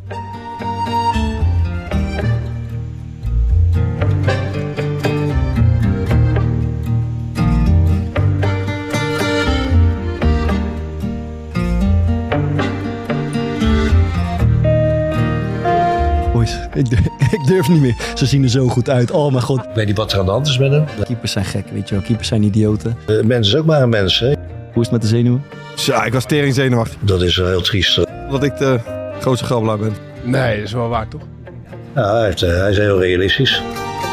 Ik durf niet meer. Ze zien er zo goed uit. Oh mijn god. Ik weet niet wat er aan de hand is met hem. Keepers zijn gek, weet je wel. Keepers zijn idioten. De mens is ook maar een mens, hè. Hoe is het met de zenuwen? Ja, ik was tering zenuwachtig. Dat is wel heel triest. Omdat ik de grootste grabbelaar ben. Nee, dat is wel waar, toch? Ja, hij is heel realistisch.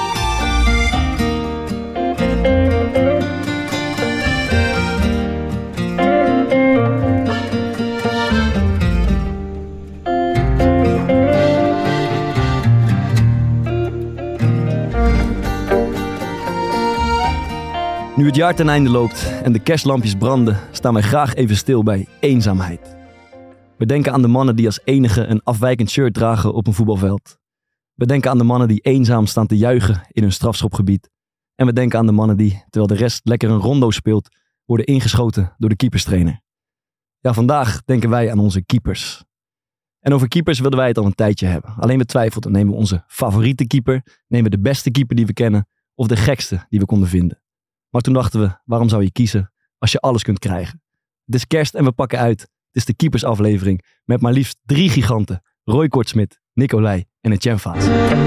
Nu het jaar ten einde loopt en de kerstlampjes branden, staan wij graag even stil bij eenzaamheid. We denken aan de mannen die als enige een afwijkend shirt dragen op een voetbalveld. We denken aan de mannen die eenzaam staan te juichen in hun strafschopgebied. En we denken aan de mannen die, terwijl de rest lekker een rondo speelt, worden ingeschoten door de keeperstrainer. Ja, vandaag denken wij aan onze keepers. En over keepers wilden wij het al een tijdje hebben. Alleen we twijfelden, nemen we onze favoriete keeper, nemen we de beste keeper die we kennen of de gekste die we konden vinden. Maar toen dachten we, waarom zou je kiezen als je alles kunt krijgen? Het is kerst en we pakken uit. Het is de keepersaflevering met maar liefst 3 giganten. Roy Kortsmit, Nicolai en Etienne Vaas.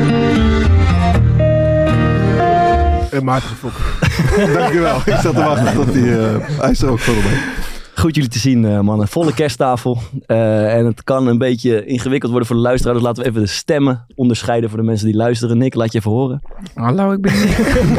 Maarten Fokker. Dankjewel. Ik zat te wachten tot hij is er ook voor mij. Goed jullie te zien, mannen. Volle kersttafel. En het kan een beetje ingewikkeld worden voor de luisteraar. Dus laten we even de stemmen onderscheiden voor de mensen die luisteren. Nick, laat je even horen. Hallo, ik ben Nick.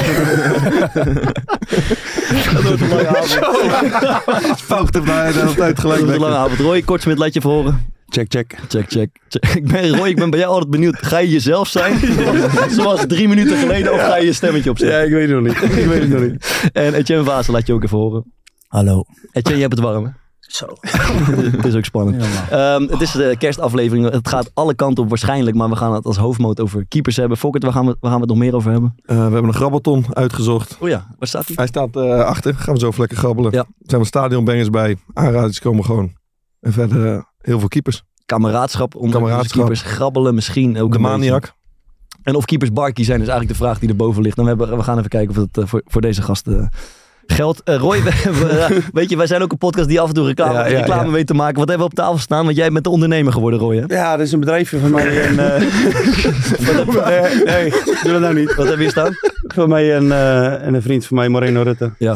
Dat wordt een lange avond. Fout heb hij de hele tijd gelijk. Dat wordt een lange avond. Roy Kortsmit, laat je even horen. Check. Check. Roy, ik ben bij jou altijd benieuwd. Ga je jezelf zijn? Zoals 3 minuten geleden. Of ga je je stemmetje opzetten? Ja, ik weet het nog niet. En Etienne Vaas, laat je ook even horen. Hallo. Etienne, je hebt het warm, hè? Zo. Het is ook spannend. Het is de kerstaflevering. Het gaat alle kanten op waarschijnlijk. Maar we gaan het als hoofdmoot over keepers hebben. Fokkert, waar gaan we het nog meer over hebben? We hebben een grabbelton uitgezocht. Oh ja, waar staat hij? Hij staat achter. Gaan we zo even lekker grabbelen. Ja. Er zijn wat stadionbangers bij. Aanraders komen gewoon. En verder heel veel keepers. Kameraadschap onder de keepers. Grabbelen misschien ook De een maniak. beetje. En of keepers barkie zijn is eigenlijk de vraag die erboven ligt. Dan we gaan even kijken of het voor deze gasten geldt. Roy, weet je, wij zijn ook een podcast die af en toe reclame weet te maken. Wat hebben we op tafel staan? Want jij bent de ondernemer geworden, Roy, hè? Ja, dat is een bedrijfje van mij. En, nee, doe dat nou niet. Wat heb je hier staan? Van mij en een vriend van mij, Moreno Rutte. Ja.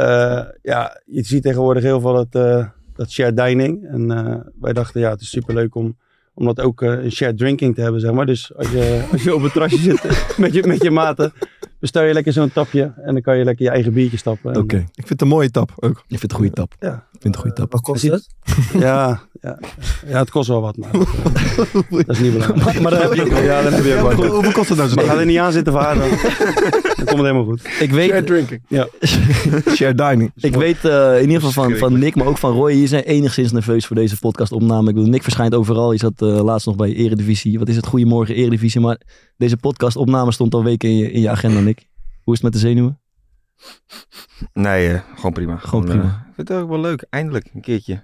Je ziet tegenwoordig heel veel dat shared dining. En wij dachten, het is superleuk om dat ook een shared drinking te hebben, zeg maar. Dus als je op het terrasje zit met je maten, bestel je lekker zo'n tapje en dan kan je lekker je eigen biertje stappen. Oké. Ik vind het een mooie tap ook. Ik vind het een goede tap. Ja. Ik vind het een goede tap. Wat kost het? Ja, het kost wel wat, maar dat is niet belangrijk. Maar dan heb je ook Goed, hoeveel kost het nou zo? Maar ga er niet aan zitten varen. Dan komt het helemaal goed. Ik weet, Shared drinking. Ja. Shared dining. ik weet in ieder geval van Nick, maar ook van Roy. Je zijn enigszins nerveus voor deze podcastopname. Ik bedoel, Nick verschijnt overal. Je zat laatst nog bij Eredivisie. Wat is het? Goedemorgen Eredivisie. Maar deze podcastopname stond al weken in je agenda, Nick. Hoe is het met de zenuwen? Nee, gewoon prima. Gewoon prima. Ik vind het ook wel leuk. Eindelijk een keertje.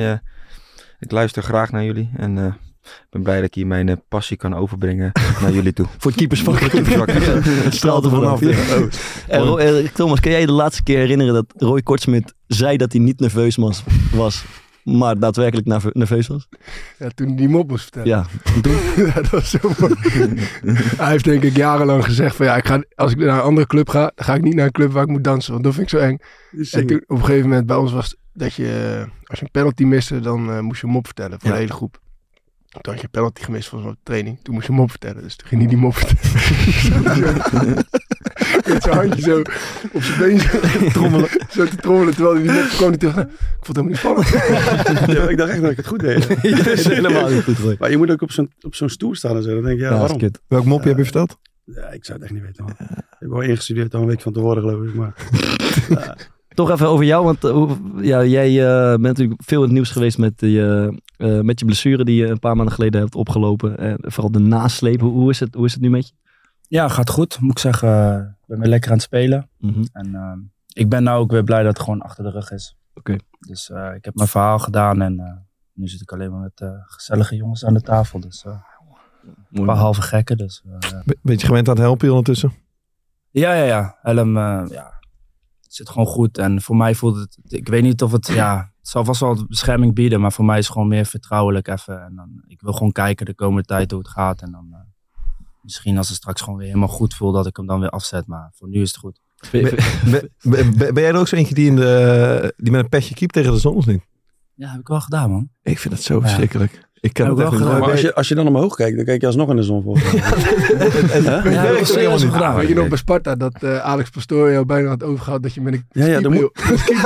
Ik luister graag naar jullie. En ik ben blij dat ik hier mijn passie kan overbrengen naar jullie toe. Voor het keepersvak. Het straalt er vanaf. Thomas, kan jij je de laatste keer herinneren dat Roy Kortsmit zei dat hij niet nerveus was, maar daadwerkelijk nerveus was? Ja, toen hij die mop moest vertellen. Ja, toen? Ja, dat was zo mooi. Hij heeft denk ik jarenlang gezegd van als ik naar een andere club ga, dan ga ik niet naar een club waar ik moet dansen, want dat vind ik zo eng. En toen op een gegeven moment bij ons was dat je, als je een penalty miste, dan moest je een mop vertellen voor de hele groep. Toen had je een penalty gemist volgens mij op de training. Toen moest je een mop vertellen. Dus toen ging hij die mop vertellen. Met zijn handje zo op zijn been zo te trommelen. Terwijl hij die mop kwam. Ik vond het helemaal niet spannend. Ja, ik dacht echt dat ik het goed deed. Dat is helemaal niet goed, Roy. Maar je moet ook op zo'n stoel staan en zo. Dan denk je, waarom? Welk mopje heb je verteld? Ja, ik zou het echt niet weten. Man. Ik heb wel ingestudeerd al een week van tevoren, geloof ik. Maar Toch even over jou, want jij bent natuurlijk veel in het nieuws geweest met je blessure die je een paar maanden geleden hebt opgelopen. En vooral de nasleep. Hoe is het nu met je? Ja, gaat goed. Moet ik zeggen, ik ben weer lekker aan het spelen. Mm-hmm. En ik ben nou ook weer blij dat het gewoon achter de rug is. Oké. Dus ik heb mijn verhaal gedaan en Nu zit ik alleen maar met gezellige jongens aan de tafel. Dus een paar halve gekken. Dus, Beetje gewend aan het helpen ondertussen. Ja. Helm, het zit gewoon goed. En voor mij voelt het... Ik weet niet of het... Ja, het zal vast wel bescherming bieden. Maar voor mij is het gewoon meer vertrouwelijk even. En dan, ik wil gewoon kijken de komende tijd hoe het gaat. En dan misschien als het straks gewoon weer helemaal goed voelt... dat ik hem dan weer afzet. Maar voor nu is het goed. Ben jij er ook zo eentje die met een petje keept tegen de zon of niet? Ja, heb ik wel gedaan, man. Ik vind het zo verschrikkelijk. Ik kan Heb het ik echt wel niet. gedaan. Maar als je dan omhoog kijkt, dan kijk je alsnog in de zon volgens mij. Ja, heb ik wel serieus gedaan. Weet je nog bij Sparta dat Alex Pastoor jou bijna had overgehaald dat je met een Ja, dan moet...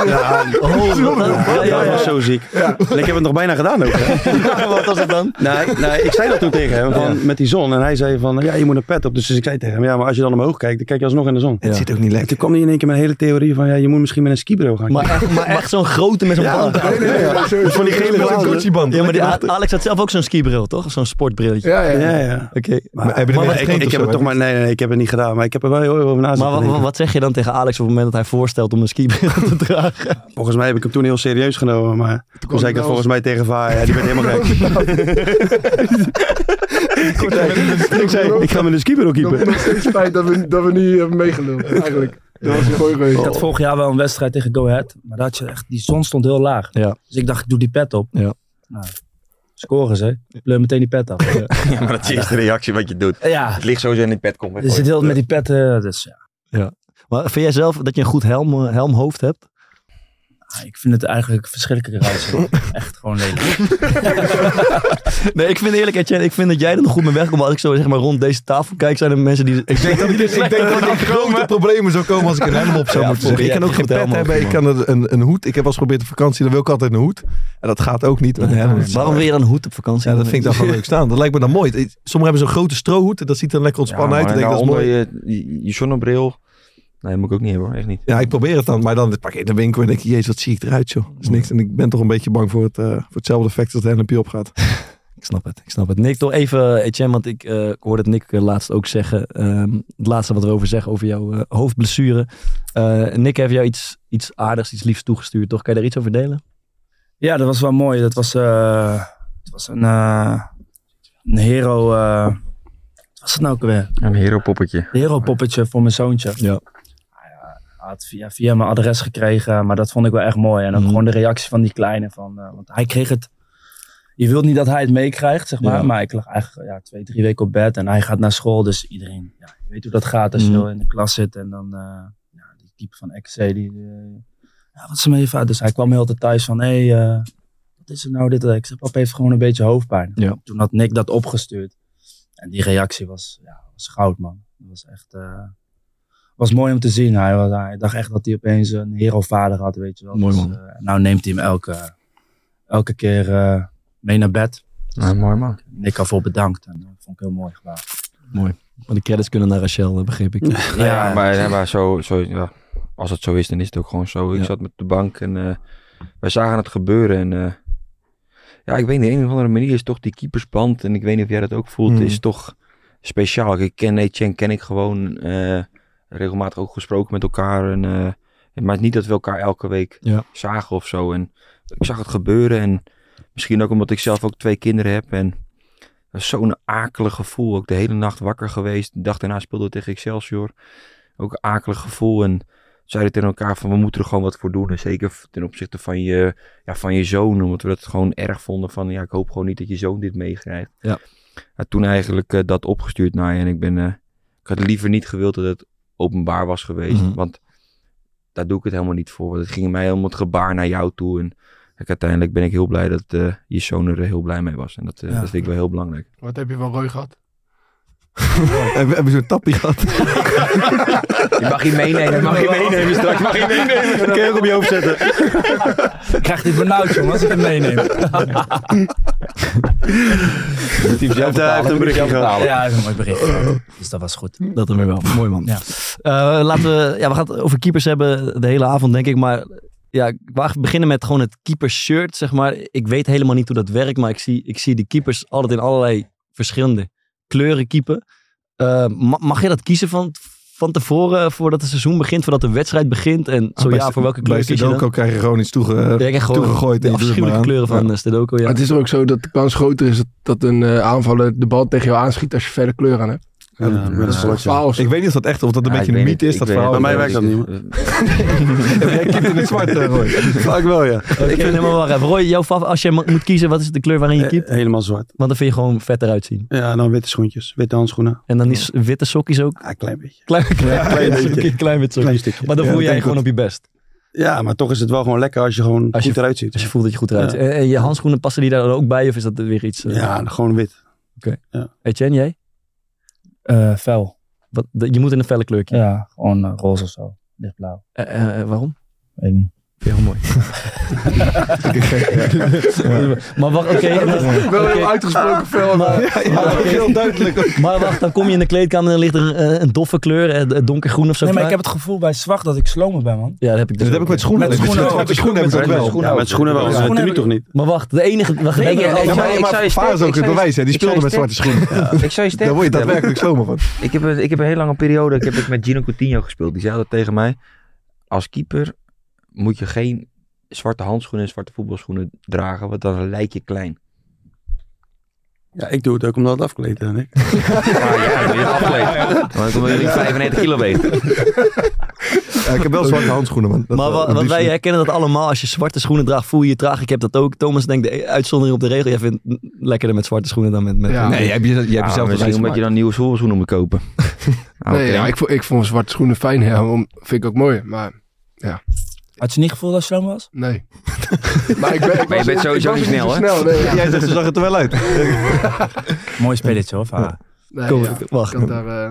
Dat was zo ziek. Ja. En ik heb het nog bijna gedaan ook. Wat was het dan? Nee, ik zei dat toen tegen hem, van, met die zon. En hij zei van, ja, je moet een pet op. Dus ik zei tegen hem, ja, maar als je dan omhoog kijkt, dan kijk je alsnog in de zon. Het zit ook niet En lekker. toen kwam hij in één keer met een hele theorie van, ja, je moet misschien met een skibril gaan kijken. Maar echt zo'n grote met zo'n band. Van die gele glazen. Gucci-band. Ja, maar Alex had zelf ook zo'n skibril, toch? Zo'n sportbrilletje. Ja. Oké. Maar heb je er Maar mee wat- getraind Ik of heb zo, het toch hè? maar, nee, ik heb het niet gedaan. Maar ik heb er wel heel erg over na zitten Maar denken. wat zeg je dan tegen Alex op het moment dat hij voorstelt om een skibril te dragen? Volgens mij heb ik hem toen heel serieus genomen. Maar toen zei ik dat volgens mij tegen VAR. Ja, die werd helemaal gek. Ik zei, ik ga met een skibril keeper. Nog steeds spijt dat we niet hebben meegeluld. Eigenlijk. Dat was een mooi geweest. Ik had vorig jaar wel een wedstrijd tegen Go Ahead. Maar daar had je echt, die zon stond heel laag. Ja. Dus ik dacht, ik doe die pet op. Ja. Nou, scoren ze. Ik pleur meteen die pet af. Ja, maar dat is de eerste reactie wat je doet. Ja, Het ligt sowieso in die pet. Kom je zit heel met die pet. Dus ja. Maar vind jij zelf dat je een goed helmhoofd hebt? Ik vind het eigenlijk verschrikkelijk eruit. Echt gewoon lelijk. Nee, ik vind eerlijk, Etienne, ik vind dat jij er nog goed mee wegkomt. Als ik zo zeg maar rond deze tafel kijk, zijn er mensen die... Ik denk dat ik grote problemen zou komen als ik een helm op zou Ja, moeten zetten. Ik kan ook geen goed helm pet hebben. op, Ik kan een hoed. Ik heb al eens geprobeerd op vakantie. Dan wil ik altijd een hoed. En dat gaat ook niet met een helm. Waarom wil je dan een hoed op vakantie? Ja, dat vind ik dan gewoon leuk staan. Dat lijkt me dan mooi. Sommigen hebben zo'n grote strohoed. Dat ziet er lekker ontspannen uit. Ik denk, dat is mooi. Je zonnebril. Nee, dat moet ik ook niet hebben hoor. Echt niet. Ja, ik probeer het dan. Maar dan pak ik in de winkel en denk je, jezus, wat zie ik eruit, joh. Dat is niks. En ik ben toch een beetje bang voor hetzelfde effect als het helmpje opgaat. Ik snap het. Nick, toch even, Etienne, want ik hoorde het Nick laatst ook zeggen. Het laatste wat we over zeggen over jouw hoofdblessure. Nick heeft jou iets aardigs, iets liefs toegestuurd, toch? Kan je daar iets over delen? Ja, dat was wel mooi. Dat was, het was een hero... wat was het nou ook weer? Een hero-poppetje. Een hero-poppetje voor mijn zoontje. Ja. Hij had via mijn adres gekregen, maar dat vond ik wel echt mooi. En ook gewoon de reactie van die kleine. Want hij kreeg het... Je wilt niet dat hij het meekrijgt, zeg maar. Ja. Maar ik lag eigenlijk 2-3 weken op bed. En hij gaat naar school, dus iedereen... Ja, je weet hoe dat gaat als je zo in de klas zit. En dan... die type van XC, wat is er met je vader? Dus hij kwam heel de tijd thuis van... wat is er nou dit? Ik zei, papa heeft gewoon een beetje hoofdpijn. Ja. Toen had Nick dat opgestuurd. En die reactie was goud, man. Dat was echt... was mooi om te zien. Hij dacht echt dat hij opeens een hero-vader had, weet je wel. Mooi, man. Dus, nou neemt hij hem elke keer mee naar bed. Ja, mooi man. Nick alvoor bedankt. En dat vond ik heel mooi gedaan. Mooi. Maar de credits kunnen naar Rachel, begreep ik. Ja, maar zo, ja, als het zo is, dan is het ook gewoon zo. Ik zat met de bank en wij zagen het gebeuren. En ik weet niet, op een of andere manier is toch die keepersband, en ik weet niet of jij dat ook voelt, is toch speciaal. Ik ken Etienne, ken ik gewoon regelmatig ook gesproken met elkaar. En, maar niet dat we elkaar elke week zagen of zo. En ik zag het gebeuren en misschien ook omdat ik zelf ook 2 kinderen heb. En dat is zo'n akelig gevoel. Ook de hele nacht wakker geweest. De dag daarna speelden we tegen Excelsior. Ook een akelig gevoel. En zeiden tegen elkaar van we moeten er gewoon wat voor doen. En zeker ten opzichte van je zoon. Omdat we dat gewoon erg vonden van ik hoop gewoon niet dat je zoon dit meekrijgt. Ja. Toen eigenlijk dat opgestuurd naar je. En ik had liever niet gewild dat het openbaar was geweest. Want daar doe ik het helemaal niet voor. Want het ging mij helemaal het gebaar naar jou toe. En uiteindelijk ben ik heel blij dat je zoon er heel blij mee was. En dat vind ik wel heel belangrijk. Wat heb je van Roy gehad? Heb je zo'n tappie gehad? Je mag je meenemen. Straks mag je meenemen. Dat kun je ook op je hoofd zetten. Ik krijg dit benauwd, jongen, als ik hem meeneem. Hij heeft een berichtje gehad. Ja, dat is een mooi bericht. Dus dat was goed. Dat dan weer wel. Mooi, man. Ja. Laten we gaan het over keepers hebben de hele avond, denk ik. Maar ik wou beginnen met gewoon het keepershirt, zeg maar. Ik weet helemaal niet hoe dat werkt, maar ik zie de keepers altijd in allerlei verschillende kleuren keepen. Mag je dat kiezen van tevoren, voordat het seizoen begint, voordat de wedstrijd begint? En zo ja, voor welke kleur Bij kies je dan? Sudoku krijg je gewoon iets toegegooid. De en je doet het maar afschuwelijke aan. kleuren van Sudoku, ja. Maar het is er ook zo dat de kans groter is dat een aanvaller de bal tegen jou aanschiet als je verder kleur aan hebt. Ja, met een slotje. Ik weet niet of dat echt of dat een beetje een mythe is, dat verhaal. Bij mij werkt dat niet. Jij kipt in het zwart, Roy. Vaak wel, ja. Ik vind hem wel wacht even. Roy, als je moet kiezen, wat is de kleur waarin je kiept? Helemaal zwart. Want dan vind je gewoon vet eruit zien. Ja, dan witte schoentjes, witte handschoenen. En dan die witte sokjes ook. Ja, een klein beetje. Klein beetje. Klein wit sokje. Klein stukje. Maar dan Ja, voel dat jij denk gewoon ik op je best. Ja, maar toch is het wel gewoon lekker als je gewoon goed eruit ziet. Als je voelt dat je goed eruit ziet. Ja. En je handschoenen, passen die daar dan ook bij? Of is dat weer iets? Ja, gewoon wit. Etienne, jij? Fel. Je moet in een felle kleur kiezen. Ja, gewoon roze of zo. Lichtblauw. Waarom? Weet niet. Heel mooi. Maar wacht, oké. Wel heel uitgesproken fel. Heel duidelijk. Maar wacht, dan kom je in de kleedkamer en dan ligt er een doffe kleur, donkergroen of zo. Nee, maar ik heb het gevoel bij zwart dat ik slomer ben, man. Ja, dat heb ik dus. Dat heb ik met schoenen. Met schoenen ook. Met schoenen heb ik dat wel. Ja, met schoenen wel. Ja, Met schoenen tenue heb toch niet? Maar wacht, de enige. Wacht, Nee, hebben we ja, al- maar- ik zou je Vaar is ook het bewijs, hè. Die speelde met zwarte schoenen. Ik zou je sterk Daar word je vertellen. daadwerkelijk slomer van. Ik heb een hele lange periode, ik met Gino Coutinho gespeeld. Die zei dat tegen mij. Als keeper moet je geen zwarte handschoenen en zwarte voetbalschoenen dragen, want dan lijk je klein. Ja, ik doe het ook omdat het afgeleid is. Ja, dan ben je afgeleid. Want dan wil je niet 95 kilo wegen. Ja, ik heb wel zwarte handschoenen, man. Maar wat wij herkennen dat allemaal. Als je zwarte schoenen draagt, voel je je traag. Ik heb dat ook. Thomas denkt de uitzondering op de regel. Jij vindt het lekkerder met zwarte schoenen dan met... Ja. Nee, jij hebt jezelf de Misschien reis omdat je gemaakt. dan nieuwe schoenen moet kopen. Nee, ja, ik vond zwarte schoenen fijn. Ja, vind ik ook mooi. Maar Had je niet gevoel dat je slomer was? nee. Maar je bent sowieso niet snel, hè? Nee, Jij zegt, ze zag het er wel uit. Mooi spelletje hoor. Vaar. nee, Kom, ja. wacht. Ik, had daar,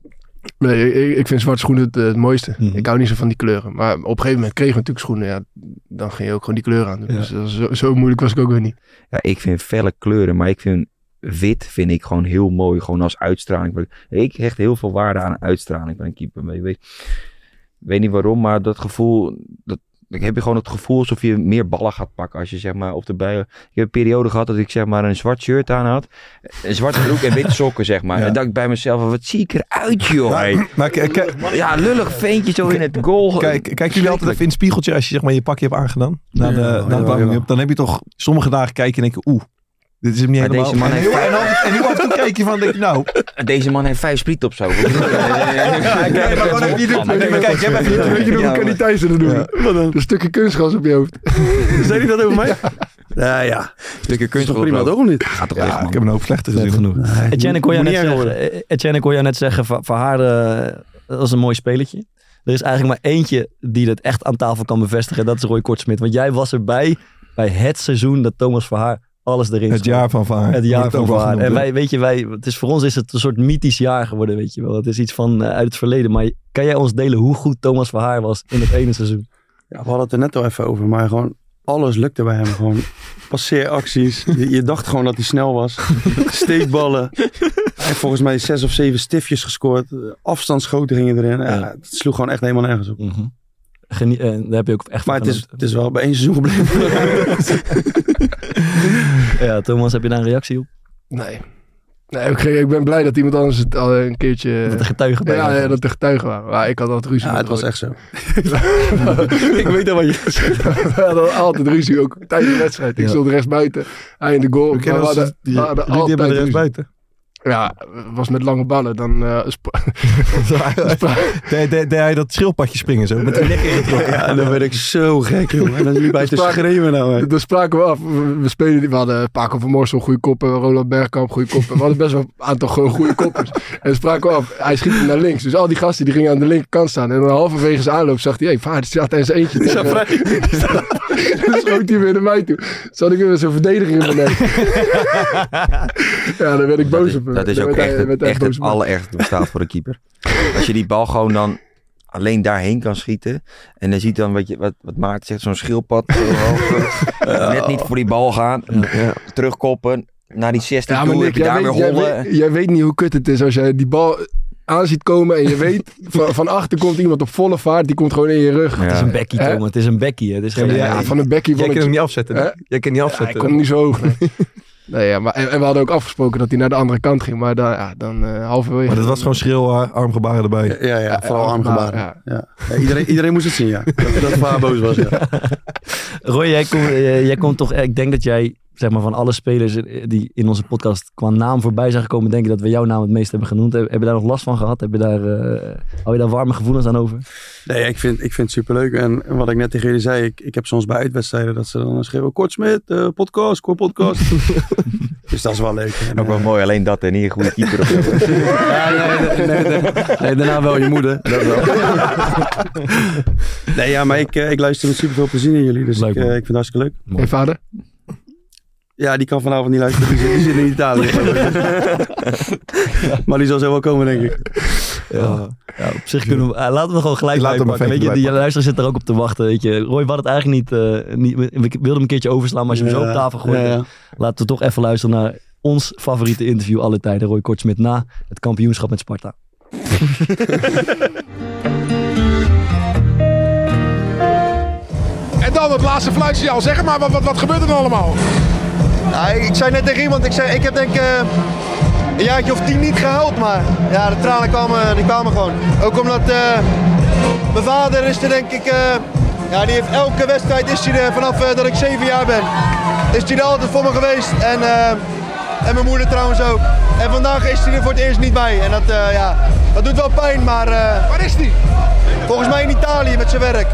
ik vind zwarte schoenen het mooiste. Mhm. Ik hou niet zo van die kleuren. Maar op een gegeven moment kregen we natuurlijk schoenen. Ja, dan ging je ook gewoon die kleur aan doen. Ja. Dus zo moeilijk was ik ook weer niet. Ja, ik vind felle kleuren, maar ik vind wit gewoon heel mooi. Gewoon als uitstraling. Ik hecht heel veel waarde aan uitstraling van een keeper. Maar ik weet niet waarom, maar dat gevoel... Dan heb je gewoon het gevoel alsof je meer ballen gaat pakken als je zeg maar op de bij. Ik heb een periode gehad dat ik zeg maar een zwart shirt aan had, een zwarte broek en witte sokken zeg maar. Ja. En dacht ik bij mezelf, wat zie ik eruit joh. Hey. Maar Ja, lullig veentje zo in het goal. kijk jullie altijd even in het spiegeltje als je zeg maar je pakje hebt aangedaan? Na de warming-up. Dan heb je toch sommige dagen kijken en denken, dit is hem niet Maar helemaal. deze man heeft En heel af en toe kijk je van, denk ik, nou. Deze man heeft 5 spriet op zo. Nee, maar gewoon even niet doen. Kijk, jij bent even Weet je hoe kan die Thijs er doen? Ja. Een stukje kunstgras op je hoofd. Zei hij dat over mij? Ja. Stukken kunst Toch prima, toch of niet? Gaat toch Ja, weg ik man. heb een hoop slechte gezien. genoeg. Etienne, ik hoor jou net Niet zeggen, voor haar, dat is een mooi spelletje. Er is eigenlijk maar eentje die dat echt aan tafel kan bevestigen. Dat is Roy Kortsmit. Want jij was erbij bij het seizoen dat Thomas Verhaar alles erin Het schoot. jaar van Vaar. Het jaar Wordt van ook wel Verhaar. genoemd, En het is voor ons is het een soort mythisch jaar geworden, weet je wel. Het is iets van uit het verleden. Maar kan jij ons delen hoe goed Thomas Verhaar was in het ene seizoen? Ja, we hadden het er net al even over, maar gewoon alles lukte bij hem. Gewoon passeeracties. Je dacht gewoon dat hij snel was. Steekballen. Hij heeft volgens mij 6 of 7 stiftjes gescoord. Afstandsschoten gingen erin. Ja, het sloeg gewoon echt helemaal nergens op. Daar heb je ook echt Maar van het is wel bij één seizoen gebleven. Ja, Thomas, heb je daar een reactie op? Nee. Ik ben blij dat iemand anders het al een keertje... Dat de getuigen bij Ja, waren. dat de getuigen waren. Maar ik had altijd ruzie. Ja, met het was Roy. echt zo. Ik weet al wat je zegt. We hadden altijd ruzie, ook tijdens de wedstrijd. Ik stond rechts buiten, hij in de goal. We kennen Maar ons, we hadden jullie altijd hebben er ruzie. eens buiten. Ja, was met lange ballen. Dan Deed hij dat schildpadje springen zo? Met die nek ingetrokken. Ja, en dan werd ik zo gek, joh. En dan liep hij te schreeuwen nou. Hè. dan spraken we af. We hadden Paco van Moorsel goede koppen, Roland Bergkamp goede koppen. We hadden best wel een aantal goede koppers. En dan spraken we af. Hij schiet hem naar links. Dus al die gasten die gingen aan de linkerkant staan. En dan halverwege zijn aanloop zag hij, vader staat in zijn eentje. Dan schoot hij weer naar mij toe. Zat ik weer zo'n verdediging in mijn nek. Ja, dan werd ik boos op hem. Dat is Dan ook werd hij echt boos het op me. allerergste dat bestaat voor een keeper. Als je die bal gewoon dan alleen daarheen kan schieten. En dan ziet dan wat Maarten zegt, zo'n schildpad. Zo hoog, net niet voor die bal gaan. Terugkoppen. Naar die 16 toe. Nick, Heb je daar weer hollen. jij weet niet hoe kut het is als jij die bal aan ziet komen en je weet, van achter komt iemand op volle vaart, die komt gewoon in je rug. Ja. Het is een bekkie, Hè? Thomas. Het is een bekkie. Het is geen... Ja, van een bekkie Jij vond kan ik... hem niet afzetten. Hè? Jij kan niet Ja, afzetten. ik kon niet zo hoog. Nee. Nee, ja, maar, en we hadden ook afgesproken dat hij naar de andere kant ging. Maar dan halverwege... Maar dat was gewoon schreeuw, armgebaren erbij. Ja, vooral armgebaren. Ja. Ja, iedereen moest het zien, ja. Dat Vaar boos was, ja. Roy, jij komt toch... Ik denk dat jij, zeg maar, van alle spelers die in onze podcast qua naam voorbij zijn gekomen, denk ik dat we jouw naam het meest hebben genoemd. Heb je daar nog last van gehad? Hou je daar warme gevoelens aan over? Nee, ik vind het superleuk. En wat ik net tegen jullie zei, ik heb soms bij uitwedstrijden dat ze dan schreeuwen, Kortsmit, podcast, Kort podcast. Dus dat is wel leuk. En, Ook wel mooi, alleen dat en niet een goede keeper of zo. nee, daarna wel je moeder. Dat wel. Nee, ja, maar ik luister met super veel plezier naar jullie. Dus Leuk, ik vind het hartstikke leuk. En vader? Ja, die kan vanavond niet luisteren. Die zit in Italië. Maar die zal zo wel komen, denk ik. Ja, op zich kunnen we... laten we gewoon gelijk Laat hem bijpakken. Weet je, die luisteraar zit er ook op te wachten. Weet je. Roy, we hadden het eigenlijk niet... We wilden hem een keertje overslaan, maar als je hem zo op tafel gooit... Ja. Laten we toch even luisteren naar ons favoriete interview alle tijden. Roy Kortsmit na het kampioenschap met Sparta. En dan het laatste fluitsignaal. Zeg maar, wat gebeurt er dan allemaal? Nou, ik zei net tegen iemand, ik heb denk een jaartje of 10 niet gehuild, maar ja, de tranen kwamen gewoon. Ook omdat mijn vader is er denk ik, die heeft elke wedstrijd is hij er vanaf dat ik 7 jaar ben. Is hij er altijd voor me geweest en mijn moeder trouwens ook. En vandaag is hij er voor het eerst niet bij en dat doet wel pijn, maar... Waar is hij? Volgens mij in Italië met zijn werk.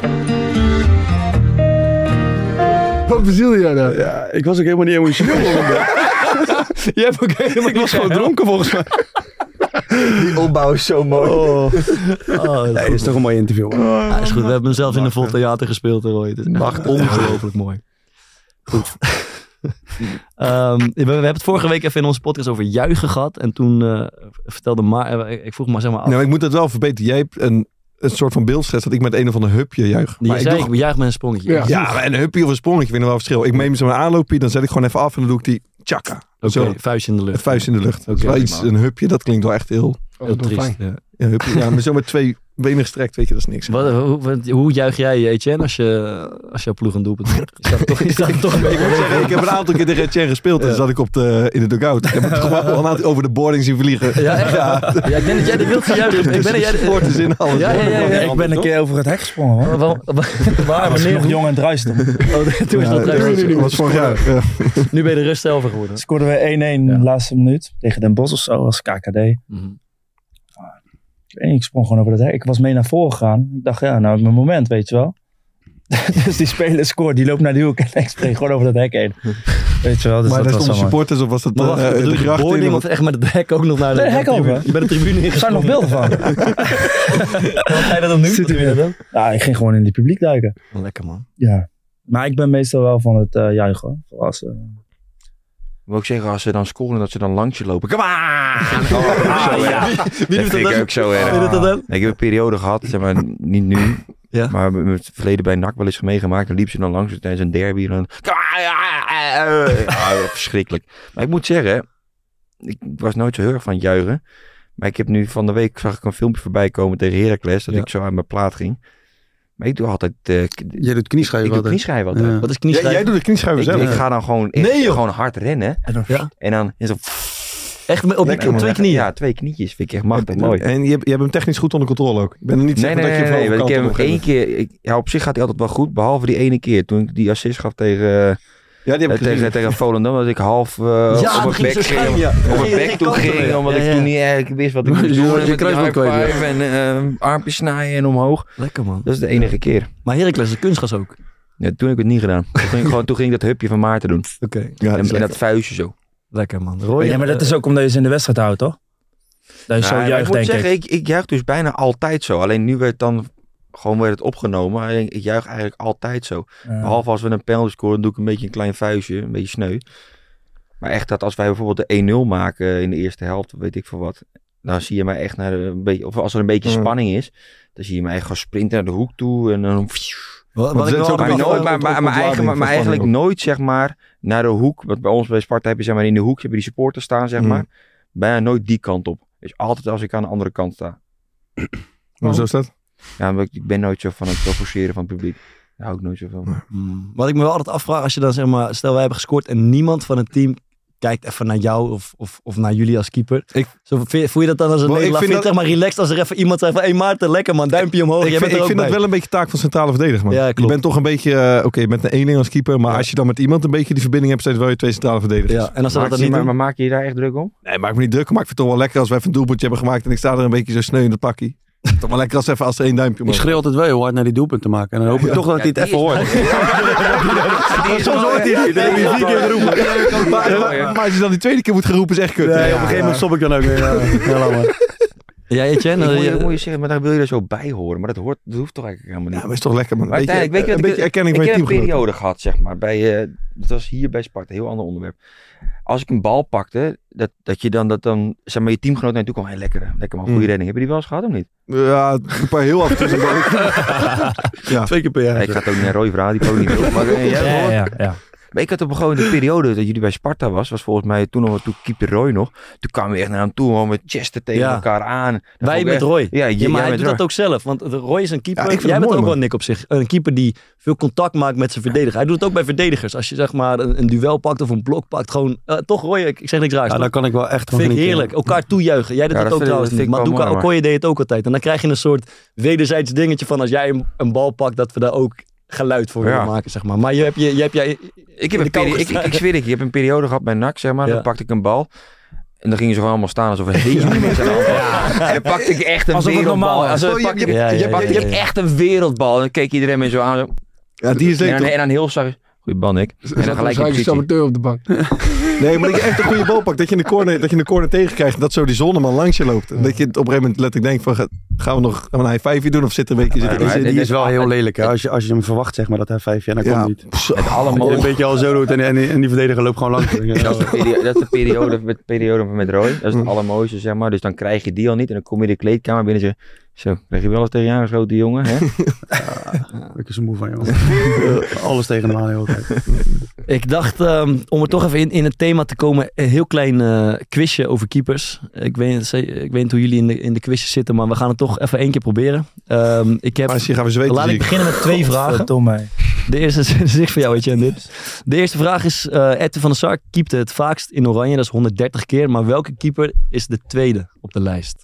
Wat bezielde jij nou? Ja, ik was ook helemaal niet emotioneel. Je hebt ook helemaal... Ik was gewoon dronken volgens mij. Die opbouw is zo mooi. Nee, is toch een mooi interview. Ja, is goed. We hebben hem zelfs in een vol theater gespeeld, Roy. Het is echt ongelooflijk mooi. Goed. We hebben het vorige week even in onze podcast over juichen gehad. En toen vertelde ik vroeg maar zeg maar af. Nou, ik moet het wel verbeteren. Jij hebt een soort van beeldschets dat ik met een of ander hupje juich. Je zei, ik juich met een sprongetje. Ja. Maar een hupje of een sprongetje, vind ik wel verschil. Ik neem zo'n aanloopje, dan zet ik gewoon even af en dan doe ik die tjaka. Oké, vuist in de lucht. Het vuist in de lucht. Oké, Een hupje, dat klinkt wel echt heel triest. Ja, hupje, ja, maar zo met 2 benen gestrekt, weet je, dat is niks. Hoe juich jij, Etienne, als jouw ploeg een doelpunt maakt? Je staat toch een beetje... Ik heb een aantal keer tegen Etienne gespeeld en zat ik in de dugout. Ik heb het gewoon wel een aantal over de boarding zien vliegen. Ja, echt? Ja, ik denk dat jij de wildste juicher... Ik ben dat jij de supporters in alles. Ja. Ik ben een keer over het hek gesprongen, hoor. Waar? was nog jong en druist. Toen is dat Dat was vorig jaar. Ja. Nu ben je de rust zelf geworden. Scoorden we 1-1 de laatste minuut. Tegen Den Bosch of zo, als KKD. Ik sprong gewoon over dat hek. Ik was mee naar voren gegaan. Ik dacht, nou heb ik mijn moment, weet je wel. Dus die speler scoort, die loopt naar de hoek en ik spring gewoon over dat hek heen. Weet je wel. Dus Maar dat dat was stonden supporters of was dat Bedoel je gracht boarding in? of echt met het hek ook nog naar de hek tribune? over. Je bent de tribune Er zijn nog beelden van. Wat ga je dat dan nu? Ja, ik ging gewoon in die publiek duiken. Lekker man. Ja. Maar ik ben meestal wel van het juichen, hoor. Vooral als, Ik wil ook zeggen, als ze dan scoren, dat ze dan langs je lopen. Come on! Wie Dat vind ik ook zo erg. Wie doet dat dan? Ik heb een periode gehad, zeg maar, niet nu, Ja. maar met het verleden bij NAC wel eens meegemaakt. Dan liep ze dan langs tijdens een derby. En dan... verschrikkelijk. Maar ik moet zeggen, ik was nooit zo heel erg van het juichen. Maar ik heb nu van de week, zag ik een filmpje voorbij komen tegen Heracles, dat ik zo aan mijn plaat ging. Maar ik doe altijd... Jij doet knieschijven. Ik doe knieschijven altijd. Ja. Wat is knieschijven? Jij doet de knieschijven zelf. Ik ga dan gewoon, gewoon hard rennen. Ja. En dan zo... Echt op 2 knieën? Ja, 2 knietjes. Vind ik echt machtig mooi. En je hebt hem technisch goed onder controle ook. Ik ben er niet zeker dat je Nee, vooral ik heb hem 1 keer... op zich gaat hij altijd wel goed. Behalve die ene keer. Toen ik die assist gaf tegen Volendam. Dat ik half op mijn bek ging. Op mijn bek toe ging. Omdat ik toen niet eigenlijk wist wat ik moest doen. Met die high five en armpjes snijden en omhoog. Lekker man. Dat is de enige keer. Maar Heracles is kunstgas ook. Ja, toen heb ik het niet gedaan. Toen ging ik dat hupje van Maarten doen. Oké. En dat vuistje zo. Lekker man. Roy, ja, maar dat is ook omdat je ze in de wedstrijd houdt, toch? Dat je zo juicht, denk ik. Ik moet zeggen, ik juich dus bijna altijd zo. Alleen nu werd het opgenomen. Maar ik juich eigenlijk altijd zo. Ja. Behalve als we een penalty scoren, dan doe ik een beetje een klein vuistje. Een beetje sneu. Maar echt dat als wij bijvoorbeeld de 1-0 maken in de eerste helft, weet ik veel wat. Dan zie je mij echt naar een beetje, of als er een beetje spanning is, dan zie je mij echt gaan sprinten naar de hoek toe. En dan... Maar eigenlijk nooit, zeg maar, naar de hoek. Want bij ons bij Sparta heb je, zeg maar, in de hoek heb je die supporters staan, zeg maar. Bijna nooit die kant op. Dus altijd als ik aan de andere kant sta. Hoezo is dat? Ja, ik ben nooit zo van het provoceren van het publiek. Daar hou ik nooit zo van. Wat ik me wel altijd afvraag, als je dan zeg maar, stel wij hebben gescoord en niemand van het team kijkt even naar jou of naar jullie als keeper. Voel je dat dan als een Wel, nederlaag? Vind je het zeg maar relaxed als er even iemand zegt van... Hey Maarten, lekker man, duimpje omhoog. Ik vind dat wel een beetje taak van centrale verdediger, man. Ja, klopt. Je bent toch een beetje... Oké, je bent een eenling als keeper. Maar als je dan met iemand een beetje die verbinding hebt... zijn het wel je 2 centrale verdedigers. Ja, en als ze dat dan niet doen? Maar maak je je daar echt druk om? Nee, maak me niet druk. Maar ik vind het toch wel lekker als we even een doelpuntje hebben gemaakt... en ik sta er een beetje zo sneu in het pakkie. Toch wel lekker als er 1 duimpje omhoog. Ik schreeuw altijd wel heel hard naar die doelpunt te maken. En dan hoop ik toch dat hij het even hoort. Soms hoort hij het. Dat heb je 4 keer geroepen. Maar als je dan die tweede keer moet geroepen, is echt kut. Nee, op een gegeven moment stop ik dan ook weer. Heel lang. Ja, Etienne? Moet je zeggen, maar daar wil je er zo bij horen. Maar dat hoeft toch eigenlijk helemaal niet. Ja, maar is toch lekker, man. Maar uiteindelijk, weet je wat een beetje erkenning van je ik heb een teamgenoten. periode gehad, zeg maar. Dat was hier bij Sparta, een heel ander onderwerp. Als ik een bal pakte, dat je dan zeg maar, je teamgenoot naartoe kwam. Hey, lekker man, goede redding. Hebben die wel eens gehad of niet? Ja, een paar heel af en toe. Ja. 2 keer per jaar. Ja, ik ga het ook niet naar Roy vragen, die ook niet wil. Maar, Ja. Maar ik had op een gewoon de periode dat jullie bij Sparta was volgens mij toen keepte Roy nog. Toen kwamen we echt naar hem toe, gewoon met chesten tegen elkaar aan. Wij met Roy. Ja, maar hij doet dat ook zelf. Want Roy is een keeper. Ja, ik vind jij het bent mooi, ook wel man. Nick op zich. Een keeper die veel contact maakt met zijn verdediger. Hij doet het ook bij verdedigers. Als je zeg maar een duel pakt of een blok pakt. Gewoon, toch Roy, ik zeg niks raars. Ja, daar kan ik wel echt van vind ik genieten. heerlijk. Elkaar toejuichen. Jij doet Ja, dat dat ook trouwens vind niet. ik wel Maduka mooi, Okoye deed het ook altijd. En dan krijg je een soort wederzijds dingetje van als jij een bal pakt, dat we daar ook geluid voor willen maken, zeg maar. Maar je hebt Ik zweer ik heb een periode gehad bij NAC, zeg maar. Dan pakte ik een bal. En dan gingen ze gewoon allemaal staan alsof er helemaal niks aan de hand was. En dan pakte ik echt een wereldbal. Je pakte echt een wereldbal. En dan keek iedereen me zo aan. Zo. Ja, die is leuk. En dan heel zacht. Goeie bal, Nick. En dan gelijk in een positie. saboteur op de bank. Nee, maar dat je echt een goede bal pakt. Dat je in de corner tegenkrijgt. En dat zo die zonneman langs je loopt. En dat je op een gegeven moment letterlijk denkt van... Gaan we nog een high five doen of zit er een beetje... Die is wel heel lelijk. Hè? Als je hem verwacht, zeg maar, dat hij 5 jaar, dan komt niet. Het allemaal Een beetje al zo doet en die verdediger loopt gewoon langs. Dat is de periode met Roy. Dat is het allermooiste, zeg maar. Dus dan krijg je die al niet. En dan kom je de kleedkamer binnen en zeg je... Zo, krijg je wel eens tegen je aangeschoten, die jongen, hè? Ik is een moe van, jongen. Alles tegen hem aan, heel tijd. Ik dacht, om er toch even in het thema te komen, een heel klein quizje over keepers. Ik weet niet hoe jullie in de quizjes zitten, maar we gaan het toch even 1 keer proberen. Laat ik beginnen met 2 vragen. De eerste is voor jou, Etienne, dit. De eerste vraag is, Edwin van der Sar keepte het vaakst in Oranje, dat is 130 keer. Maar welke keeper is de tweede op de lijst?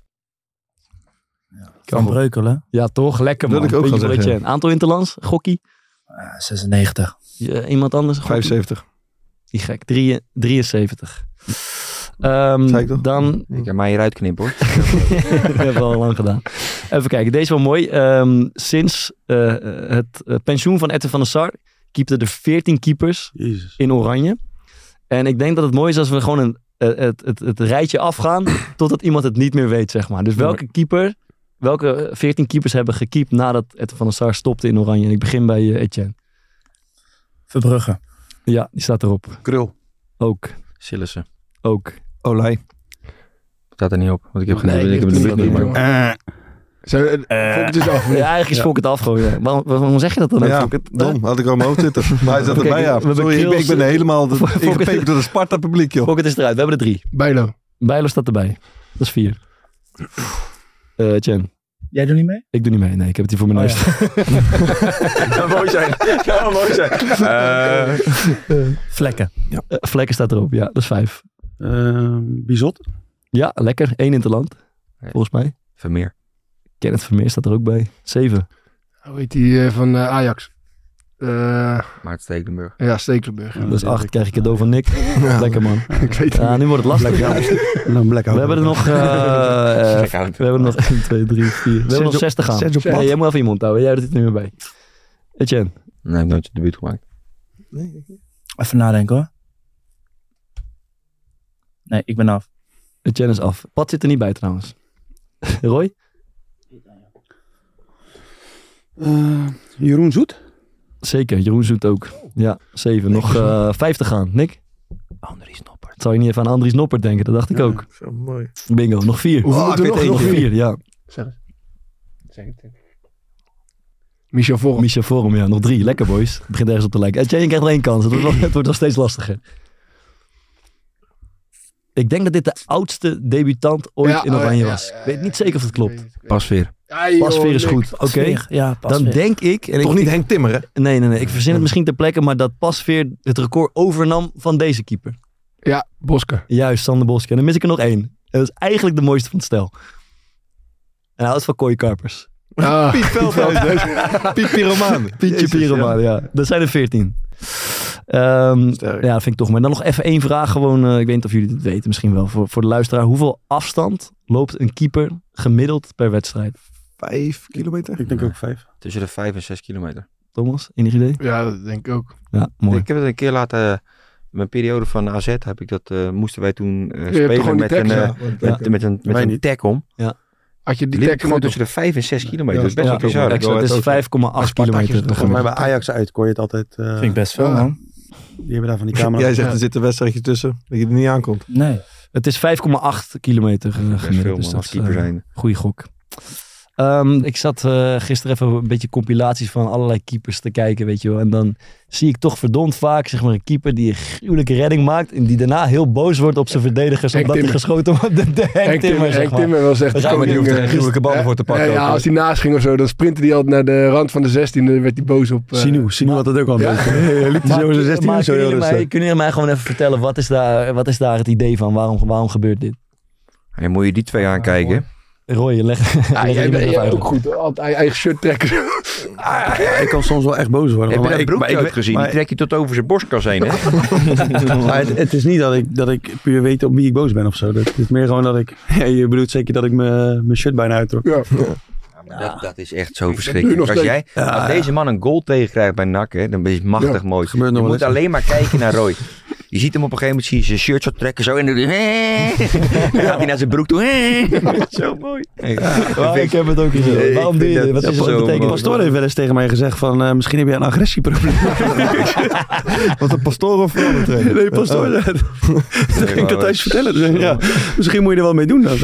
Van Breukelen. Ja, toch? Lekker, man. Dat ik ook gaan zeggen. Etienne. Aantal interlands? Gokkie? 96. Iemand anders? 75. Die gek. 73. Zei ik toch? Dan... Ik heb mij hieruit knippen, hoor. Dat hebben we al lang gedaan. Even kijken, deze is wel mooi. Sinds het pensioen van Edwin van der Sar keepten er 14 keepers in Oranje. En ik denk dat het mooi is als we gewoon het rijtje afgaan totdat iemand het niet meer weet, zeg maar. Dus welke 14 keepers hebben gekiept nadat Edwin van der Sar stopte in Oranje? En ik begin bij Etienne. Verbrugge. Ja, die staat erop. Krul. Ook. Sillissen. Ook. Olij. Staat er niet op, want ik heb Nee, geen... ik heb de het niet meer. Fokkertjes af. Ja, eigenlijk is Fok het af gewoon. Ja. Waarom zeg je dat dan ook? Ja, Fok het? dom. Had ik al in mijn hoofd zitten. Maar hij zat erbij, ja. we hebben Sorry, ik Krils- ben helemaal Fok- ingepeperd door de Sparta publiek, joh. Fok het is eruit. We hebben er 3. Bijlo. Bijlo staat erbij. Dat is 4. Etienne. Jij doet niet mee? Ik doe niet mee. Nee, ik heb het hier voor mijn neus. Kan mooi zijn. Kan mooi zijn. Vlekken. Vlekken staat erop. Ja, dat is 5. Bizot. Ja, lekker. 1 interland. Volgens mij. Vermeer. Kenneth Vermeer staat er ook bij. 7. Hoe heet die van Ajax? Maarten Stekelenburg. Ja, Stekelenburg. Dat is 8. Krijg ik cadeau van Nick. Ja. Lekker, man. Ik weet het Ja, nu wordt het lastig. Blackout. We hebben er nog... we hebben er nog 1, 2, 3, 4. We hebben nog 6 te gaan. Hey, jij moet even je mond houden. Jij doet het niet meer bij. Etienne. Nee, ik heb nooit je debuut gemaakt. Even nadenken, hoor. Nee, ik ben af. Etienne is af. Pat zit er niet bij trouwens. Roy? Jeroen Zoet. Zeker. Jeroen Zoet ook. Ja, 7. Nog 5 te gaan. Nick? Andries Noppert. Zou je niet even aan Andries Noppert denken? Dat dacht ik ook. Zo mooi. Bingo. Nog 4. Hoeveel moeten we ik weet nog? nog 4, ja. Zeg het. Michel Vorm. Michel Vorm, ja. Nog 3. Lekker, boys. Het begint ergens op te lijken. Etienne krijgt nog 1 kans. Het wordt nog steeds lastiger. Ik denk dat dit de oudste debutant ooit in Oranje was. Ik weet niet zeker of het klopt. Pasveer. Pasveer is goed. Oké. Ja, Dan denk ik... En Toch niet Henk Timmer, hè? Nee. Ik verzin het misschien ter plekke, maar dat Pasveer het record overnam van deze keeper. Ja, Boske. Juist, Sander Boske. En dan mis ik er nog 1. Dat is eigenlijk de mooiste van het stel. En hij houdt van kooikarpers. Piet Veldhuis. Piet Pyromaan. Pietje Pyromaan, ja. Dat zijn er 14. Ja, dat vind ik toch. Maar dan nog even 1 vraag. Gewoon, ik weet niet of jullie dit weten. Misschien wel voor de luisteraar. Hoeveel afstand loopt een keeper gemiddeld per wedstrijd? 5 kilometer? Ik denk ook 5. Tussen de 5 en 6 kilometer. Thomas, enig idee? Ja, dat denk ik ook. Ja, mooi. Ik heb het een keer laten... Mijn periode van AZ heb ik dat... moesten wij toen Je hebt spelen gewoon met die een, met een tag om. Had je die Liep tag gewoon tussen de 5 en 6 kilometer. Dat is best wel bizar. Kijk, het is 5,8 kilometer. Voor mij bij Ajax uit kon je het altijd... Vind ik best veel, man. Die hebben daar van die camera's. Jij zegt er zit een wedstrijdje tussen. Dat je er niet aankomt. Nee. Het is 5,8 kilometer Best gemiddeld. veel, Dus man, dat als keeper is zijn. goede gok. Ik zat gisteren even een beetje compilaties van allerlei keepers te kijken, weet je wel. En dan zie ik toch verdomd vaak, zeg maar, een keeper die een gruwelijke redding maakt en die daarna heel boos wordt op zijn verdedigers omdat hij geschoten wordt. De Henk Timmer, zeg maar. Timmer was echt... Ja, maar die hoeft er geen gruwelijke ballen voor te pakken. Ja, als hij naast ging of zo, dan sprintte hij altijd naar de rand van de 16 en dan werd hij boos op... Sinu had dat ook al een beetje. Hij liep zo in zijn 16 Maar zo kun heel je rustig. mij mij gewoon even vertellen, wat is daar het idee van? Waarom gebeurt dit? En moet je die 2 aankijken. Roy, leg Ja, je jij me bent even uit. ook goed. Altijd eigen shirt trekken. Ik kan soms wel echt boos worden. Heb je maar dat broekje uitgezien? Die trek je tot over zijn borstkast heen, hè? Maar het is niet dat ik puur weet op wie ik boos ben of zo. Het is meer gewoon dat ik... Ja, je bedoelt zeker dat ik mijn shirt bijna uittrok. Ja. Maar dat is echt zo verschrikkelijk. nog Als steeds. als deze man een goal tegenkrijgt bij NAC, hè, dan is het machtig mooi. gebeurt Je nog wel moet eens. alleen maar kijken naar Roy. Je ziet hem op een gegeven moment, zie je zijn shirt zo trekken, zo en dan gaat hij naar zijn broek toe. Zo mooi. Ik heb het ook gezien. Waarom doe je dit? Wat is het betekent? Pastoor heeft wel eens tegen mij gezegd van... misschien heb je een agressieprobleem. Wat een pastoor of vrouwentrainer? Nee, pastoor. Dat ging ik dat thuis vertellen. Dus, ja, misschien moet je er wel mee doen dan.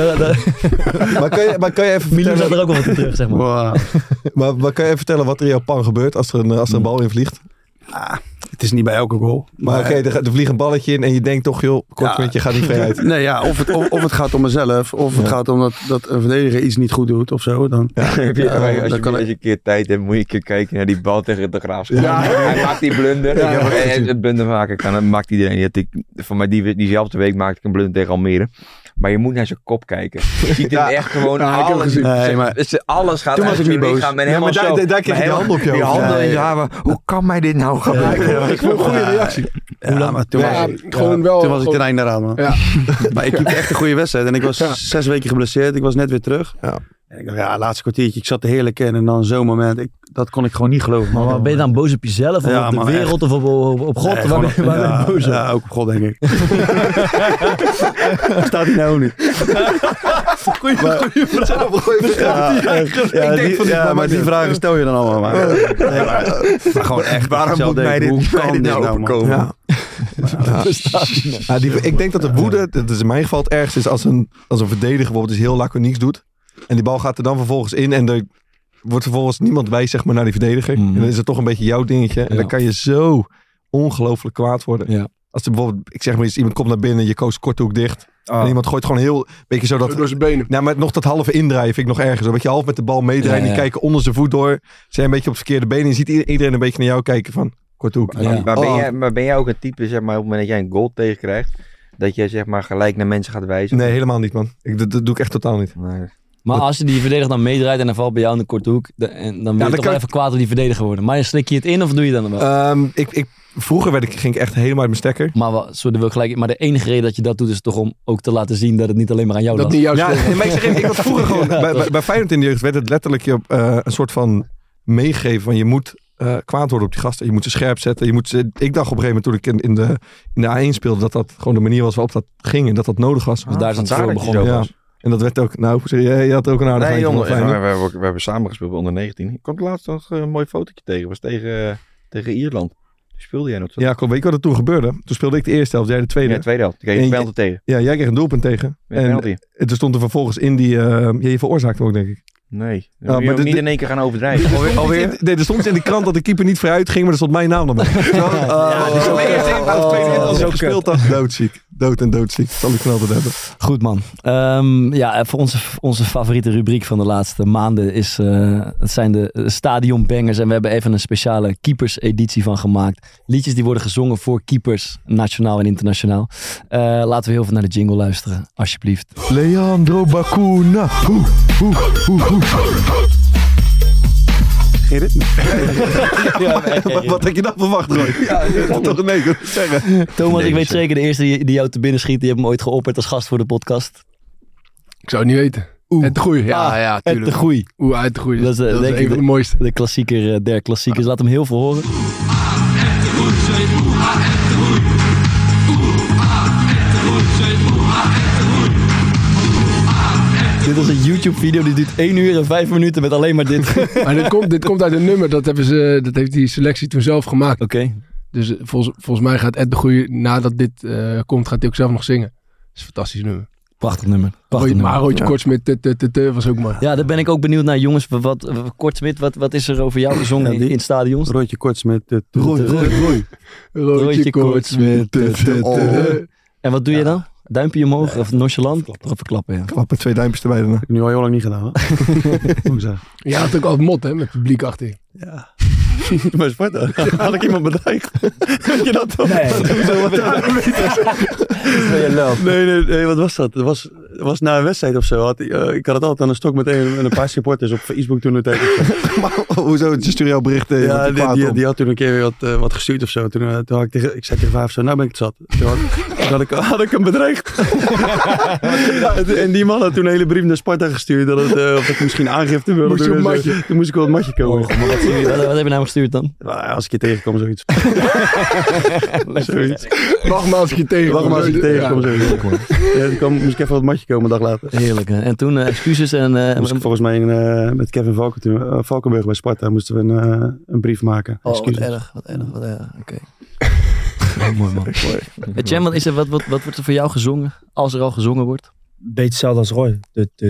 Maar kan je even Milan zat vertellen... er ook wel wat in terug, zeg maar. Wow. Maar kan je even vertellen wat er in jouw pan gebeurt als er een bal in vliegt? Het is niet bij elke goal. Maar oké, er vliegt een balletje in en je denkt toch, joh, kort met je gaat niet vrij uit. Nee, ja, of het gaat om mezelf, of het gaat om dat een verdediger iets niet goed doet of zo. Dan, Als je een keer tijd hebt, moet je een keer kijken naar die bal tegen de Graafschap. Hij maakt die blunder. En het blunder maken maakt iedereen. Voor mij diezelfde week maakte ik een blunder tegen Almere. Maar je moet naar zijn kop kijken. Je ziet hem echt gewoon alles gaat toen was uit ik zijn niet boos. lichaam. En Ja, maar helemaal daar krijg je de hand op je Die hoofd. handen Ja, in ja. zijn haren. Hoe kan mij dit nou gebeuren? Ik vond een goede reactie. Ja, maar toen was ik ten einde eraan, man. Ja. Maar ik liep echt een goede wedstrijd. En ik was 6 weken geblesseerd. Ik was net weer terug. Ja. En ik dacht, laatste kwartiertje. Ik zat er heerlijk in. En dan zo'n moment. Dat kon ik gewoon niet geloven. Maar Man. ben je dan boos op jezelf of Ja, op de man, wereld of op God? Nee, Waar ben je boos op? Ja, ook op God, denk ik. Staat hij nou niet? Goeie vraag. Maar die vragen stel je dan allemaal maar. Nee, maar gewoon echt. Waarom moet mij dit nou overkomen? Ja. Ik denk dat de woede, dat is in mijn geval het ergste, is als een verdediger bijvoorbeeld iets heel laconieks doet. En die bal gaat er dan vervolgens in en er wordt vervolgens niemand bij, zeg maar, naar die verdediger. En dan is het toch een beetje jouw dingetje. En dan kan je zo ongelooflijk kwaad worden. Ja. Als er bijvoorbeeld, ik zeg maar iets, iemand komt naar binnen, je koos korte hoek dicht. En iemand gooit gewoon heel, beetje zo dat... Door zijn benen. Nou, maar nog dat halve indraaien vind ik nog erger. Zo, dat je half met de bal meedraait, die kijken onder zijn voet door. Zijn een beetje op het verkeerde been. En je ziet iedereen een beetje naar jou kijken van, korte hoek. Ja. Maar ben jij ook een type, zeg maar, op het moment dat jij een goal tegenkrijgt, dat jij, zeg maar, gelijk naar mensen gaat wijzen? Nee, helemaal niet, man. Dat doe ik echt totaal niet. Nee. Maar als je die verdediger dan meedraait en dan valt bij jou in de korte hoek, dan wil je dan toch kan wel even kwaad op die verdediger worden. Maar slik je het in of doe je dan wel? Vroeger ging ik echt helemaal uit mijn stekker. Maar de enige reden dat je dat doet is toch om ook te laten zien dat het niet alleen maar aan jou Dat lag. niet jouw Ja, schuld. nee, maar ik zeg even, ik was vroeger gewoon... Bij Feyenoord in de jeugd werd het letterlijk je een soort van meegeven van je moet kwaad worden op die gasten. Je moet ze scherp zetten. Ik dacht op een gegeven moment toen ik in de A1 speelde dat gewoon de manier was waarop dat ging en dat nodig was. Dus daar is het vandaar voor dat je begonnen. zo Ja. En dat werd ook... Nou, je had ook een aardig Nee, handje jongen, van Feyenoord. we hebben samen gespeeld bij onder 19. Ik kwam laatst nog een mooi fotootje tegen. Was tegen Ierland. Toen speelde jij nog. Ja, klopt. Weet je wat er toen gebeurde? Toen speelde ik de eerste helft, jij de tweede. Ja, de tweede helft. Ik kreeg En een je- penalty tegen. Ja, jij kreeg een doelpunt tegen. Ja, penalty. En toen stond er vervolgens in die... je veroorzaakte hem ook, denk ik. Nee, Oh, dan moet je maar ook de- niet in één keer gaan overdrijven. Alweer? Nee, er stond in de krant dat de keeper niet vooruit ging, maar er stond mijn naam erbij. dus ook- Als ik ook gespeeld had, doodziek. Doodziek. Zal ik van altijd hebben. Goed man. Voor onze favoriete rubriek van de laatste maanden het zijn de stadionbangers. En we hebben even een speciale keepers-editie van gemaakt. Liedjes die worden gezongen voor keepers, nationaal en internationaal. Laten we heel veel naar de jingle luisteren, alsjeblieft. Leandro Bacuna. Geen ritme. Wat had je dan verwacht, Roy? Ja, toch nee, ik wil het zeggen. Thomas, ik weet zeker, de eerste die jou te binnen schiet, die heeft hem ooit geopperd als gast voor de podcast. Ik zou het niet weten. Het de Goeie. Ja, Het tuurlijk. de Goeie. Het de Goeie. Dat is, Dat denk is ik, een van de mooiste. De klassieker der klassiekers. Laat hem heel veel horen. Dit is een YouTube-video die duurt 1 uur en 5 minuten met alleen maar dit. Maar dit komt uit een nummer, dat heeft die selectie toen zelf gemaakt. Oké. Dus volgens mij gaat Ed de Goeie, nadat dit komt, gaat hij ook zelf nog zingen. Dat is een fantastisch nummer. Prachtig nummer. Maar Roodje Kortsmit was ook mooi. Ja, daar ben ik ook benieuwd naar. Jongens, Kortsmit, wat is er over jou gezongen in stadions? Roodje Kortsmit. Roodje Kortsmit. En wat doe je dan? Duimpje omhoog of nonchalant? Of even klappen, ja. Klappen, 2 duimpjes erbij dan. Heb ik nu al heel lang niet gedaan. Hoor. Moet ik zeggen. Ja, had ook altijd mot, hè, met publiek achter je. Ja. Bij Sparta had ik iemand bedreigd. Weet je dat toch? Nee, wat was dat? Het was na een wedstrijd of zo. Ik had het altijd aan een stok met een paar supporters op Facebook toen het tijd. Hoezo? Ze sturen jouw berichten. Ja, die had toen een keer weer wat gestuurd of zo. Toen had ik zei tegen Vaaf zo, nou ben ik het zat. Toen had ik hem bedreigd. En die man had toen een hele brief naar Sparta gestuurd. Of ik misschien aangifte wilde doen. Toen moest ik wel het matje komen. Maar wat heb je nou gestuurd dan? Als ik je tegenkom, zoiets. Zoiets. Wacht maar als ik je tegenkom. Ja, toen moest ik even wat matje komen een dag later. Heerlijk. Hè? En toen excuses en... moest ik volgens mij met Kevin Valkenburg bij Sparta moesten we een brief maken. Oh, wat erg. Oké. Mooi man. Jam, wat wordt er voor jou gezongen? Als er al gezongen wordt? Beetje hetzelfde als Roy.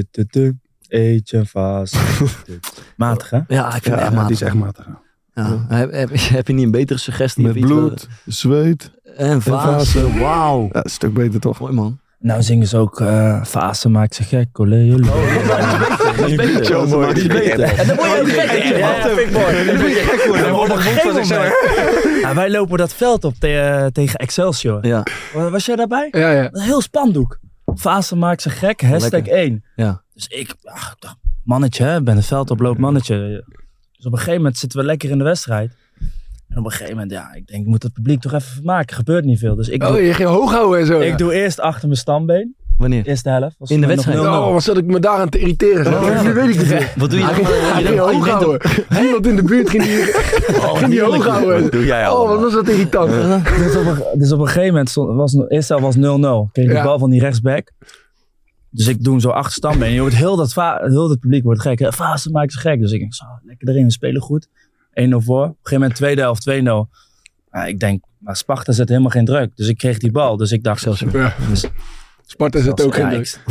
Eetje vast. Matig, hè? Ja, ik vind het echt matig. Die is echt matig. Ja. Heb je niet een betere suggestie? Met bloed, zweet en vazen. Wauw. Ja, een stuk beter toch? Mooi man. Nou zingen ze ook fase maakt ze gek, olé. Dat is beter. En dan word je ook gek. Ja, vind ik mooi. Dan word je gek worden. Op een gegeven moment. Wij lopen dat veld op tegen Excelsior. Ja. Was jij daarbij? Ja. Een heel spandoek. Fase maakt ze gek, #1. Ja. Dus ik dacht, mannetje, hè, ben het veld op, loop mannetje. Dus op een gegeven moment zitten we lekker in de wedstrijd. En op een gegeven moment, ik denk, ik moet het publiek toch even vermaken. Gebeurt niet veel. Dus je ging hoog houden en zo. Ik doe eerst achter mijn stambeen. Wanneer? Eerste helft. In de wedstrijd? Wat zat ik me daar aan te irriteren? Nu weet ik het niet. Wat doe je dan? Hij ging hoog houden. Niemand in de buurt ging die hoog houden. Wat doe jij al? Wat was dat irritant. Dus op een gegeven moment, de eerste helft was 0-0. Kreeg de bal van die rechtsback. Dus ik doe hem zo achter stambeen. En je hoort heel het publiek wordt gek. Fase maakt ze gek. Dus ik denk, zo, lekker erin, we spelen goed. 1-0 voor. Op een gegeven moment tweede helft 2-0. Ik denk, maar Sparta zet helemaal geen druk. Dus ik kreeg die bal. Dus ik dacht zelfs... Sparta zet ook geen druk.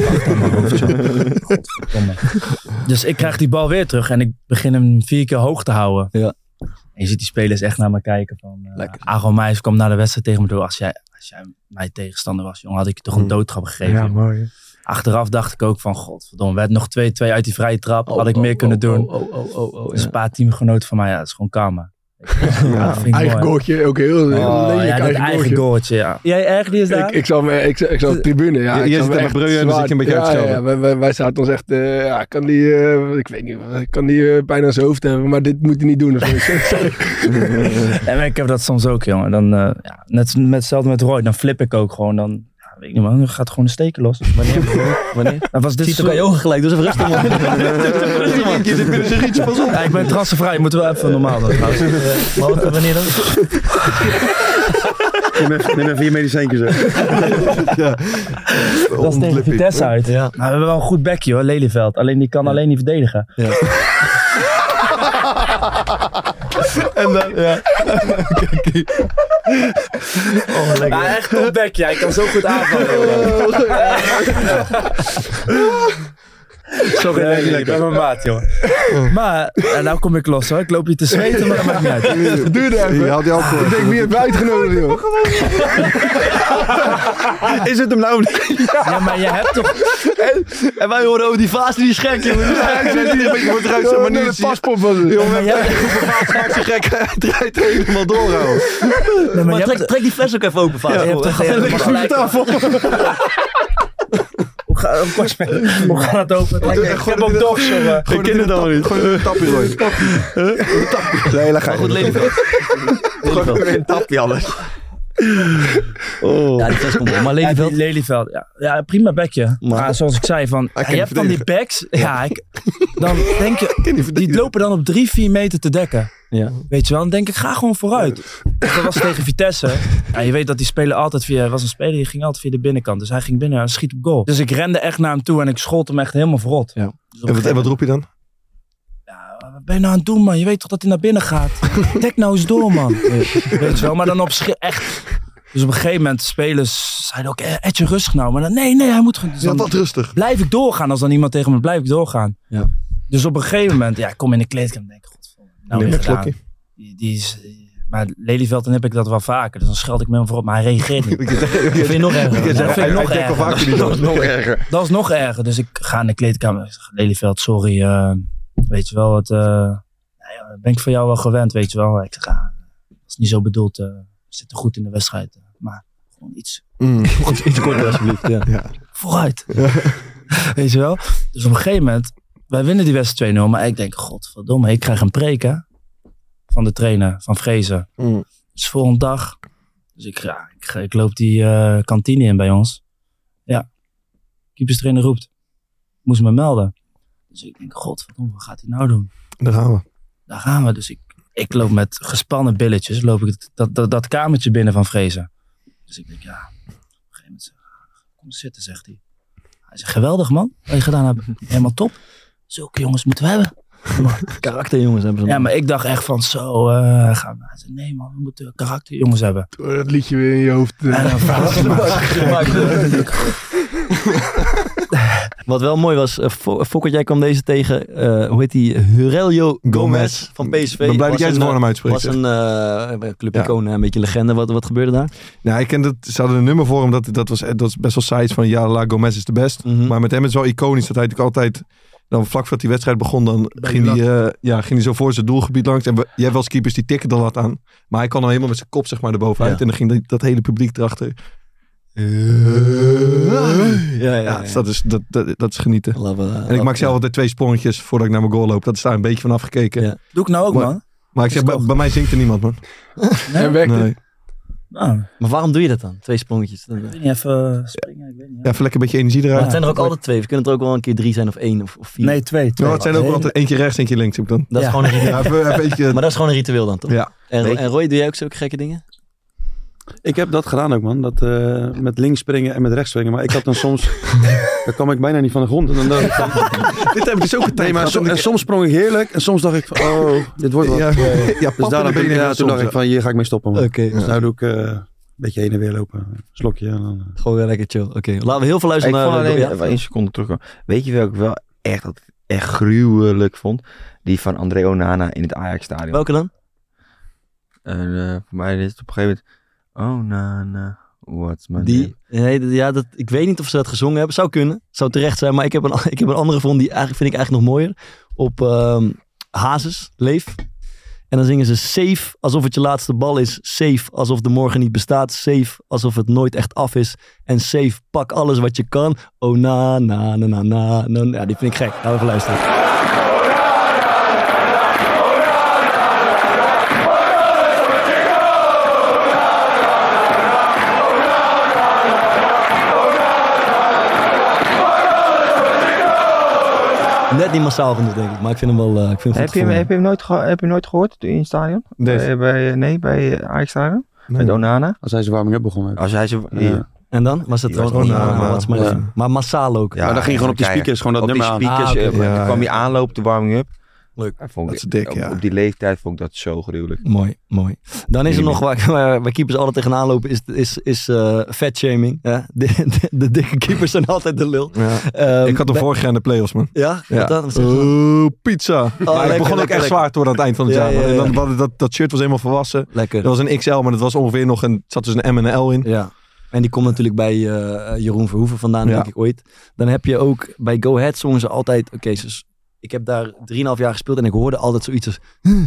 Dus ik krijg die bal weer terug. En ik begin hem 4 keer hoog te houden. Ja. En je ziet die spelers echt naar me kijken. Aaron Meijs kwam naar de wedstrijd tegen me door. Als jij mijn tegenstander was, jongen, had ik je toch een doodtrap gegeven. Ja, mooi. Achteraf dacht ik ook van, godverdomme, werd nog 2-2 uit die vrije trap. Had ik meer kunnen doen. Dus een paar teamgenoten van mij, dat is gewoon karma. Eigen goaltje, ook heel lelijk eigen goaltje, ja. Jij erg die is daar? Ik zat op de tribune, ja. Je zit met Breuer en dan zit je een beetje uitschelden. Ja, wij zaten ons echt, ik weet niet, kan die bijna zijn hoofd hebben, maar dit moet hij niet doen. Of zo. En ik heb dat soms ook, jongen. Dan, net hetzelfde met Roy, dan flip ik ook gewoon, dan... Weet ik niet, man. Dan gaat gewoon de steken los. Wanneer? Dat was dit ziet ook aan je ogen gelijk, dus even rustig man. Ja, ik ben transfervrij, moeten we even normaal doen. Maar wanneer dan? Neem even je medicijntjes uit. Ja. Dat is tegen Vitesse uit. Ja. Nou, we hebben wel een goed bekje hoor, Lelyveld. Alleen die kan alleen niet verdedigen. Ja. En dan, ja. Oh, lekker. Ja, echt top bekje. Hij kan zo goed aanvallen. Sorry, nee, ik ben mijn maat, joh. Maar, nou kom ik los hoor. Ik loop hier te zweten, maar dat maakt niet uit. Het duurde even. Je haalt die alcohol. Ik denk, wie heeft mij uitgenodigd, joh? Is het hem nou niet? Ja, maar je hebt toch... En wij horen, die Vaas die is gek, jongen. Een beetje wat eruit zijn, maar nu is het paspoort was het. Jongen, maar je hebt- Vaas maakt zich gek. Hij draait er helemaal door, ouwe. Nee, Maar je hebt- trek die fles ook even open, Vaas. je hebt toch gelijk. Hoe gaat het open? Ik heb ook dogs, jongen. Ik ken het allemaal niet. Gooi er een tapje, Roy. Nee, leg Maar goed, Lelyveld. Gewoon een tapje alles. Ja, die fles komt op. Maar Lelyveld. Lelyveld. Ja, prima bekje. Maar- Maar zoals ik zei, van, kan je niet hebt van die backs. Ja, dan denk je, die lopen dan op 3-4 meter te dekken. Ja. Weet je wel, dan denk ik, ga gewoon vooruit. Dus dat was tegen Vitesse. Ja, je weet dat die spelen altijd was een speler die ging altijd via de binnenkant. Dus hij ging binnen en schiet op goal. Dus ik rende echt naar hem toe en ik schold hem echt helemaal verrot. Ja. Dus op een En wat roep je dan? wat ben je nou aan het doen, man? Je weet toch dat hij naar binnen gaat? Dek nou eens door, man. Weet je wel, maar dan echt... Dus op een gegeven moment, spelers zeiden ook, Etje rustig nou. Maar dan, nee, hij moet gewoon... Dus Ja, dan wat rustig. blijf ik doorgaan. Als dan iemand tegen me blijf ik doorgaan. Ja. Dus op een gegeven moment, ik kom in de kleedkamer en denk, godverdomme, nou Neem weer een gedaan. slokje. Die is... Maar Lelyveld, dan heb ik dat wel vaker. Dus dan scheld ik me hem voorop, maar hij reageert niet. Dat vind je nog erger. Dat vind ik nog Hij al erger. vaker nog erger. Dat is nog erger. Dus ik ga in de kleedkamer. Ik zeg, Lelyveld, sorry. Weet je wel, ben ik van jou wel gewend, weet je wel. Ik zeg, dat is niet zo bedoeld. We zitten goed in de wedstrijd. Maar gewoon iets Iets korter alsjeblieft. Ja. vooruit. Weet je wel. Dus op een gegeven moment, wij winnen die wedstrijd 2-0. Maar ik denk, godverdomme, ik krijg een preek hè, van de trainer, van Vrezen. Dus volgende dag. Dus ik loop die kantine in bij ons. Ja. Keeperstrainer roept. Moest me melden. Dus ik denk, godverdomme, wat gaat hij nou doen? Daar gaan we. Daar gaan we. Dus ik loop met gespannen billetjes. Loop ik dat kamertje binnen van Vrezen. Dus ik denk, ja. Op een gegeven moment zeg kom zitten, zegt hij. Hij zegt, geweldig man. Wat je gedaan hebt. Helemaal top. Zulke jongens moeten we hebben. Karakterjongens hebben ze. Ja, maar ik dacht echt van zo. Hij zei, nee man, we moeten karakterjongens hebben. Dat liedje weer in je hoofd. En dan vraagt ze Wat wel mooi was, Fokker, jij kwam deze tegen, hoe heet die? Hurelio Gomez van PSV. Ik ben blij dat jij zijn voornaam uitspreekt. Was een clubicoon, een beetje legende. Wat gebeurde daar? Nou, ik ken dat. Ze hadden een nummer voor hem. Dat was best wel saai van ja, La Gomez is de best. Maar met hem is het wel iconisch dat hij natuurlijk altijd. Dan vlak voordat die wedstrijd begon, dan ging hij zo voor zijn doelgebied langs. En je hebt wel eens keepers die tikken de lat aan. Maar hij kan dan helemaal met zijn kop zeg maar erbovenuit. Ja. En dan ging dat hele publiek erachter. Ja, dus dat is genieten. En ik maak zelf altijd 2 sprongetjes voordat ik naar mijn goal loop. Dat is daar een beetje van afgekeken. Ja. Doe ik nou ook, man. Maar ik zeg, bij mij zingt er niemand, man. En werkt het? Nou, Maar waarom doe je dat dan? 2 sprongetjes. ik weet niet, even springen. Ik weet niet. Ja, even lekker een beetje energie eruit. Maar het zijn er ook altijd 2. We kunnen het er ook wel een keer 3 zijn of 1 of 4. Nee, 2. Nou, het zijn ook wel altijd eentje rechts, eentje links. Heb ik dan. Dat is gewoon een ritueel. Ja, even een beetje... Maar dat is gewoon een ritueel dan, toch? Ja. En Roy, doe jij ook zulke gekke dingen? Ik heb dat gedaan ook, man. Dat met links springen en met rechts springen. Maar ik had dan soms... dan kwam ik bijna niet van de grond. En dan dacht ik van... Dit heb ik dus ook een tijd gehad. en soms sprong ik heerlijk. En soms dacht ik van... Oh, dit wordt wat. Ja, Dus daarom toen dacht ik van... Hier ga ik mee stoppen, man. Oké. Dus nou doe ik een beetje heen en weer lopen. Slokje en dan... Gewoon weer lekker chill. Oké. Laten we heel veel luisteren Ik vond naar... alleen even 1 seconde terugkomen. Weet je welke ik wel echt gruwelijk vond? Die van André Onana in het Ajax-stadion. Welke dan? En voor mij is het op een gegeven moment... Oh, Nana, what's my Die, ik weet niet of ze dat gezongen hebben. Zou kunnen. Zou terecht zijn. Maar ik heb een andere gevonden. Die vind ik eigenlijk nog mooier. Op Hazes, Leef. En dan zingen ze safe alsof het je laatste bal is. Safe alsof de morgen niet bestaat. Safe alsof het nooit echt af is. En safe pak alles wat je kan. Oh na. Ja, die vind ik gek. Gaan we even luisteren. Net niet massaal genoeg, denk ik. Maar ik vind hem wel ik vind hem Heb je hem nooit gehoord in het stadion? Bij Ajax-stadion? Nee. Met Onana? Als hij zijn warming-up begon. Als hij zo... Ja. En dan? Was het Die was gewoon gewoon, maar massaal ook. Maar dan ging gewoon op die speakers gewoon dat op nummer die aan. speakers, oké. dan kwam hij aanlopen, de warming-up. Leuk. Dat is dik, ja. Op die leeftijd vond ik dat zo gruwelijk. Mooi. Dan is er nog waar keepers altijd tegenaan lopen, is fatshaming. Ja? De dikke keepers zijn altijd de lul. Ja. Ik had hem vorig jaar in de play-offs, man. Ja? Pizza. Het begon ook echt zwaar te worden aan het eind van het jaar. Ja. En dan, dat shirt was helemaal volwassen. Lekker. Dat was een XL, maar dat was ongeveer nog zat dus een M en een L in. Ja. En die komt natuurlijk bij Jeroen Verhoeven vandaan, denk ik ooit. Dan heb je ook bij Go Ahead zongen ze altijd... Oké, ik heb daar 3,5 jaar gespeeld en ik hoorde altijd zoiets als...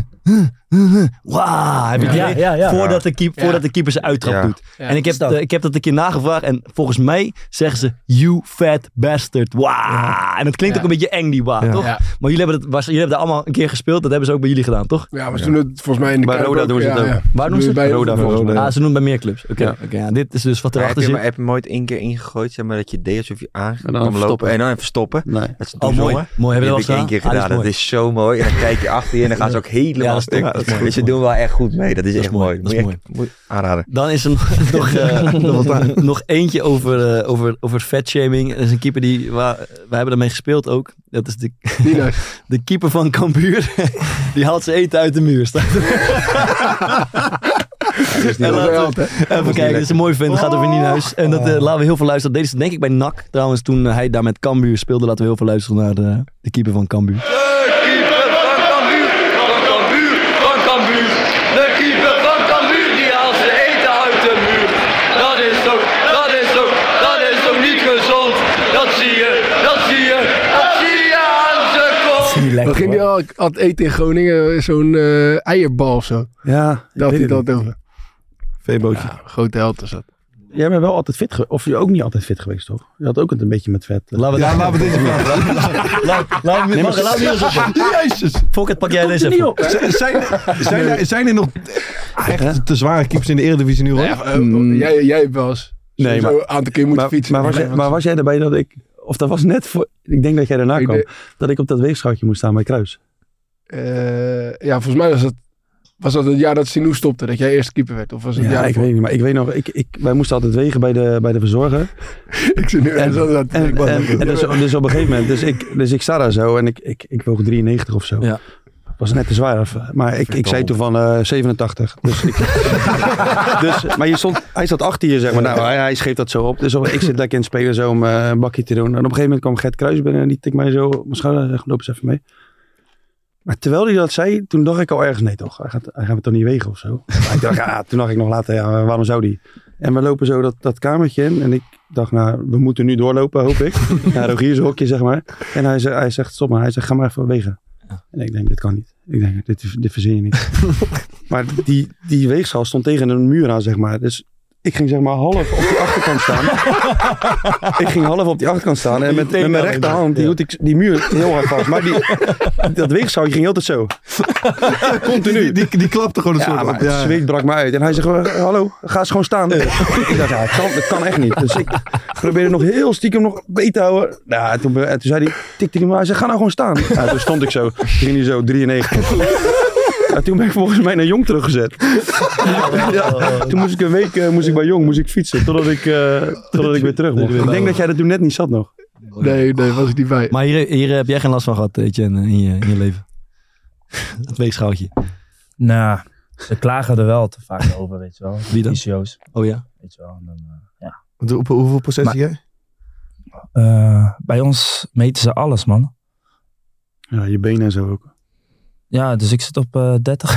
Wauw, heb je het idee? Voordat de keeper zijn uittrap doet. Ja, en ik heb dat een keer nagevraagd en volgens mij zeggen ze... You fat bastard, wauw. Ja. En het klinkt ook een beetje eng, die wauw, toch? Ja. Maar jullie hebben daar allemaal een keer gespeeld. Dat hebben ze ook bij jullie gedaan, toch? Ja, we doen het volgens mij in de bij Roda doen ze het ook. Waar doen ze het? Bij Roda volgens mij. Ze doen het bij meer clubs. Oké. Dit is dus wat erachter zit. Heb je hem ooit 1 keer ingegooid, zeg maar, dat je deed alsof je aan kan lopen en dan even stoppen? Nee. Mooi. Hebben we dat al 1 keer gedaan. Dat is zo mooi. En dan kijk je achter je en dan gaan ze ook helemaal stuk. Dus ze doen wel echt goed mee. Dat is echt mooi. Dat is mooi. Moet aanraden. Dan is er nog eentje over fatshaming. Dat is een keeper we hebben daarmee gespeeld ook. Dat is de keeper van Cambuur. Die haalt zijn eten uit de muur. Even kijken, dat is een mooi vent. Dat gaat over Nienhuis. En dat laten we heel veel luisteren. Dat deed ze denk ik bij NAC. Trouwens, toen hij daar met Cambuur speelde, laten we heel veel luisteren naar de keeper van Cambuur. Wat ging hij altijd eten in Groningen? Zo'n eierbal of zo. Ja. Daar had hij het altijd over. Veebootje. Ja, grote held is dat. Jij bent wel altijd fit of je ook niet altijd fit geweest, toch? Je had ook een beetje met vet. Laten we deze vraag. Laat me eens op. Jezus. Fokker, pak jij deze even op. Zijn er nog echt te zware keepers in de Eredivisie nu? Jij hebt wel eens een aantal keer moeten fietsen. Maar was jij erbij dat ik... Of dat was net voor... Ik denk dat jij daarna kwam. Dat ik op dat weegschaaltje moest staan bij Kruis. Ja, volgens mij was dat het jaar dat Sinou stopte. Dat jij eerst keeper werd. Of was het jaar ik weet niet. Maar ik weet nog... Wij moesten altijd wegen bij de verzorger. Ik zit nu... Dus op een gegeven moment... Dus ik sta daar zo. En ik woog 93 of zo. Ja. Was net te zwaar. Maar ik zei toen van 87. Maar hij zat achter je, zeg maar. Nou, hij schreef dat zo op. Dus ik zit lekker in het spelen zo om een bakje te doen. En op een gegeven moment kwam Gert Kruis binnen en die tikt mij zo op mijn schouder en zegt, loop eens even mee. Maar terwijl hij dat zei, toen dacht ik al ergens, nee toch, hij gaat me toch niet wegen of zo. Toen dacht ik nog later, waarom zou die? En we lopen zo dat kamertje in en ik dacht, nou, we moeten nu doorlopen, hoop ik. Ja, Rogier's hokje, zeg maar. En hij zegt, stop maar. Hij zegt, ga maar even wegen. En ik denk, dit kan niet. Ik denk, dit verzin je niet. Maar die weegschaal stond tegen een muur aan, zeg maar. Dus ik ging zeg maar half op die achterkant staan. En met mijn rechterhand hield ik die muur heel hard vast. Maar dat weegschaaltje ging altijd zo. Continu. Die klapte gewoon een soort op. Het zweet brak me uit. En hij zegt, hallo, ga eens gewoon staan. Ik dacht, dat kan echt niet. Dus ik probeerde nog heel stiekem nog beet te houden. Nou, toen zei hij, tikte hij maar. Hij zei, ga nou gewoon staan. Ja, toen stond ik zo. Toen ging hij zo 93. Ja, toen ben ik volgens mij naar Jong teruggezet. Toen moest ik een week bij Jong fietsen. Totdat ik weer terug mocht. Ik denk dat jij er toen net niet zat nog. Nee, was ik niet bij. Maar hier heb jij geen last van gehad, Etienne, in je leven? Het weegschaaltje. Nou, ze klagen er wel te vaak over, weet je wel. Wie dan? ICO's. Oh ja? Weet je wel. En dan, ja. Hoeveel procent zie jij? Bij ons meten ze alles, man. Ja, je benen en zo ook. Ja, dus ik zit op 30.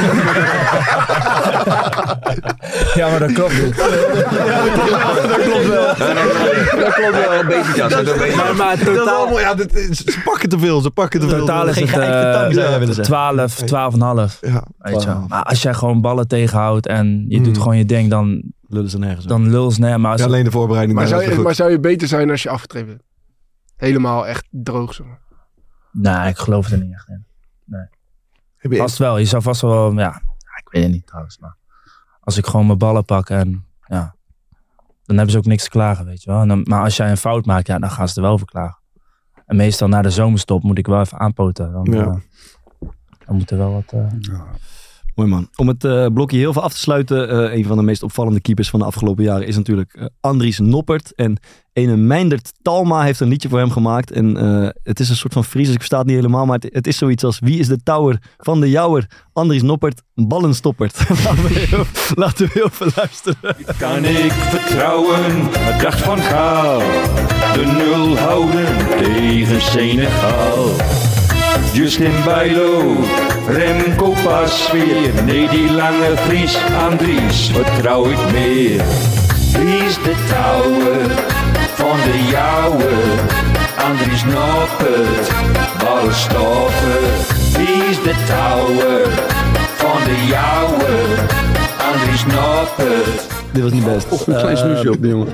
Ja, maar dat klopt niet. Dat klopt wel. Dat klopt wel. Een beetje. Maar totaal... Ze pakken te veel. Totaal is het 12,5. Ja. Weet je wel. Maar als jij gewoon ballen tegenhoudt en je doet gewoon je ding, dan lullen ze nergens. Maar alleen de voorbereiding. Maar zou je beter zijn als je afgetreden bent? Helemaal echt droog, zeg maar. Nee, ik geloof er niet echt in. Nee. Vast wel. Je zou vast wel... Ja, ik weet het niet trouwens. Maar als ik gewoon mijn ballen pak en... Ja, dan hebben ze ook niks te klagen, weet je wel. Maar als jij een fout maakt, ja, dan gaan ze er wel over klagen. En meestal na de zomerstop moet ik wel even aanpoten. Dan moet er wel wat... Mooi man. Om het blokje heel veel af te sluiten. Een van de meest opvallende keepers van de afgelopen jaren is natuurlijk Andries Noppert. En ene Meindert Talma heeft een liedje voor hem gemaakt. En het is een soort van Fries, dus ik versta het niet helemaal. Maar het is zoiets als: wie is de touwer van de jouwer? Andries Noppert, ballenstoppert. Laten we heel veel luisteren. Kan ik vertrouwen, de kracht van Gaal. De 0 houden tegen Senegal. Justin Bijlo, Remco Pasveer. Nee, die lange Fries, Andries, vertrouw ik meer. Wie is de touwer van de jouwe? Andries Noppert, ballenstopper. Wie is de touwer van de jouwe? Andries Noppert. Dit was niet best. Een klein snoesje op, jongen.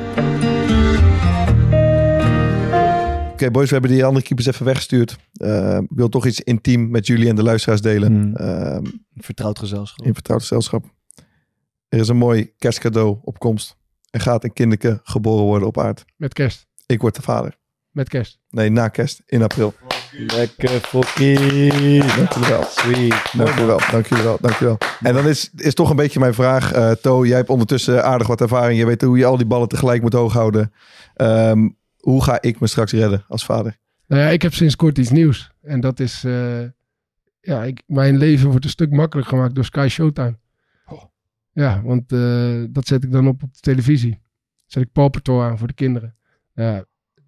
Oké, boys, we hebben die andere keepers even weggestuurd. Ik wil toch iets intiem met jullie en de luisteraars delen. Vertrouwd gezelschap. In vertrouwd gezelschap. Er is een mooi kerstcadeau op komst. Er gaat een kinderke geboren worden op aard. Met kerst. Ik word de vader. Met kerst. Nee, na kerst, in april. Lekker fokkie. Dank jullie wel. Sweet. Dank jullie wel. En dan is toch een beetje mijn vraag. To, jij hebt ondertussen aardig wat ervaring. Je weet hoe je al die ballen tegelijk moet hoog houden. Hoe ga ik me straks redden als vader? Nou ja, ik heb sinds kort iets nieuws. En dat is... mijn leven wordt een stuk makkelijker gemaakt door Sky Showtime. Ja, want dat zet ik dan op de televisie. Zet ik Paw Patrol aan voor de kinderen. Ja,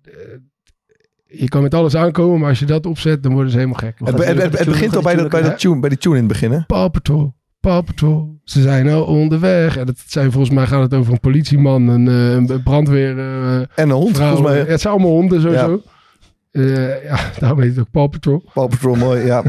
je kan met alles aankomen, maar als je dat opzet, dan worden ze helemaal gek. Het begint al bij die tune in het begin, hè? Paw Patrol, ze zijn al onderweg. En dat zijn volgens mij, gaat het over een politieman, een brandweer. En een hond, vrouw. volgens mij. Het zijn allemaal honden sowieso. Daarom heet het ook Paw Patrol. Paw Patrol, mooi, ja.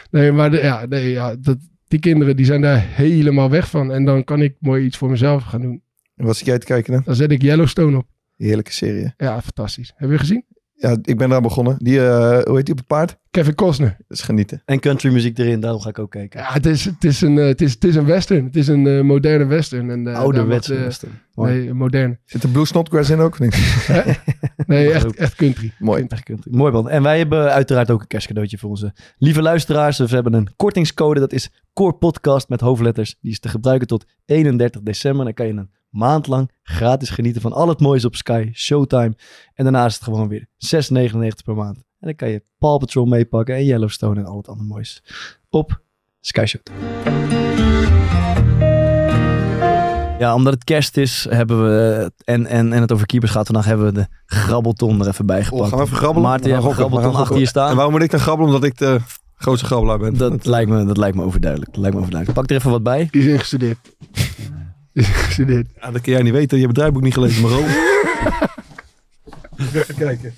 Die kinderen die zijn daar helemaal weg van. En dan kan ik mooi iets voor mezelf gaan doen. En wat zit jij te kijken dan? Dan zet ik Yellowstone op. Heerlijke serie. Ja, fantastisch. Heb je gezien? Ja, ik ben daar begonnen. Die, hoe heet die op het paard? Kevin Costner. Dat is genieten. En countrymuziek erin, daarom ga ik ook kijken. Ja, het is een western. Het is een moderne western. En, ouderwetse western. Nee, moderne. Zit er Blue Snodgrass in ook? Nee, echt country. Mooi. Echt country. Mooi man. En wij hebben uiteraard ook een kerstcadeautje voor onze lieve luisteraars. We hebben een kortingscode, dat is Core Podcast met hoofdletters. Die is te gebruiken tot 31 december. Dan kan je een maand lang gratis genieten van al het moois op Sky Showtime. En daarna is het gewoon weer €6,99 per maand. En dan kan je Paw Patrol meepakken en Yellowstone en al het andere moois op Sky Showtime. Ja, omdat het kerst is, hebben we en het over keepers gaat vandaag, hebben we de grabbelton er even bij gepakt. Gaan we even grabbelen? Maarten, je hebt een grabbelton achter je staan. En waarom moet ik dan grabbelen? Omdat ik de grootste grabbelaar ben. Dat lijkt me overduidelijk. Pak er even wat bij. Die is ingestudeerd. Ja, dat kun jij niet weten. Je hebt het draaiboek niet gelezen, maar even kijken.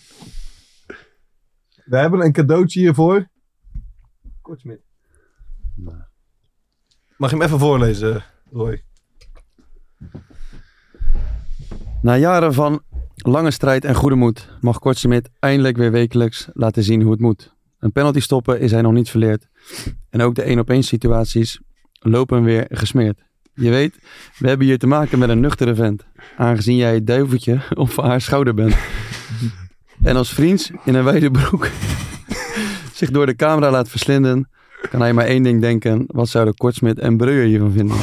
We hebben een cadeautje hiervoor. Kortsmit. Mag je hem even voorlezen, Roy? Na jaren van lange strijd en goede moed mag Kortsmit eindelijk weer wekelijks laten zien hoe het moet. Een penalty stoppen is hij nog niet verleerd. En ook de 1-op-1 situaties lopen hem weer gesmeerd. Je weet, we hebben hier te maken met een nuchtere vent. Aangezien jij het duiveltje op haar schouder bent. En als vriends in een wijde broek zich door de camera laat verslinden, kan hij maar één ding denken. Wat zouden Kortsmit en Breuer hiervan vinden?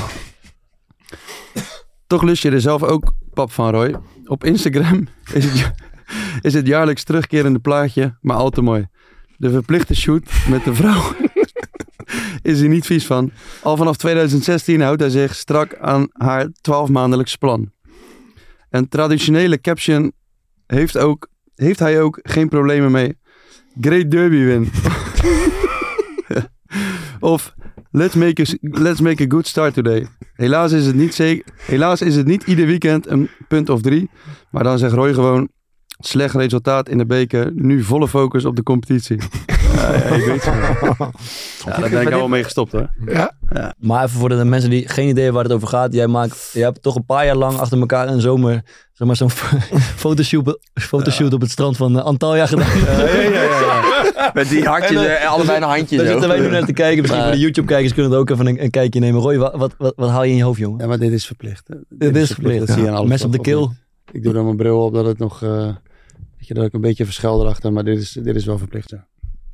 Toch lust je er zelf ook pap van, Roy. Op Instagram is het jaarlijks terugkerende plaatje, maar al te mooi. De verplichte shoot met de vrouw is hij niet vies van. Al vanaf 2016 houdt hij zich strak aan haar 12-maandelijks plan. Een traditionele caption heeft hij ook geen problemen mee. Great Derby win. Of let's make a good start today. Helaas is het niet ieder weekend een punt of 3. Maar dan zegt Roy gewoon: slecht resultaat in de beker. Nu volle focus op de competitie. Ja, ik weet het. Ja, daar ben ik al wel mee gestopt, hoor. Ja. Maar even voor de mensen die geen idee hebben waar het over gaat. Je hebt toch een paar jaar lang achter elkaar een zomer, zeg maar, zo'n fotoshoot op het strand van Antalya gedaan. Ja. Met die hartjes, allebei een handje. Daar zo. zitten wij nu naar te kijken. Misschien voor de YouTube-kijkers kunnen we ook even een kijkje nemen. Roy, wat haal je in je hoofd, jongen? Ja, maar dit is verplicht. Hè? Dit is verplicht. Dat zie je aan alles. Mes op de keel. Ik doe dan mijn bril op dat het nog... dat ik een beetje verschuil erachter. Maar dit is wel verplicht, ja.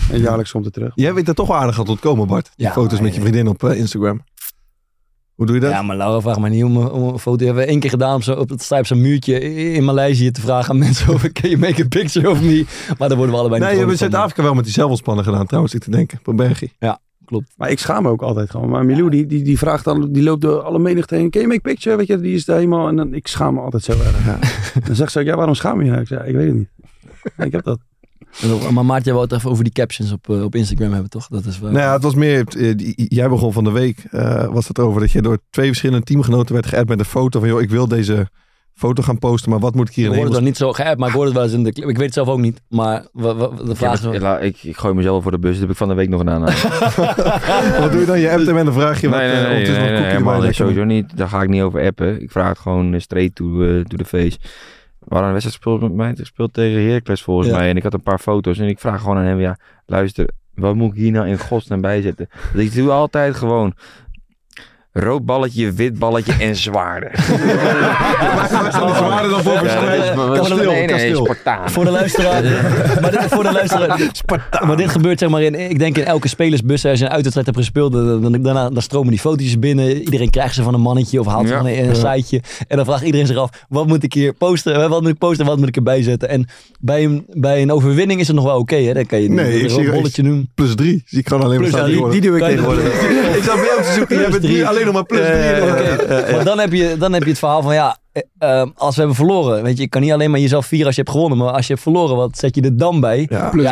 En jaarlijks komt het terug. Jij weet er toch wel aardig aan ontkomen, Bart. Die foto's met je vriendin op Instagram. Hoe doe je dat? Ja, maar Laura vraagt mij niet om een foto. Die hebben we 1 keer gedaan op zo'n muurtje in Maleisië te vragen aan mensen over, can you make a picture of me? Maar daar worden we allebei niet. Nee, je hebt in Zuid-Afrika wel met die zelfonspannen gedaan trouwens, ik te denken. Op een bergje. Ja, klopt. Maar ik schaam me ook altijd gewoon. Maar Milou, die vraagt dan, die loopt door alle menigte heen. Can you make a picture? Weet je, die is daar helemaal. En dan, ik schaam me altijd zo erg. Ja. Dan zegt ze ook, waarom schaam je je? Ik zeg, ik weet het niet. Ja, ik heb dat. Maar Maarten, jij wou het even over die captions op Instagram hebben, toch? Dat is wel... Nou ja, het was meer... jij begon van de week, was het over dat je door 2 verschillende teamgenoten werd geappt met een foto van, joh, ik wil deze foto gaan posten, maar wat moet ik hier in Ik word het dan niet zo geappt, maar ik hoorde het wel eens in de clip. Ik weet het zelf ook niet, maar de vraag is... Ik gooi mezelf voor de bus, dat heb ik van de week nog gedaan. Wat doe je dan? Je appt hem en dan vraag je wat... Nee, sowieso niet. Daar ga ik niet over appen. Ik vraag het gewoon straight to the face. We hadden een wedstrijd gespeeld tegen Heracles volgens mij. En ik had een paar foto's. En ik vraag gewoon aan hem, luister, wat moet ik hier nou in godsnaam bij zetten? Want ik doe altijd gewoon rood balletje, wit balletje en zwaarden. Zwaarden dan voor kasteel. Spartaan. Voor de luisteraar. Maar dit gebeurt zeg maar ik denk in elke spelersbus als je een uitwedstrijd hebt gespeeld, dan stromen die foto's binnen. Iedereen krijgt ze van een mannetje of haalt ze van een siteje. En dan vraagt iedereen zich af, wat moet ik hier posten? Wat moet ik posten? Wat moet ik erbij zetten? En bij een overwinning is het nog wel oké, hè? Dan kan je een bolletje doen. +3. Zie ik gewoon alleen maar staan. Die doe ik tegenwoordig. Ik zou bij jou te zoeken. Je hebt nu alleen nog maar +3. Maar dan heb je het verhaal van als we hebben verloren, weet je kan niet alleen maar jezelf vieren als je hebt gewonnen, maar als je hebt verloren, wat zet je er dan bij? Ja, +0.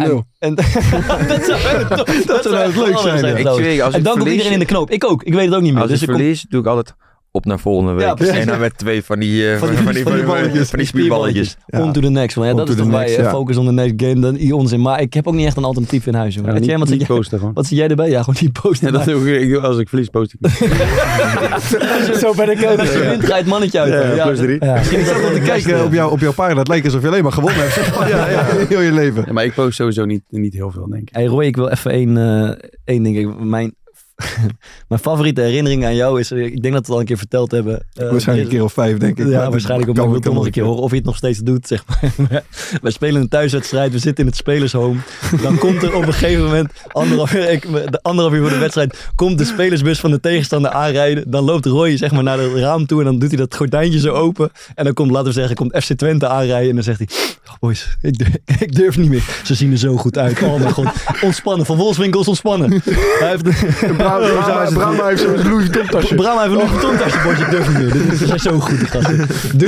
Dat zou het leuk zijn. En dan komt iedereen in de knoop. Ik ook. Ik weet het ook niet meer. Als ik verlies, doe ik altijd op naar volgende week. Ja, en dan met 2 van die spierballetjes. On to the next one. Ja, dat is toch bij focus on the next game. Dan die onzin. Maar ik heb ook niet echt een alternatief in huis. Jongen. Ja, niet posten gewoon. Wat zie jij erbij? Ja, gewoon niet posten. Ja, dat doe ik. Als ik verlies, post ik niet. Zo ben ik ook. Als je wint, ga je het mannetje uit. +3. Ik zat al te kijken op jouw pagina. Het lijkt alsof je alleen maar gewonnen hebt. Heel je leven. Ja, maar ik post sowieso niet heel veel, denk ik. Hey Roy, ik wil even één ding. Mijn favoriete herinnering aan jou is, ik denk dat we het al een keer verteld hebben. Waarschijnlijk een keer of 5, denk ik. Ja, waarschijnlijk. Ik wil het nog een keer horen of je het nog steeds doet, zeg maar. Wij spelen een thuiswedstrijd, we zitten in het spelershome. Dan komt er op een gegeven moment, anderhalf uur voor de wedstrijd, komt de spelersbus van de tegenstander aanrijden. Dan loopt Roy zeg maar naar het raam toe en dan doet hij dat gordijntje zo open. En dan komt, laten we zeggen, komt FC Twente aanrijden en dan zegt hij, boys, ik durf niet meer. Ze zien er zo goed uit. Oh mijn god. Ontspannen. Van Wolfswinkel is ontspannen. Hij heeft... Brahma heeft zo'n Louis Vuitton tasje. Brahma heeft een Louis Vuitton tasje, boys. Ik durf niet meer. Dit is zo goed, die gasten.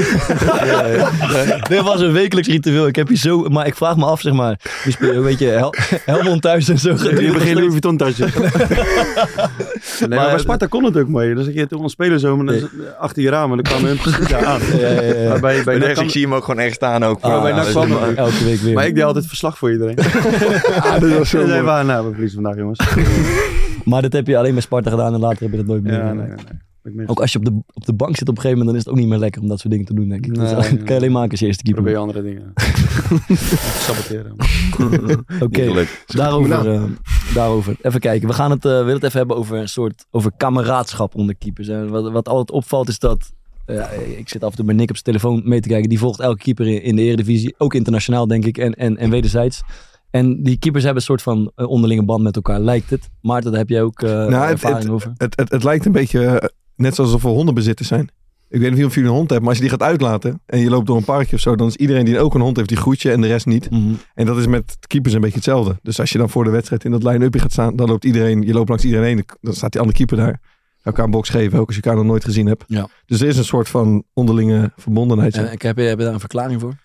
Dit was een wekelijks ritueel. Ik heb hier zo... Maar ik vraag me af, zeg maar... Wie speel, weet je, Helmond thuis en zo. Je hebt geen Louis Vuitton tasje. Nee, maar bij Sparta kon het ook mee. Dus ik toen ons spelen zo achter je raam en dan kwam hun precies daar aan. Ja. Bij ik zie hem ook gewoon echt staan ook. Elke week weer. Maar ik deed altijd verslag voor iedereen. Dat was zo mooi. We verliezen vandaag, jongens. Maar dat heb je alleen bij Sparta gedaan en later heb je dat nooit meer. Ja, nee. Ook als je op de bank zit op een gegeven moment, dan is het ook niet meer lekker om dat soort dingen te doen, denk ik. Dat kan je alleen maken als je eerste keeper. Probeer je andere dingen. Saboteren. Oké, daarover. Even kijken. We willen het even hebben over kameraadschap onder keepers. Wat altijd opvalt is dat, ik zit af en toe met Nick op zijn telefoon mee te kijken. Die volgt elke keeper in de Eredivisie. Ook internationaal, denk ik. En wederzijds. En die keepers hebben een soort van onderlinge band met elkaar, lijkt het. Maarten, daar heb jij ook ervaring over. Het lijkt een beetje net zoals we hondenbezitters zijn. Ik weet niet of jullie een hond hebben, maar als je die gaat uitlaten en je loopt door een parkje of zo, dan is iedereen die ook een hond heeft, die groet je en de rest niet. Mm-hmm. En dat is met keepers een beetje hetzelfde. Dus als je dan voor de wedstrijd in dat line-upje gaat staan, dan je loopt langs iedereen heen, dan staat die andere keeper daar. Elkaar een box geven, ook als je elkaar nog nooit gezien hebt. Ja. Dus er is een soort van onderlinge verbondenheid. Heb je daar een verklaring voor?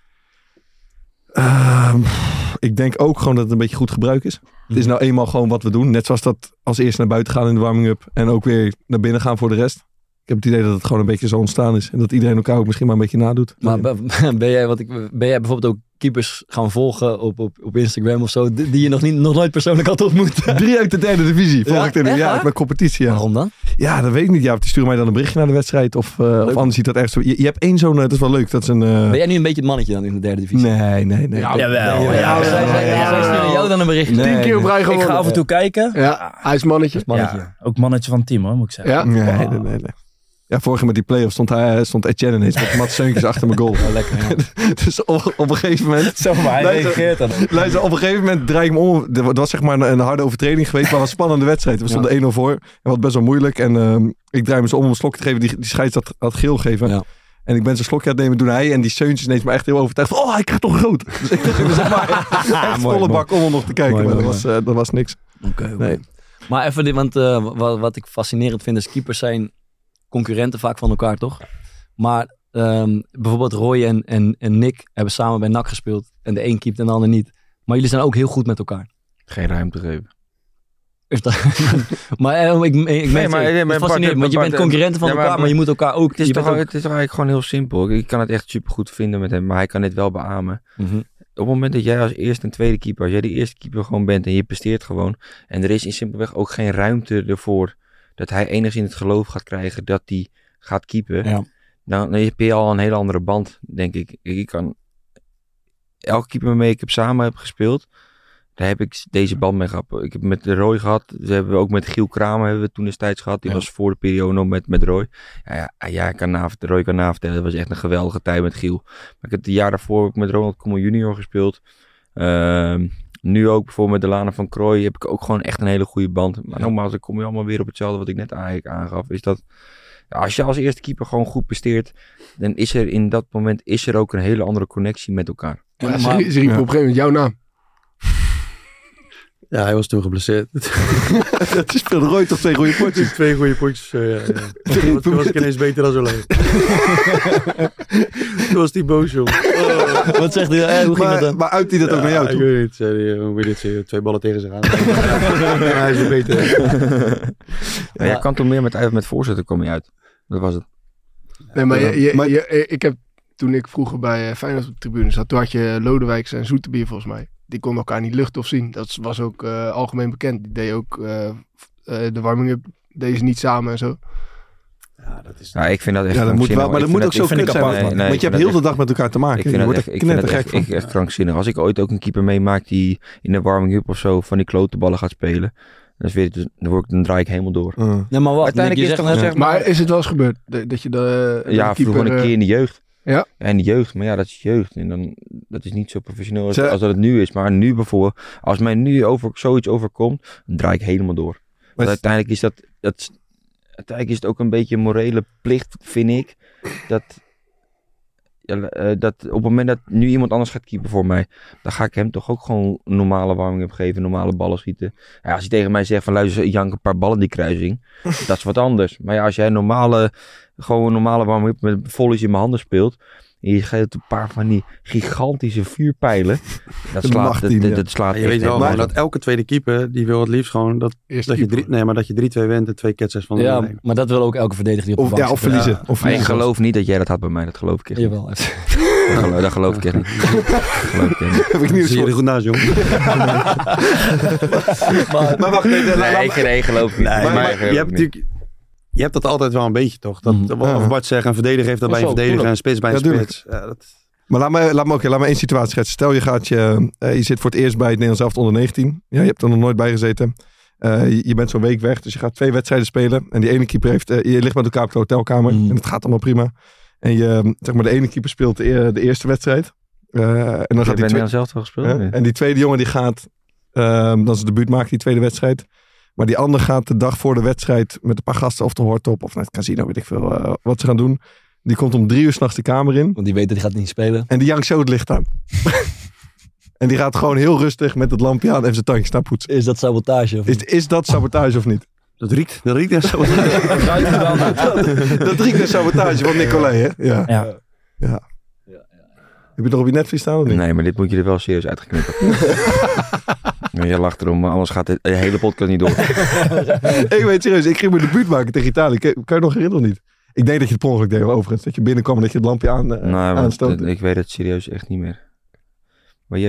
Ik denk ook gewoon dat het een beetje goed gebruik is. Het is nou eenmaal gewoon wat we doen. Net zoals dat als eerst naar buiten gaan in de warming-up en ook weer naar binnen gaan voor de rest. Ik heb het idee dat het gewoon een beetje zo ontstaan is. En dat iedereen elkaar ook misschien maar een beetje nadoet. Maar ben jij bijvoorbeeld ook keepers gaan volgen op Instagram of zo, die je nog nooit persoonlijk had ontmoet? 3 uit de derde divisie. Ja, met competitie. Ja. Waarom dan? Ja, dat weet ik niet. Ja, die sturen mij dan een berichtje naar de wedstrijd. Of anders ziet dat echt zo. Je hebt één zo'n, dat is wel leuk. Dat is een, Ben jij nu een beetje het mannetje dan in de derde divisie? Nee. Ja, jawel. Zij sturen jou dan een berichtje. 10 keer op rij geworden. Ik ga af en toe kijken. Ja, hij is mannetje. Ja, ook mannetje van het team hoor, moet ik zeggen. Ja. Nee. Ja, vorig jaar met die play-off stond Etienne ineens met Mats Seuntjes achter mijn goal. Ja, lekker, ja. Dus op een gegeven moment... Zo, maar hij reageert dan. Luister, op een gegeven moment draai ik me om. Het was zeg maar een harde overtreding geweest, maar een spannende wedstrijd. We stonden 1-0 voor. En wat best wel moeilijk. En ik draai me zo om een slokje te geven. Die scheids had geel gegeven. Ja. En ik ben zijn slokje aan het nemen, doen hij. En die Seuntjes ineens me echt heel overtuigd. Oh, hij krijgt toch rood. Dus ik dacht, zeg maar, echt volle bak om nog te kijken. Mooi, maar dat was niks. Okay, nee. Maar even dit, want wat ik fascinerend vind is, keepers zijn concurrenten vaak van elkaar, toch? Maar bijvoorbeeld Roy en Nick hebben samen bij NAC gespeeld. En de een keept en de ander niet. Maar jullie zijn ook heel goed met elkaar. Geen ruimte geven. Is dat... maar ik het fascinerend, want je bent concurrenten van elkaar, maar je moet elkaar ook... Het is toch eigenlijk gewoon heel simpel. Ik kan het echt supergoed vinden met hem, maar hij kan dit wel beamen. Mm-hmm. Op het moment dat jij als eerste en tweede keeper, als jij de eerste keeper gewoon bent en je presteert gewoon, en er is in simpelweg ook geen ruimte ervoor dat hij enigszins het geloof gaat krijgen dat hij gaat keepen, dan heb je al een hele andere band, denk ik. Ik kan elke keeper waarmee ik samen heb gespeeld, daar heb ik deze band mee gehad. Ik heb met Roy gehad. Dus hebben we ook met Giel Kramer hebben we toen destijds gehad. Die was voor de periode nog met Roy. Roy kan navertellen. Dat was echt een geweldige tijd met Giel. Maar ik heb het jaar daarvoor ook met Ronald Koeman junior gespeeld. Nu ook bijvoorbeeld met Delano van Krooi heb ik ook gewoon echt een hele goede band. Maar nogmaals, dan kom je allemaal weer op hetzelfde wat ik net eigenlijk aangaf. Is dat als je als eerste keeper gewoon goed presteert, dan is er in dat moment ook een hele andere connectie met elkaar. Ja, ze riepen op een gegeven moment jouw naam. Ja, hij was toen geblesseerd. Dat speelde Roy toch 2 goede potjes? 2 goede potjes, Toen was ik ineens beter dan zo leuk. Toen was hij boos, joh. Wat zegt hij? Hoe ging het dan? Maar uit hij dat ook naar jou toe? Ik weet niet. Hoe weet je dit? 2 ballen tegen zich aan. Hij is weer beter. Jij kan toen meer met voorzetten kom je uit. Dat was het. Nee, maar ik heb toen ik vroeger bij Feyenoord op de tribune zat, toen had je Lodewijks en Zoeterbier volgens mij. Die konden elkaar niet luchten of zien. Dat was ook algemeen bekend. Die deed ook de warming-up deden ze niet samen en zo. Ja, dat is... ik vind dat echt dat moet wel, maar dat moet ook zo kut zijn. Want je hebt heel de dag met elkaar te maken. Ik vind dat echt krankzinnig. Als ik ooit ook een keeper meemaak die in de warming-up of zo van die klote ballen gaat spelen, dan draai ik helemaal door. Nee, maar wat? Uiteindelijk maar is het wel eens gebeurd? Dat je de keeper... vroeger een keer in de jeugd. Ja. En de jeugd, maar dat is jeugd. En dan, dat is niet zo professioneel als dat het nu is. Maar nu bijvoorbeeld, als mij nu zoiets overkomt, dan draai ik helemaal door. Want uiteindelijk is het ook een beetje een morele plicht, vind ik. Dat op het moment dat nu iemand anders gaat keeper voor mij, dan ga ik hem toch ook gewoon een normale warming-up geven, normale ballen schieten. Ja, als hij tegen mij zegt van luister, jank een paar ballen in die kruising, dat is wat anders. Maar ja, als jij gewoon een normale warming-up met volleys in mijn handen speelt, en je geeft een paar van die gigantische vuurpijlen, dat slaat je weet wel dat elke tweede keeper, die wil het liefst gewoon dat je 3-2 wint en 2 ketsers van de lijn. Maar dat wil ook elke verdediger die op de bank zit. Of verliezen. Ja. Maar ik geloof niet dat jij dat had bij mij, dat geloof ik echt niet. Jawel. Dat geloof ik echt niet. Heb ik niet zie je er goed naast, jongen. Maar wacht, nee, geloof ik niet. Maar je hebt natuurlijk... Je hebt dat altijd wel een beetje, toch? Of Bart zegt, een verdediger heeft dat bij een verdediger en een spits bij een spits. Maar laat me één situatie schetsen. Stel je zit voor het eerst bij het Nederlands elftal onder 19. Ja, je hebt er nog nooit bij gezeten. Je bent zo'n week weg, dus je gaat 2 wedstrijden spelen. En die ene keeper je ligt met elkaar op de hotelkamer. En het gaat allemaal prima. En de ene keeper speelt de eerste wedstrijd. En dan gaat die zelf wel gespeeld. En die tweede jongen die gaat, dan zijn debuut maken die tweede wedstrijd. Maar die ander gaat de dag voor de wedstrijd met een paar gasten of de Hortop of naar het casino, weet ik veel, wat ze gaan doen. Die komt om 3 uur 's nachts de kamer in. Want die weet dat hij gaat niet spelen. En die jankt zo het licht aan. En die gaat gewoon heel rustig met het lampje aan en zijn tandjes naar poetsen. Is dat sabotage? Of is dat sabotage of niet? Dat riekt naar sabotage. Dat riekt naar sabotage van Nicolai, hè? Ja. Heb je nog op je netvlies staan of niet? Nee, maar dit moet je er wel serieus uitgeknippen. Je lacht erom, maar anders gaat de hele podcast niet door. Ik weet serieus, ik ging mijn debuut maken tegen Italië. Kan je nog herinneren of niet? Ik denk dat je het per ongeluk deed overigens. Dat je binnenkwam en dat je het lampje aanstoot. Ik weet het serieus echt niet meer. Maar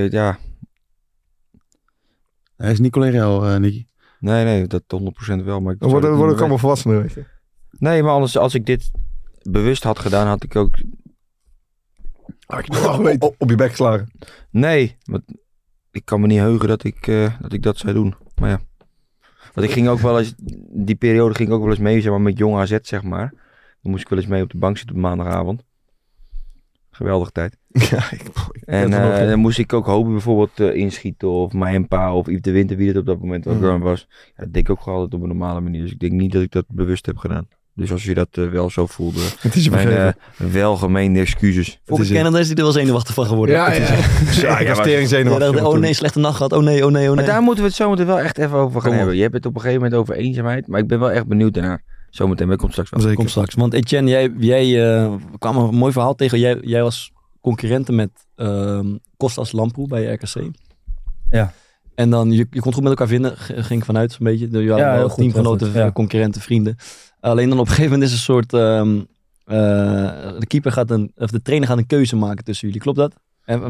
hij is niet collegaal, Nicky. Nee, dat 100% wel. Maar dan worden ook allemaal volwassenen, weet je. Nee, maar anders, als ik dit bewust had gedaan, had ik ook... Had je nog geweten? Op je bek geslagen? Nee, want ik kan me niet heugen dat ik dat zou doen. Maar ja. Want ik ging ook wel eens, die periode ging ik ook wel eens mee, zeg maar, met Jong AZ, zeg maar. Dan moest ik wel eens mee op de bank zitten op maandagavond. Geweldige tijd. Ja, en dan moest ik ook Hobie bijvoorbeeld inschieten. Of Maempa of Yves de Winter, wie het op dat moment wel was. Ja, dat deed ik ook gewoon altijd op een normale manier. Dus ik denk niet dat ik dat bewust heb gedaan. Dus als je dat wel zo voelde. Het is je mijn welgemeende excuses. Volgens Canada is hij er wel zenuwachtig van geworden. Ja, ik was tering zenuwachtig. Oh nee, slechte nacht gehad. Oh nee. Maar daar moeten we het zometeen wel echt even over gaan hebben. Je hebt het op een gegeven moment over eenzaamheid. Maar ik ben wel echt benieuwd daarnaar. Zometeen, maar komt straks wel. Zeker. Komt straks. Want Etienne, jij kwam een mooi verhaal tegen. Jij was concurrenten met Kostas Lamproe bij RKC. Ja. En dan, je kon het goed met elkaar vinden, ging ik vanuit zo'n beetje. Je hadden wel teamgenoten, concurrenten, vrienden. Alleen dan op een gegeven moment is een soort... de trainer gaat een keuze maken tussen jullie. Klopt dat? En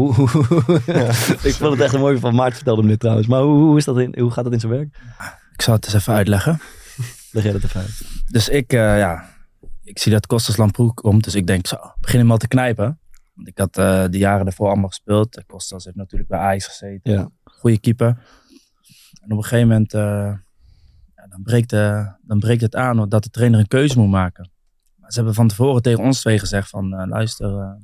ik vond het echt een mooi van Maarten vertelde me dit trouwens. Maar hoe gaat dat in zijn werk? Ik zal het eens even uitleggen. Leg jij dat even uit. Dus ik zie dat Kostas Lamproe komt. Dus ik denk, begin hem al te knijpen. Want ik had de jaren daarvoor allemaal gespeeld. Kostas heeft natuurlijk bij Ajax gezeten. Ja. Goeie keeper. En op een gegeven moment dan breekt het aan dat de trainer een keuze moet maken. Maar ze hebben van tevoren tegen ons twee gezegd van luister,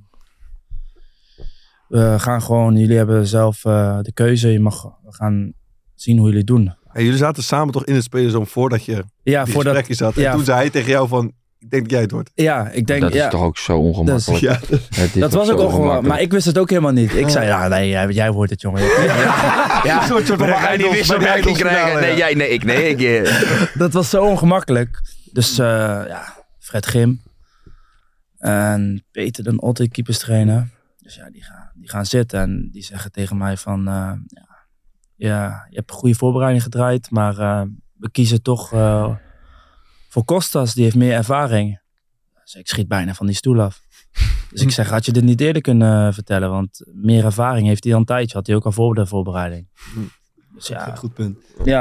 we gaan gewoon, jullie hebben zelf de keuze. We gaan zien hoe jullie doen. En jullie zaten samen toch in het spelersroom voordat je gesprekje zat. En toen zei hij tegen jou van, ik denk dat jij het wordt. Ja, ik denk... Dat is toch ook zo ongemakkelijk. Dat was ook ongemakkelijk. Maar ik wist het ook helemaal niet. Ik zei, nee, jij wordt het, jongen. Ja, soort van ga je niet wisselwerking krijgen. Nee, ik. Dat was zo ongemakkelijk. Dus Fred Grim en Peter den Otte, keeperstrainer. Dus ja, die gaan zitten en die zeggen tegen mij van... je hebt een goede voorbereiding gedraaid, maar we kiezen toch voor Kostas, die heeft meer ervaring. Dus ik schiet bijna van die stoel af. Dus ik zeg, had je dit niet eerder kunnen vertellen? Want meer ervaring heeft hij al een tijdje, had hij ook al voor de voorbereiding. Dus ja, goed punt.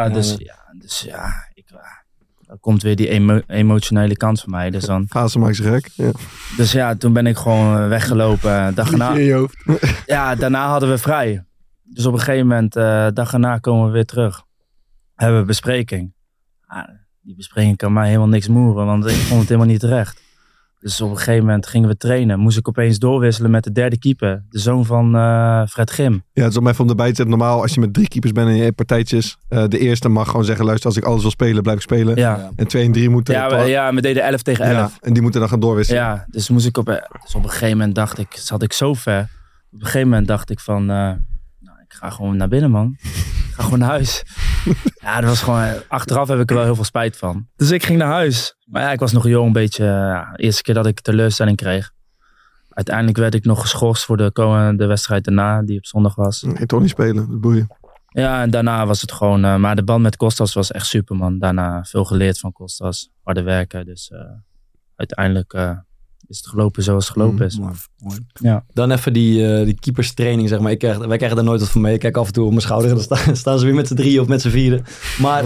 Dan komt weer die emotionele kant van mij. Dus dan... Fase maakt zich gek. Ja. Dus ja, toen ben ik gewoon weggelopen. Daarna hadden we vrij. Dus op een gegeven moment, dag erna komen we weer terug. Hebben we bespreking. Die bespreking kan mij helemaal niks moeren, want ik vond het helemaal niet terecht. Dus op een gegeven moment gingen we trainen. Moest ik opeens doorwisselen met de derde keeper. De zoon van Fred Grim. Ja, het is om even om erbij te zetten. Normaal als je met 3 keepers bent en je hebt partijtjes. De eerste mag gewoon zeggen, luister, als ik alles wil spelen, blijf ik spelen. Ja. En 2 en 3 moeten... we deden 11 tegen 11. Ja, en die moeten dan gaan doorwisselen. Ja, dus moest ik op een gegeven moment zat ik zo ver. Op een gegeven moment dacht ik van... ik ga gewoon naar binnen, man. Ik ga gewoon naar huis. Ja, dat was gewoon... Achteraf heb ik er wel heel veel spijt van. Dus ik ging naar huis. Maar ja, ik was nog jong, een beetje... de eerste keer dat ik teleurstelling kreeg. Uiteindelijk werd ik nog geschorst voor de wedstrijd daarna, die op zondag was. Ik toch niet spelen, dat boeien. Ja, en daarna was het gewoon... maar de band met Kostas was echt super, man. Daarna veel geleerd van Kostas. Harde werken, dus uiteindelijk... is het gelopen zoals het gelopen is. Mooi. Ja. Dan even die keeperstraining, zeg maar. Wij krijgen daar nooit wat van mee. Ik kijk af en toe op mijn schouder en dan staan ze weer met z'n 3 of met z'n 4. Maar,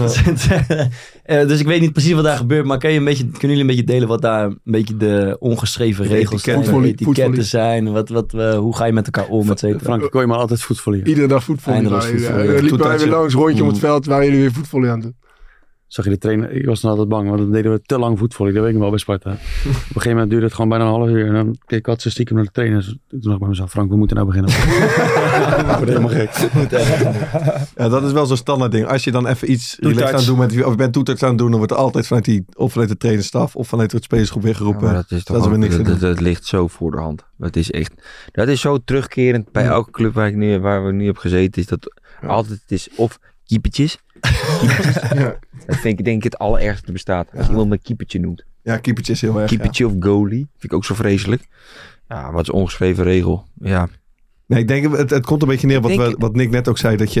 dus ik weet niet precies wat daar gebeurt. Maar kunnen jullie een beetje delen wat daar een beetje de ongeschreven regels zijn? Etiketten zijn. Hoe ga je met elkaar om, et cetera? Frank, kon je maar altijd voetvollen. Iedere dag voetvollen. We liepen weer langs rondje om het veld waar jullie weer voetvollen aan doen. Zag je de trainer? Ik was dan altijd bang, want dan deden we te lang voetvollen. Dat weet ik nog wel bij Sparta. Op een gegeven moment duurde het gewoon bijna een half uur. En dan keek ik altijd stiekem naar de trainer. Toen dacht ik bij mezelf, Frank, we moeten nou beginnen. Ik word helemaal gek. Ja, dat is wel zo'n standaard ding. Als je dan even iets relaxed aan het doen bent, of je bent toetouch aan het doen, dan wordt er altijd vanuit de trainerstaf of vanuit het spelersgroep weer geroepen. Ja, dat ligt zo voor de hand. Dat is zo terugkerend bij elke club waar we nu op gezeten. Is dat altijd het is of keepertjes. Ja. Dat vind ik denk ik het allerergste bestaat. Als iemand me keepertje noemt. Ja, keepertje is heel erg. Keepertje of goalie. Vind ik ook zo vreselijk. Ja, wat is ongeschreven regel. Ja. Nee, ik denk het komt een beetje neer wat Nick net ook zei. Dat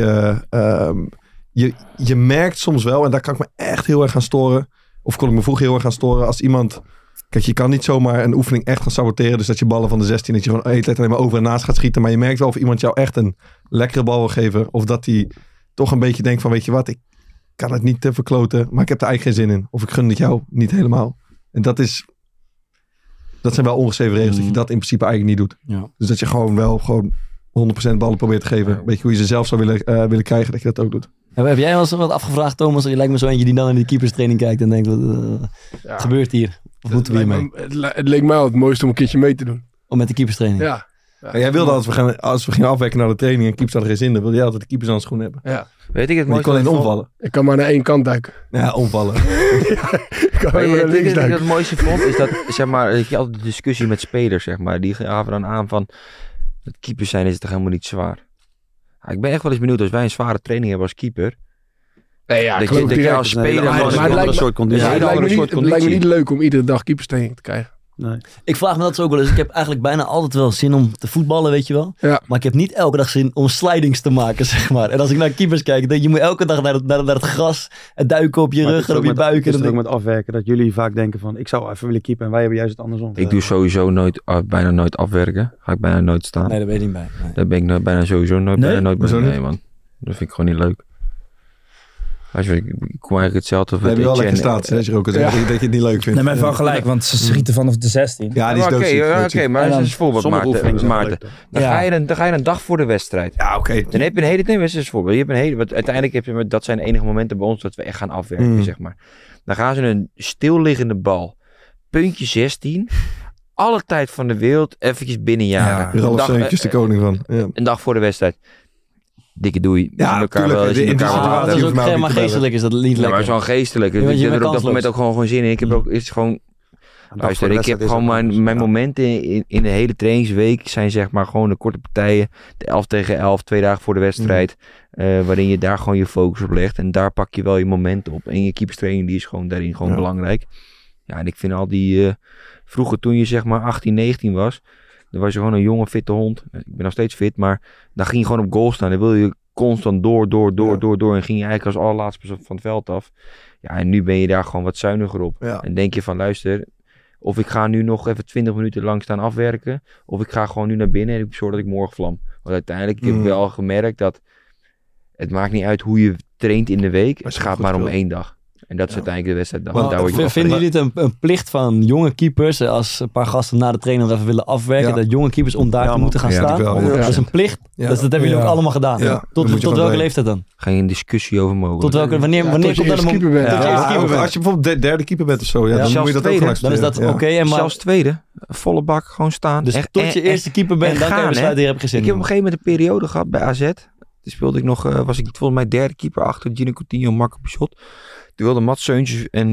je merkt soms wel, en daar kan ik me echt heel erg aan storen. Of kon ik me vroeger heel erg aan storen. Als iemand... Kijk, je kan niet zomaar een oefening echt gaan saboteren. Dus dat je ballen van de 16, dat je gewoon alleen maar over en naast gaat schieten. Maar je merkt wel of iemand jou echt een lekkere bal wil geven. Of dat hij toch een beetje denkt van, weet je wat, ik kan het niet te verkloten. Maar ik heb er eigenlijk geen zin in. Of ik gun het jou niet helemaal. En dat zijn wel ongeschreven regels. Dat je dat in principe eigenlijk niet doet. Ja. Dus dat je gewoon 100% ballen probeert te geven. Weet je hoe je ze zelf zou willen krijgen, dat je dat ook doet. Heb jij wel eens wat afgevraagd, Thomas? Je lijkt me zo eentje die dan in de keeperstraining kijkt en denkt, wat gebeurt hier? Of moeten we hiermee? Het leek mij al het mooiste om een keertje mee te doen. Om met de keeperstraining? Ja. Maar jij wilde als we gingen afwerken naar de training en keepers hadden er geen zin in, wilde jij altijd de keepers aan het schoen hebben. Ja. Weet ik het Maar die kon alleen omvallen. Ik kan maar naar één kant duiken. Ja, omvallen. Ik kan Maar alleen maar naar links ik duiken. het mooiste vond, is dat, zeg maar, dat je altijd de discussie met spelers, zeg maar, die gaven dan aan van, dat keepers zijn is toch helemaal niet zwaar. Ja, ik ben echt wel eens benieuwd, als wij een zware training hebben als keeper, Nee, ja, dat je als speler maar gewoon het een lijkt me- soort conditie. het lijkt me niet leuk om iedere dag keeperstraining te krijgen. Nee. Ik vraag me dat ook wel eens. Ik heb eigenlijk bijna altijd wel zin om te voetballen, weet je wel. Ja. Maar ik heb niet elke dag zin om slidings te maken, zeg maar. En als ik naar keepers kijk, denk je moet elke dag naar het gras en duiken op je Maar rug het is en op ook je met- buik. Het is En er ook dan met afwerken dat jullie vaak denken van ik zou even willen keepen en wij hebben juist het andersom. Ik doe sowieso bijna nooit afwerken. Ga ik bijna nooit staan. Nee, daar weet ik niet bij. Nee. Daar ben ik bijna sowieso nooit bij. Hoezo niet? Nee, man. Dat vind ik gewoon niet leuk. Weet je, ik kom eigenlijk hetzelfde. We hebben wel lekker staat, hè, ook dat je het niet leuk vindt. Nee, maar wel gelijk, want ze schieten vanaf de 16. Ja, die is Oké, doodziek. maar dat is een voorbeeld, sommige oefeningen zijn Maarten. wel leuk, Dan ga je een dag voor de wedstrijd. Ja, oké. Dan heb je een hele... Nee, dat is een voorbeeld. Je hebt een hele... Want uiteindelijk heb je... Dat zijn de enige momenten bij ons dat we echt gaan afwerken, zeg maar. Dan gaan ze een stilliggende bal. Puntje 16. Alle tijd van de wereld eventjes binnenjagen. Ralf Seuntjes de koning van. Ja. Een dag voor de wedstrijd. Dikke doei. We Ja, zien elkaar tuurlijk, wel eens in in die elkaar situatie Dat is laten. ook hoeft mij ook maar niet te geestelijk is dat niet Ja, maar lekker. het is gewoon geestelijk. Ja, want je Je bent hebt er op dat kansloos. moment ook gewoon zin in. Ik heb ook, is gewoon... Luister, ik heb gewoon mijn momenten in de hele trainingsweek zijn zeg maar gewoon de korte partijen. De 11 tegen 11, 2 dagen voor de wedstrijd. Waarin je daar gewoon je focus op legt. En daar pak je wel je momenten op. En je keeperstraining die is gewoon daarin gewoon belangrijk. Ja, en ik vind al die... vroeger toen je zeg maar 18, 19 was. Dan was je gewoon een jonge, fitte hond. Ik ben nog steeds fit, maar dan ging je gewoon op goal staan. Dan wil je constant door. En ging je eigenlijk als allerlaatste van het veld af. Ja, en nu ben je daar gewoon wat zuiniger op. Ja. En denk je van, luister... Of ik ga nu nog even 20 minuten lang staan afwerken. Of ik ga gewoon nu naar binnen en ik zorg dat ik morgen vlam. Want uiteindelijk heb ik wel gemerkt dat... Het maakt niet uit hoe je traint in de week. Het gaat maar om 1 dag. En dat is uiteindelijk de wedstrijd. Vinden jullie het een plicht van jonge keepers, als een paar gasten na de trainer nog even willen afwerken, dat jonge keepers om daar te moeten gaan staan? Dat is een plicht. Ja. Dat hebben jullie ook allemaal gedaan. Ja. Tot welke leeftijd dan? Geen discussie over mogelijk. Tot welke, wanneer komt dat een moment? Als je bijvoorbeeld de derde keeper bent of zo, dan moet je dat ook gelijk Dan is dat oké. Zelfs tweede, volle bak gewoon staan. Dus tot je eerste keeper bent, dan kan je besluiten, hier heb ik geen zin in. Ik heb op een gegeven moment een periode gehad bij AZ. Toen speelde ik nog, was ik volgens mij derde keeper achter Gino Coutinho en Marco Pichot. Toen wilden Mats Seuntjes en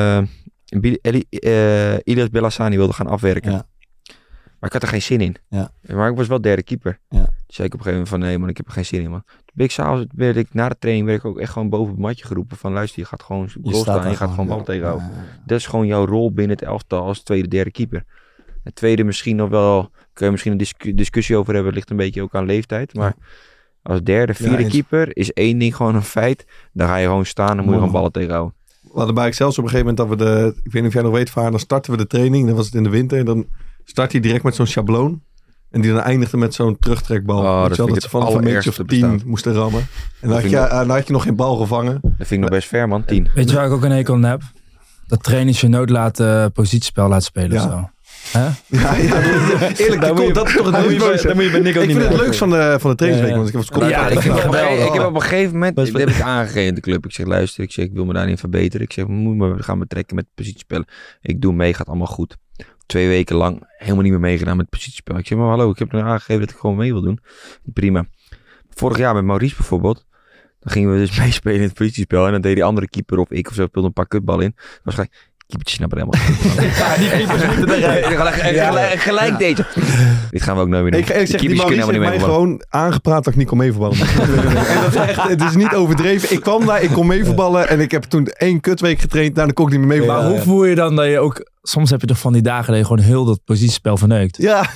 Ilias Bellassani wilden gaan afwerken. Ja. Maar ik had er geen zin in. Ja. Maar ik was wel derde keeper. Ja. Dus zei ik op een gegeven moment van nee man, ik heb er geen zin in man. Toen ben ik s'avonds, na de training werd ik ook echt gewoon boven het matje geroepen van luister, je gaat gewoon goal staan en je gaat gewoon bal tegenhouden. Dat is gewoon jouw rol binnen het elftal als tweede, derde keeper. Het tweede misschien nog wel, kun je misschien een discussie over hebben, het ligt een beetje ook aan leeftijd, maar als derde, vierde keeper is 1 ding gewoon een feit. Dan ga je gewoon staan en moet je gewoon ballen tegenhouden. We hadden bij zelfs op een gegeven moment dat we ik weet niet of jij nog weet van, dan starten we de training, dan was het in de winter en dan start hij direct met zo'n schabloon. En die dan eindigde met zo'n terugtrekbal. Dat vind ik het van een beetje of 10 moesten rammen. En dan had je nog geen bal gevangen. Dat vind ik nog best ver man, 10. Weet je waar ik ook een hekel aan heb? Dat trainers je nooit positiespel laten spelen of zo. Huh? Ja, eerlijk, dat is toch het leukste. Dan moet je bij Nico Ik niet vind het meer. leukst van de trainingsweek. Want ik Ik heb op een gegeven moment, dat heb ik aangegeven in de club. Ik zeg luister, ik wil me daarin verbeteren. Ik zeg, we gaan betrekken met positiespellen. Ik doe mee, gaat allemaal goed. 2 weken lang helemaal niet meer meegedaan met positiespel. Ik zeg, maar hallo, ik heb nu aangegeven dat ik gewoon mee wil doen. Prima. Vorig jaar met Maurice bijvoorbeeld. Dan gingen we dus meespelen in het positiespel. En dan deed die andere keeper of ik of zo speelde een paar kutballen in. Dat was gelijk, keepertje snapt er helemaal. Die keepers moeten eruit. Gelijk deze. Dit gaan we ook nooit meer doen. Ik zeg, die Maurice heeft mij gewoon aangepraat dat ik niet kon meevoetballen. En dat is echt, het is niet overdreven. Ik kwam daar, ik kon meevoetballen. En ik heb toen 1 kutweek getraind. Dan kon ik niet meer meevoetballen. Maar hoe voel je dan dat je ook... Soms heb je toch van die dagen dat je gewoon heel dat positiespel verneukt. Ja.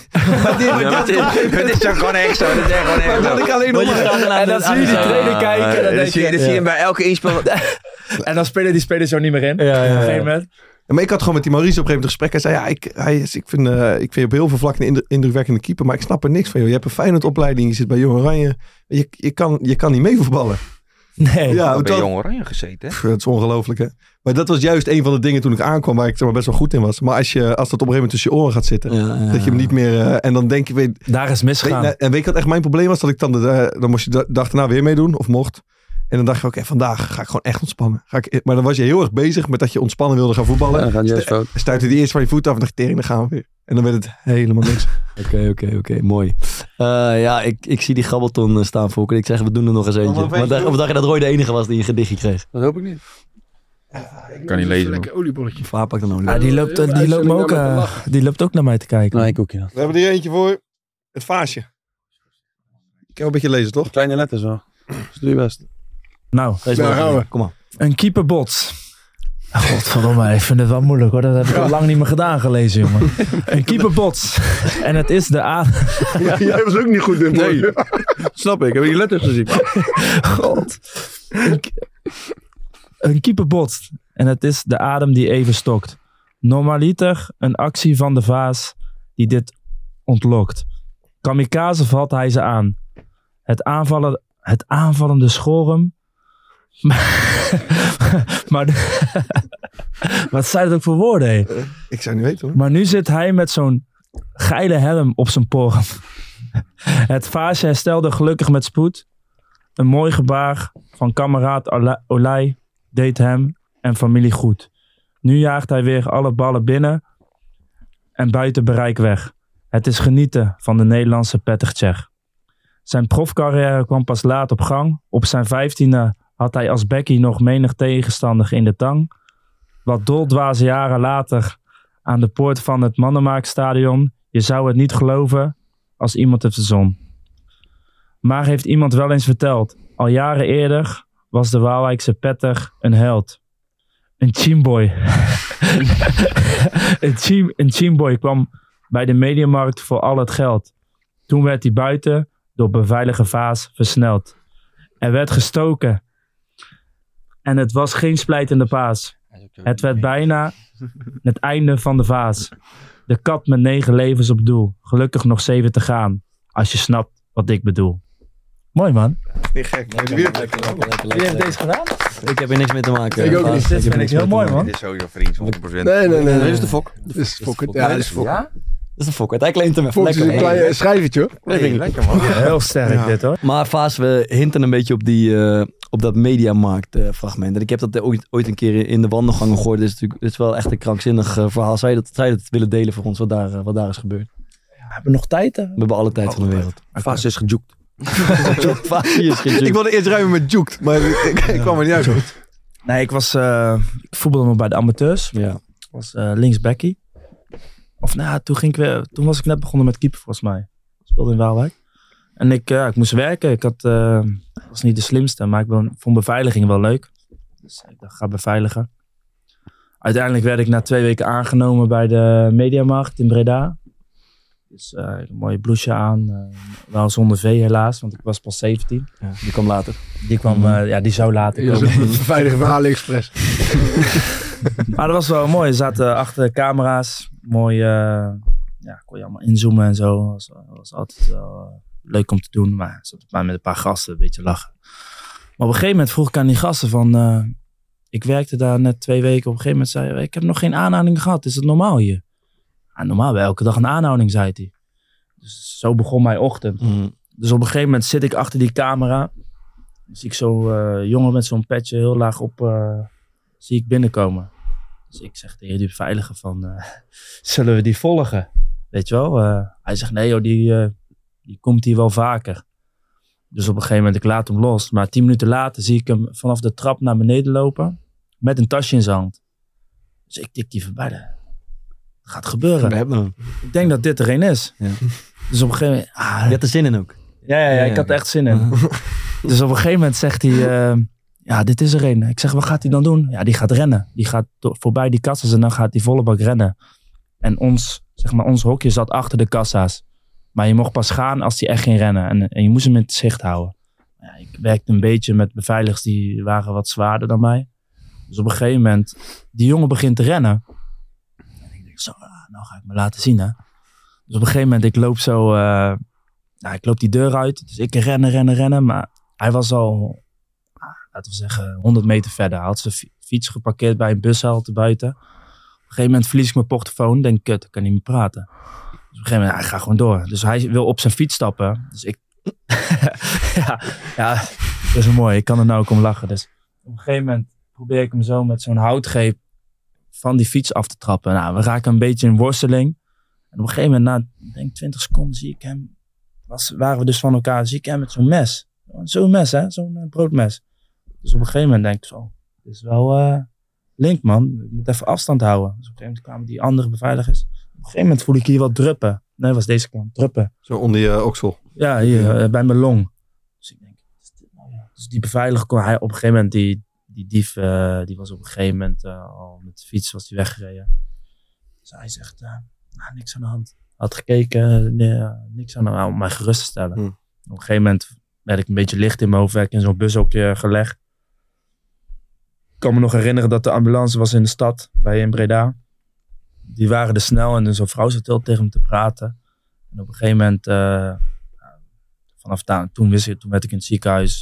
Het is gewoon echt zo. Dat is gewoon echt zo. Dat ik alleen En dan zie je die trainer kijken. En dan zie je hem bij elke inspel. En dan spelen die spelers zo niet meer in. Op een gegeven moment. Ja, maar ik had gewoon met die Maurice op een gegeven moment een gesprek. Hij zei, ik vind je op heel veel vlakken een indrukwekkende keeper. Maar ik snap er niks van. Joh. Je hebt een Feyenoord-opleiding. Je zit bij Jong Oranje. Je kan niet meevoetballen. Nee. Ja, ik ben Jong Oranje gezeten. Dat is ongelooflijk, hè? Maar dat was juist een van de dingen toen ik aankwam waar ik zeg maar, best wel goed in was. Maar als dat op een gegeven moment tussen je oren gaat zitten, dat je hem niet meer... en dan denk je... Daar is misgegaan. En weet je wat echt mijn probleem was? Dat ik dan moest je de dag daarna weer meedoen, of mocht. En dan dacht je, oké, vandaag ga ik gewoon echt ontspannen. Maar dan was je heel erg bezig met dat je ontspannen wilde gaan voetballen. Ja, dan gaat het juist fout. Stuitte die eerst van je voet af en dacht je, tering, dan gaan we weer. En dan werd het helemaal niks. Oké, mooi. Ik zie die Gabbelton staan, Fokker. Ik zeg, we doen er nog eens eentje. Of dacht je dat Roy de enige was die een gedichtje kreeg? Dat hoop ik niet. Kan niet lezen. Lekker oliebolletje. Vaar pakt een olie. Die loopt ook naar mij te kijken. Nee, ik ook, ja. We hebben er eentje voor. Het vaasje. Ik kan een beetje lezen, toch? Kleine letters wel. Dus doe je best. Nou, Kom maar. een keeperbots. Godverdomme, ik vind het wel moeilijk hoor. Dat heb ik al lang niet meer gedaan gelezen, jongen. Een keeperbots. En het is de A. Ja, jij was ook niet goed in. Nee, snap ik. Heb je die letters gezien? God. Een keeper botst. En het is de adem die even stokt. Normaliter een actie van de vaas die dit ontlokt. Kamikaze valt hij ze aan. Het aanvallende schorum. Maar wat zijn het ook voor woorden, hé? Ik zou niet weten, hoor. Maar nu zit hij met zo'n geile helm op zijn poren. Het vaasje herstelde gelukkig met spoed. Een mooi gebaar van kameraad Olij deed hem en familie goed. Nu jaagt hij weer alle ballen binnen en buiten bereik weg. Het is genieten van de Nederlandse Petr Cech. Zijn profcarrière kwam pas laat op gang. Op zijn 15e had hij als bekkie nog menig tegenstander in de tang. Wat doldwaze jaren later aan de poort van het Mannenmaakstadion. Je zou het niet geloven als iemand het verzon. Maar heeft iemand wel eens verteld, al jaren eerder was de Waalwijkse Petr een held. Een teamboy. Een teamboy kwam bij de Mediamarkt voor al het geld. Toen werd hij buiten door beveilige vaas versneld. Er werd gestoken. En het was geen splijtende paas. Het werd bijna het einde van de vaas. De kat met 9 levens op doel. Gelukkig nog 7 te gaan. Als je snapt wat ik bedoel. Mooi man. Niet gek. Wie heeft deze gedaan? Ik heb er niks mee te maken. Ik ook niet. Dit vind ik heel mooi man. Dit is sowieso vriend, 100%. Nee. Dit is de fok. Dit is Fokker. Ja, dit is Fokker. Ja? Dat is een Fokker. Hij claimt hem even. Fokker is een Lekker. klein schrijvertje hoor. Lekker man. Heel sterk dit hoor. Maar Vaas, we hinten een beetje op dat Mediamarkt fragment. En ik heb dat ooit een keer in de wandelgangen gehoord. Het is wel echt een krankzinnig verhaal. Zou je dat willen delen voor ons, wat daar is gebeurd? We hebben nog tijd hè? We hebben alle tijd van de wereld. Vaas is gejoekt. Vaas is gejukt. Ik wilde eerst ruimen met Jukt, maar ik kwam er niet uit. Nee, ik voetbalde nog bij de amateurs. Ja. Ik was linksbackie. Of nou, toen was ik net begonnen met keeper volgens mij. Ik speelde in Waalwijk. En ik moest werken. Ik was niet de slimste, maar ik vond beveiliging wel leuk. Dus ik dacht, ga beveiligen. Uiteindelijk werd ik na 2 weken aangenomen bij de Mediamarkt in Breda. Dus een mooie blouseje aan. Wel zonder V helaas, want ik was pas 17. Ja, die kwam later. Die zou later Ja, komen. Veilig van AliExpress. Maar dat was wel mooi. Er zaten achter de camera's. Mooi, kon je allemaal inzoomen en zo. Was altijd wel leuk om te doen. Maar ik zat met een paar gasten een beetje lachen. Maar op een gegeven moment vroeg ik aan die gasten van... ik werkte daar net 2 weken. Op een gegeven moment zei hij... Ik heb nog geen aanhouding gehad. Is het normaal hier? Ja, normaal wel. Elke dag een aanhouding, zei hij. Dus zo begon mijn ochtend. Mm. Dus op een gegeven moment zit ik achter die camera. Dan zie ik zo'n jongen met zo'n petje heel laag op... zie ik binnenkomen. Dus ik zeg tegen die beveiliger van... zullen we die volgen? Weet je wel? Hij zegt nee joh, die komt hier wel vaker. Dus op een gegeven moment, ik laat hem los. Maar 10 minuten later zie ik hem vanaf de trap naar beneden lopen. Met een tasje in zijn hand. Dus ik tik die voorbij. Dat gaat gebeuren. We hebben hem. Ik denk dat dit er een is. Ja. Dus op een gegeven moment... Je had er zin in ook. Ja, ik had er echt zin in. Dus op een gegeven moment zegt hij... ja, dit is er een. Ik zeg, wat gaat hij dan doen? Ja, die gaat rennen. Die gaat voorbij die kassa's en dan gaat die volle bak rennen. En ons hokje zat achter de kassa's. Maar je mocht pas gaan als die echt ging rennen. En je moest hem in het zicht houden. Ja, ik werkte een beetje met beveiligers die waren wat zwaarder dan mij. Dus op een gegeven moment, die jongen begint te rennen. En ik denk zo, nou ga ik me laten zien hè. Dus op een gegeven moment, ik loop zo, ik loop die deur uit. Dus ik rennen. Maar hij was al, laten we zeggen, 100 meter verder. Hij had zijn fiets geparkeerd bij een bushalte buiten. Op een gegeven moment verlies ik mijn portofoon. Denk, kut, ik kan niet meer praten. Dus op een gegeven moment, hij gaat gewoon door. Dus hij wil op zijn fiets stappen. Dus ik, Dat is mooi, ik kan er nou ook om lachen. Dus op een gegeven moment probeer ik hem zo met zo'n houtgreep van die fiets af te trappen. Nou, we raken een beetje in worsteling. En op een gegeven moment, na denk 20 seconden, zie ik hem. Waren we dus van elkaar, zie ik hem met zo'n mes. Zo'n mes, hè? Zo'n broodmes. Dus op een gegeven moment denk ik zo, dit is wel link, man. Ik moet even afstand houden. Dus op een gegeven moment kwamen die andere beveiligers. Op een gegeven moment voel ik hier wat druppen. Nee, was deze kant, druppen. Zo onder je oksel. Ja, hier, bij mijn long. Dus ik denk, wat is dit nou? Ja. Dus die beveiliger kon hij op een gegeven moment, die dief, die was op een gegeven moment al met de fiets was die weggereden. Dus hij zegt, niks aan de hand. Had gekeken, niks aan de hand, om mij gerust te stellen. Op een gegeven moment werd ik een beetje licht in mijn hoofd, werd ik in zo'n bushokje gelegd. Ik kan me nog herinneren dat de ambulance was in de stad, in Breda. Die waren er snel en zo'n vrouw zat heel tegen me te praten. En op een gegeven moment, vanaf daar, toen werd ik in het ziekenhuis.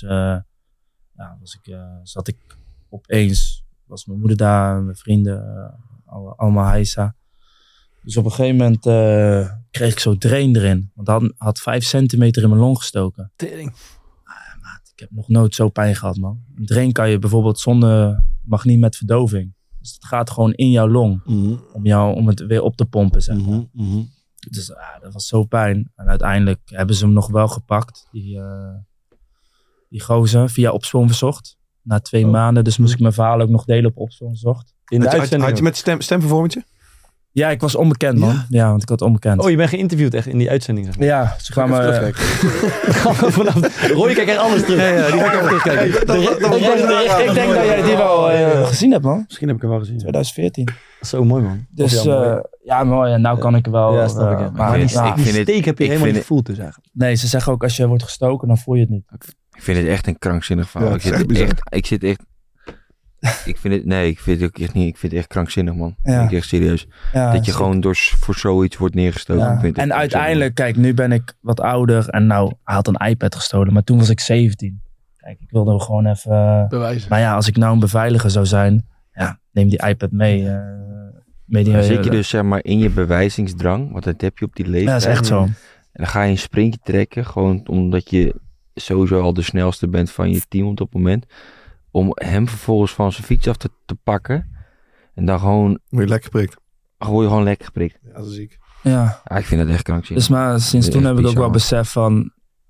Zat ik opeens, was mijn moeder daar, mijn vrienden, allemaal heisa. Dus op een gegeven moment kreeg ik zo drain erin. Want hij had 5 centimeter in mijn long gestoken. Tering. Ik heb nog nooit zo pijn gehad, man. Een drain kan je bijvoorbeeld mag niet met verdoving. Dus het gaat gewoon in jouw long. Om het weer op te pompen, zeg maar. Dus dat was zo pijn. En uiteindelijk hebben ze hem nog wel gepakt. Die gozer via Opsporing Verzocht. Na 2 maanden. Dus moest ik mijn verhaal ook nog delen op Opsporing Verzocht. Had je met stemvervormertje? Ja, ik was onbekend, man. Ja, want ik had onbekend. Oh, je bent geïnterviewd echt in die uitzending, zeg maar. Ja, ze kwamen... Roy kijkt echt alles terug. Ja, die ga ik even terugkijken. Ik denk dat jij die wel gezien hebt, man. Misschien heb ik hem wel gezien. 2014. Zo mooi, man. Dus ja, mooi. En nou kan ik er wel... Ja, snap ik. Maar die steek heb je helemaal niet gevoeld dus eigenlijk. Nee, ze zeggen ook als je wordt gestoken, dan voel je het niet. Ik vind het echt een krankzinnig verhaal. Ik vind het ook echt niet. Ik vind het echt krankzinnig, man. Ja. Ik echt serieus. Ja, dat je gewoon voor zoiets wordt neergestoken. Ja. Ik vind het en uiteindelijk, kijk, nu ben ik wat ouder. En nou, hij had een iPad gestolen. Maar toen was ik 17. Kijk, ik wilde gewoon even... bewijzen. Maar ja, als ik nou een beveiliger zou zijn... Ja, neem die iPad mee. Zit je dus zeg maar in je bewijzingsdrang. Want dat heb je op die leeftijd. Ja, dat is echt zo. En dan ga je een sprintje trekken. Gewoon omdat je sowieso al de snelste bent van je team op dat moment. Om hem vervolgens van zijn fiets af te pakken. En dan gewoon... Word je lekker geprikt. Word je gewoon lekker geprikt. Ja, dat is ziek. Ja. Ik vind dat echt krankzinnig. Dus maar sinds toen heb ik ook wel besef van...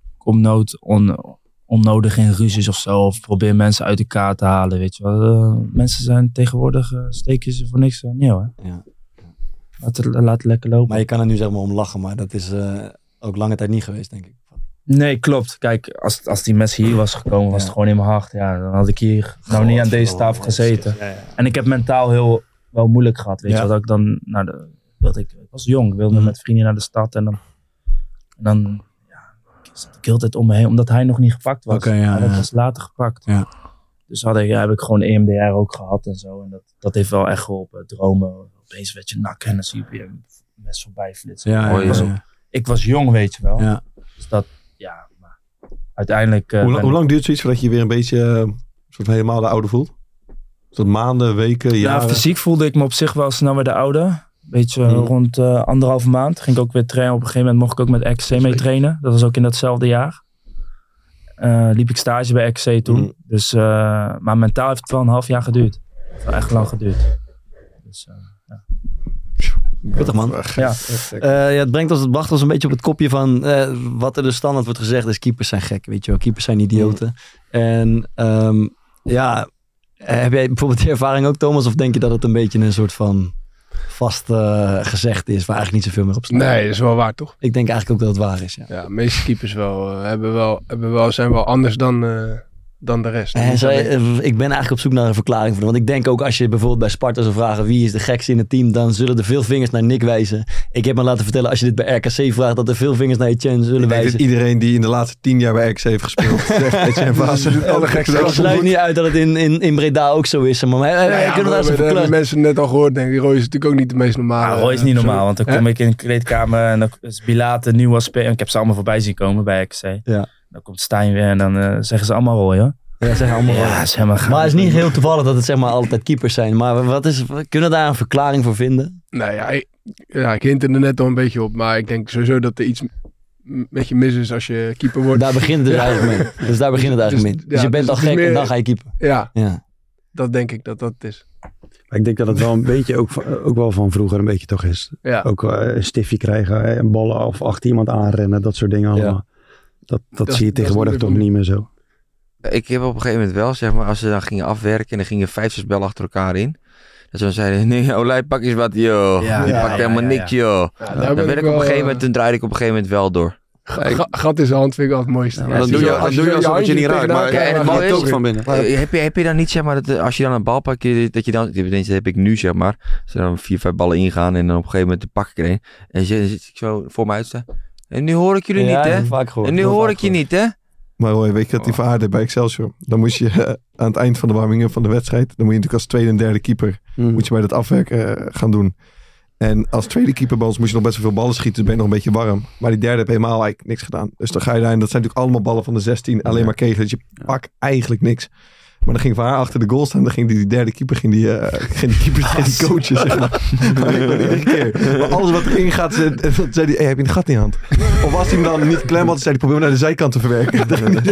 onnodig in ruzies of zo. Of probeer mensen uit elkaar te halen, weet je wel. Mensen zijn tegenwoordig... steken ze voor niks nieuw, hè. Ja. Laat het lekker lopen. Maar je kan er nu zeg maar om lachen. Maar dat is ook lange tijd niet geweest, denk ik. Nee, klopt. Kijk, als die mes hier was gekomen, was het gewoon in mijn hart. Ja, dan had ik hier niet aan deze tafel gezeten. Ja. En ik heb mentaal wel moeilijk gehad, weet je wel. Dat ik dan ik was jong, ik wilde met vrienden naar de stad. En dan zat ik heel tijd om me heen, omdat hij nog niet gepakt was. Maar dat was later gepakt. Ja. Dus heb ik gewoon EMDR ook gehad en zo. En dat heeft wel echt geholpen. Dromen, opeens werd je nakken en dan zie je weer een mes voorbij flitsen. Ik was jong, weet je wel. Ja. Dus dat... Ja, maar uiteindelijk... Hoe lang duurt zoiets voordat je weer een beetje soort helemaal de oude voelt? Tot maanden, weken, jaren? Ja, fysiek voelde ik me op zich wel snel weer de oude. Een beetje rond 1,5 maand. Ging ik ook weer trainen. Op een gegeven moment mocht ik ook met XC mee trainen. Dat was ook in datzelfde jaar. Liep ik stage bij XC toen. Dus, maar mentaal heeft het wel een half jaar geduurd. Het heeft wel echt lang geduurd. Dus, ja. Pittig, man. Ja. Het bracht ons een beetje op het kopje van wat er dus standaard wordt gezegd is keepers zijn gek, weet je wel. Keepers zijn idioten. En heb jij bijvoorbeeld die ervaring ook, Thomas? Of denk je dat het een beetje een soort van vast gezegd is waar eigenlijk niet zoveel meer op staat? Nee, dat is wel waar, toch? Ik denk eigenlijk ook dat het waar is, ja. Ja, de meeste keepers zijn wel anders dan de rest. Ik ben eigenlijk op zoek naar een verklaring voor. Want ik denk ook als je bijvoorbeeld bij Sparta zou vragen wie is de gekste in het team, dan zullen er veel vingers naar Nick wijzen. Ik heb me laten vertellen als je dit bij RKC vraagt dat er veel vingers naar Etienne zullen wijzen. Dat iedereen die in de laatste 10 jaar bij RKC heeft gespeeld zegt Etienne Vaassen. Ik sluit niet uit dat het in Breda ook zo is. Maar kunnen we dat hebben mensen net al gehoord, denk ik. Roy is natuurlijk ook niet de meest normale. Ja, Roy is niet normaal, want dan kom ik in de kleedkamer en dan is Bilate, nieuw speler. Ik heb ze allemaal voorbij zien komen bij RKC. Ja. Dan komt Stijn weer en dan zeggen ze allemaal Roy, hoor. Ja, zeg allemaal maar het is niet heel toevallig dat het zeg maar altijd keepers zijn. Maar kunnen we daar een verklaring voor vinden? Nou ja, ik hint er net al een beetje op. Maar ik denk sowieso dat er iets met je misses als je keeper wordt. Daar begint het dus eigenlijk mee. Dus daar begint het eigenlijk mee. Dus je bent al gek en dan ga je keepen. Ja, dat denk ik dat het is. Maar ik denk dat het wel een beetje ook wel van vroeger een beetje toch is. Ja. Ook een stiftje krijgen en ballen of achter iemand aanrennen. Dat soort dingen allemaal. Dat zie je tegenwoordig toch niet meer zo. Ik heb op een gegeven moment wel, zeg maar, als ze dan gingen afwerken en dan gingen 5, 6 bellen achter elkaar in. Dat ze dan zeiden, nee, Olij, pak eens wat, joh. Je pakt helemaal niks, joh. Dan werd ik op een gegeven moment, toen draaide ik op een gegeven moment wel door. Gat in zijn hand vind ik altijd het mooiste. Ja, dan doe je alsof je niet raakt, maar en het mooie ook van binnen. Heb je dan niet, zeg maar, dat als je dan een bal pakt, dat je dan, dat heb ik nu, zeg maar, als er dan 4, 5 ballen ingaan en dan op een gegeven moment pak ik er een. En dan zit ik zo voor me uitstaan. En nu hoor ik jullie niet, hè? En nu hoor ik je niet, hè? Maar hoor, weet je dat die verhaarde bij Excelsior? Dan moest je aan het eind van de warming-up van de wedstrijd, dan moet je natuurlijk als tweede en derde keeper, moet je bij dat afwerken gaan doen. En als tweede keeper bij ons moest je nog best wel veel ballen schieten, dus ben je nog een beetje warm. Maar die derde heb helemaal eigenlijk niks gedaan. Dus dan ga je daar en dat zijn natuurlijk allemaal ballen van de 16, alleen maar kegels. Dus je pakt eigenlijk niks. Maar dan ging Van Haar achter de goal staan. Dan ging die derde keeper, ging die coachen, zeg maar. Iedere keer. Maar alles wat erin gaat, dan zei hij, heb je een gat in je hand? Of als hij hem dan niet klem had, zei hij, probeer hem naar de zijkant te verwerken.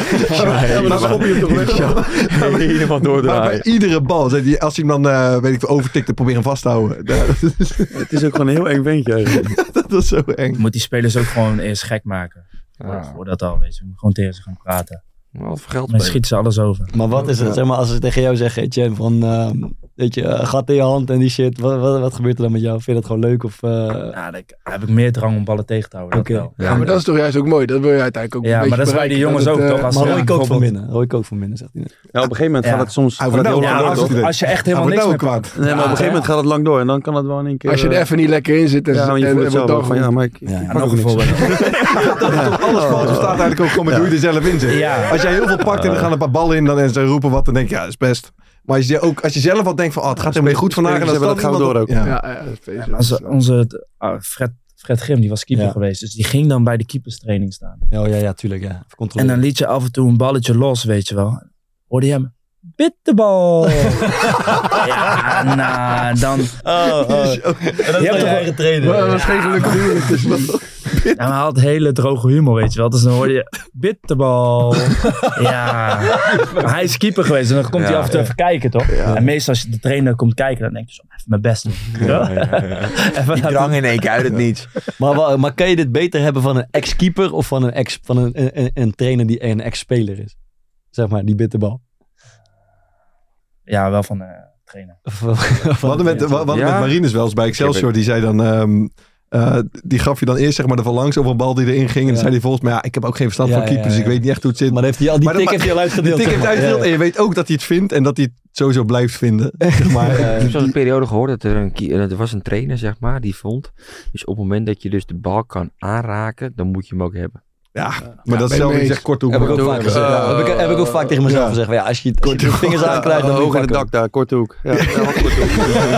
Dan schop je hem toch weg. Helemaal doordraaien. Maar bij iedere bal, zei hij, als hij hem dan, weet ik, overtikte, probeer hem vast te houden. Het is ook gewoon een heel eng ventje eigenlijk. Dat was zo eng. Je moet die spelers ook gewoon eerst gek maken. Voordat al, weet je. We moeten gewoon tegen ze gaan praten. Wat voor geld Dan schieten ze alles over. Maar wat is het, zeg maar, als ze tegen jou zeggen, Etienne, van, weet je, gat in je hand en die shit. Wat gebeurt er dan met jou? Vind je dat gewoon leuk? Of, Ja, dan heb ik meer drang om ballen tegen te houden. Oké. Dat wel. Ja, maar dat is toch juist ook mooi. Dat wil je uiteindelijk ook Ja, een maar dat is bij die jongens ook, toch? maar Roy kookt van binnen. Roy kookt van binnen, zegt hij net. Ja, op een gegeven moment gaat het soms Hij wordt heel nou lang kwaad. door. Als je echt helemaal niks meer kwaad. Nee, maar op een gegeven moment gaat het lang door en dan kan het wel in één keer... Als je er even niet lekker in zit en ja, maar je voelt het zelf ook van, ja, maar ik nog een voorbeeld. Alles valt staat eigenlijk ook gewoon met hoe je er zelf in zit. Ja. Als jij heel veel pakt en er gaan een paar ballen in dan en ze roepen wat, dan denk je, ja, dat is best. Maar als je zelf wat denkt van, het gaat helemaal niet goed vandaag. En dat gaan we door ook. Onze Fred Grim, die was keeper geweest. Dus die ging dan bij de keeperstraining staan. Ja, tuurlijk, ja. En dan liet je af en toe een balletje los, weet je wel. Hoorde je hem? Bitterbal! Ja, nou, dan... Je hebt toch eigen trainer. Dat was geen gelukkige humor. Ja, maar hij had hele droge humor, weet je wel. Dus dan hoorde je, bitterbal. Ja. Maar hij is keeper geweest en dan komt hij af en toe even kijken, toch? Ja. En meestal als je de trainer komt kijken, dan denk je zo, even mijn best doen. Die drang in één keer uit het niets. Maar kan je dit beter hebben van een ex-keeper of van een trainer die een ex-speler is? Zeg maar, die bitterbal. Ja, wel van de trainer. We hadden met Marines wel eens bij Excelsior, die zei dan... die gaf je dan eerst zeg maar er van langs over een bal die erin ging. En dan zei hij volgens mij, ik heb ook geen verstand van keeper, dus ik weet niet echt hoe het zit. Maar heeft hij al die tik heeft hij al uitgedeeld. Die tik heeft uitgedeeld en je weet ook dat hij het vindt en dat hij het sowieso blijft vinden. Maar, ik heb zo'n periode gehoord dat er was een trainer, zeg maar, die vond. Dus op het moment dat je dus de bal kan aanraken, dan moet je hem ook hebben. Ja, maar dat is zelf niet echt korte hoek. Heb ik ook vaak tegen mezelf gezegd. Ja, als je de vingers aankrijgt, dan hoog in het dak daar, korte hoek. Ja, wat korte hoek.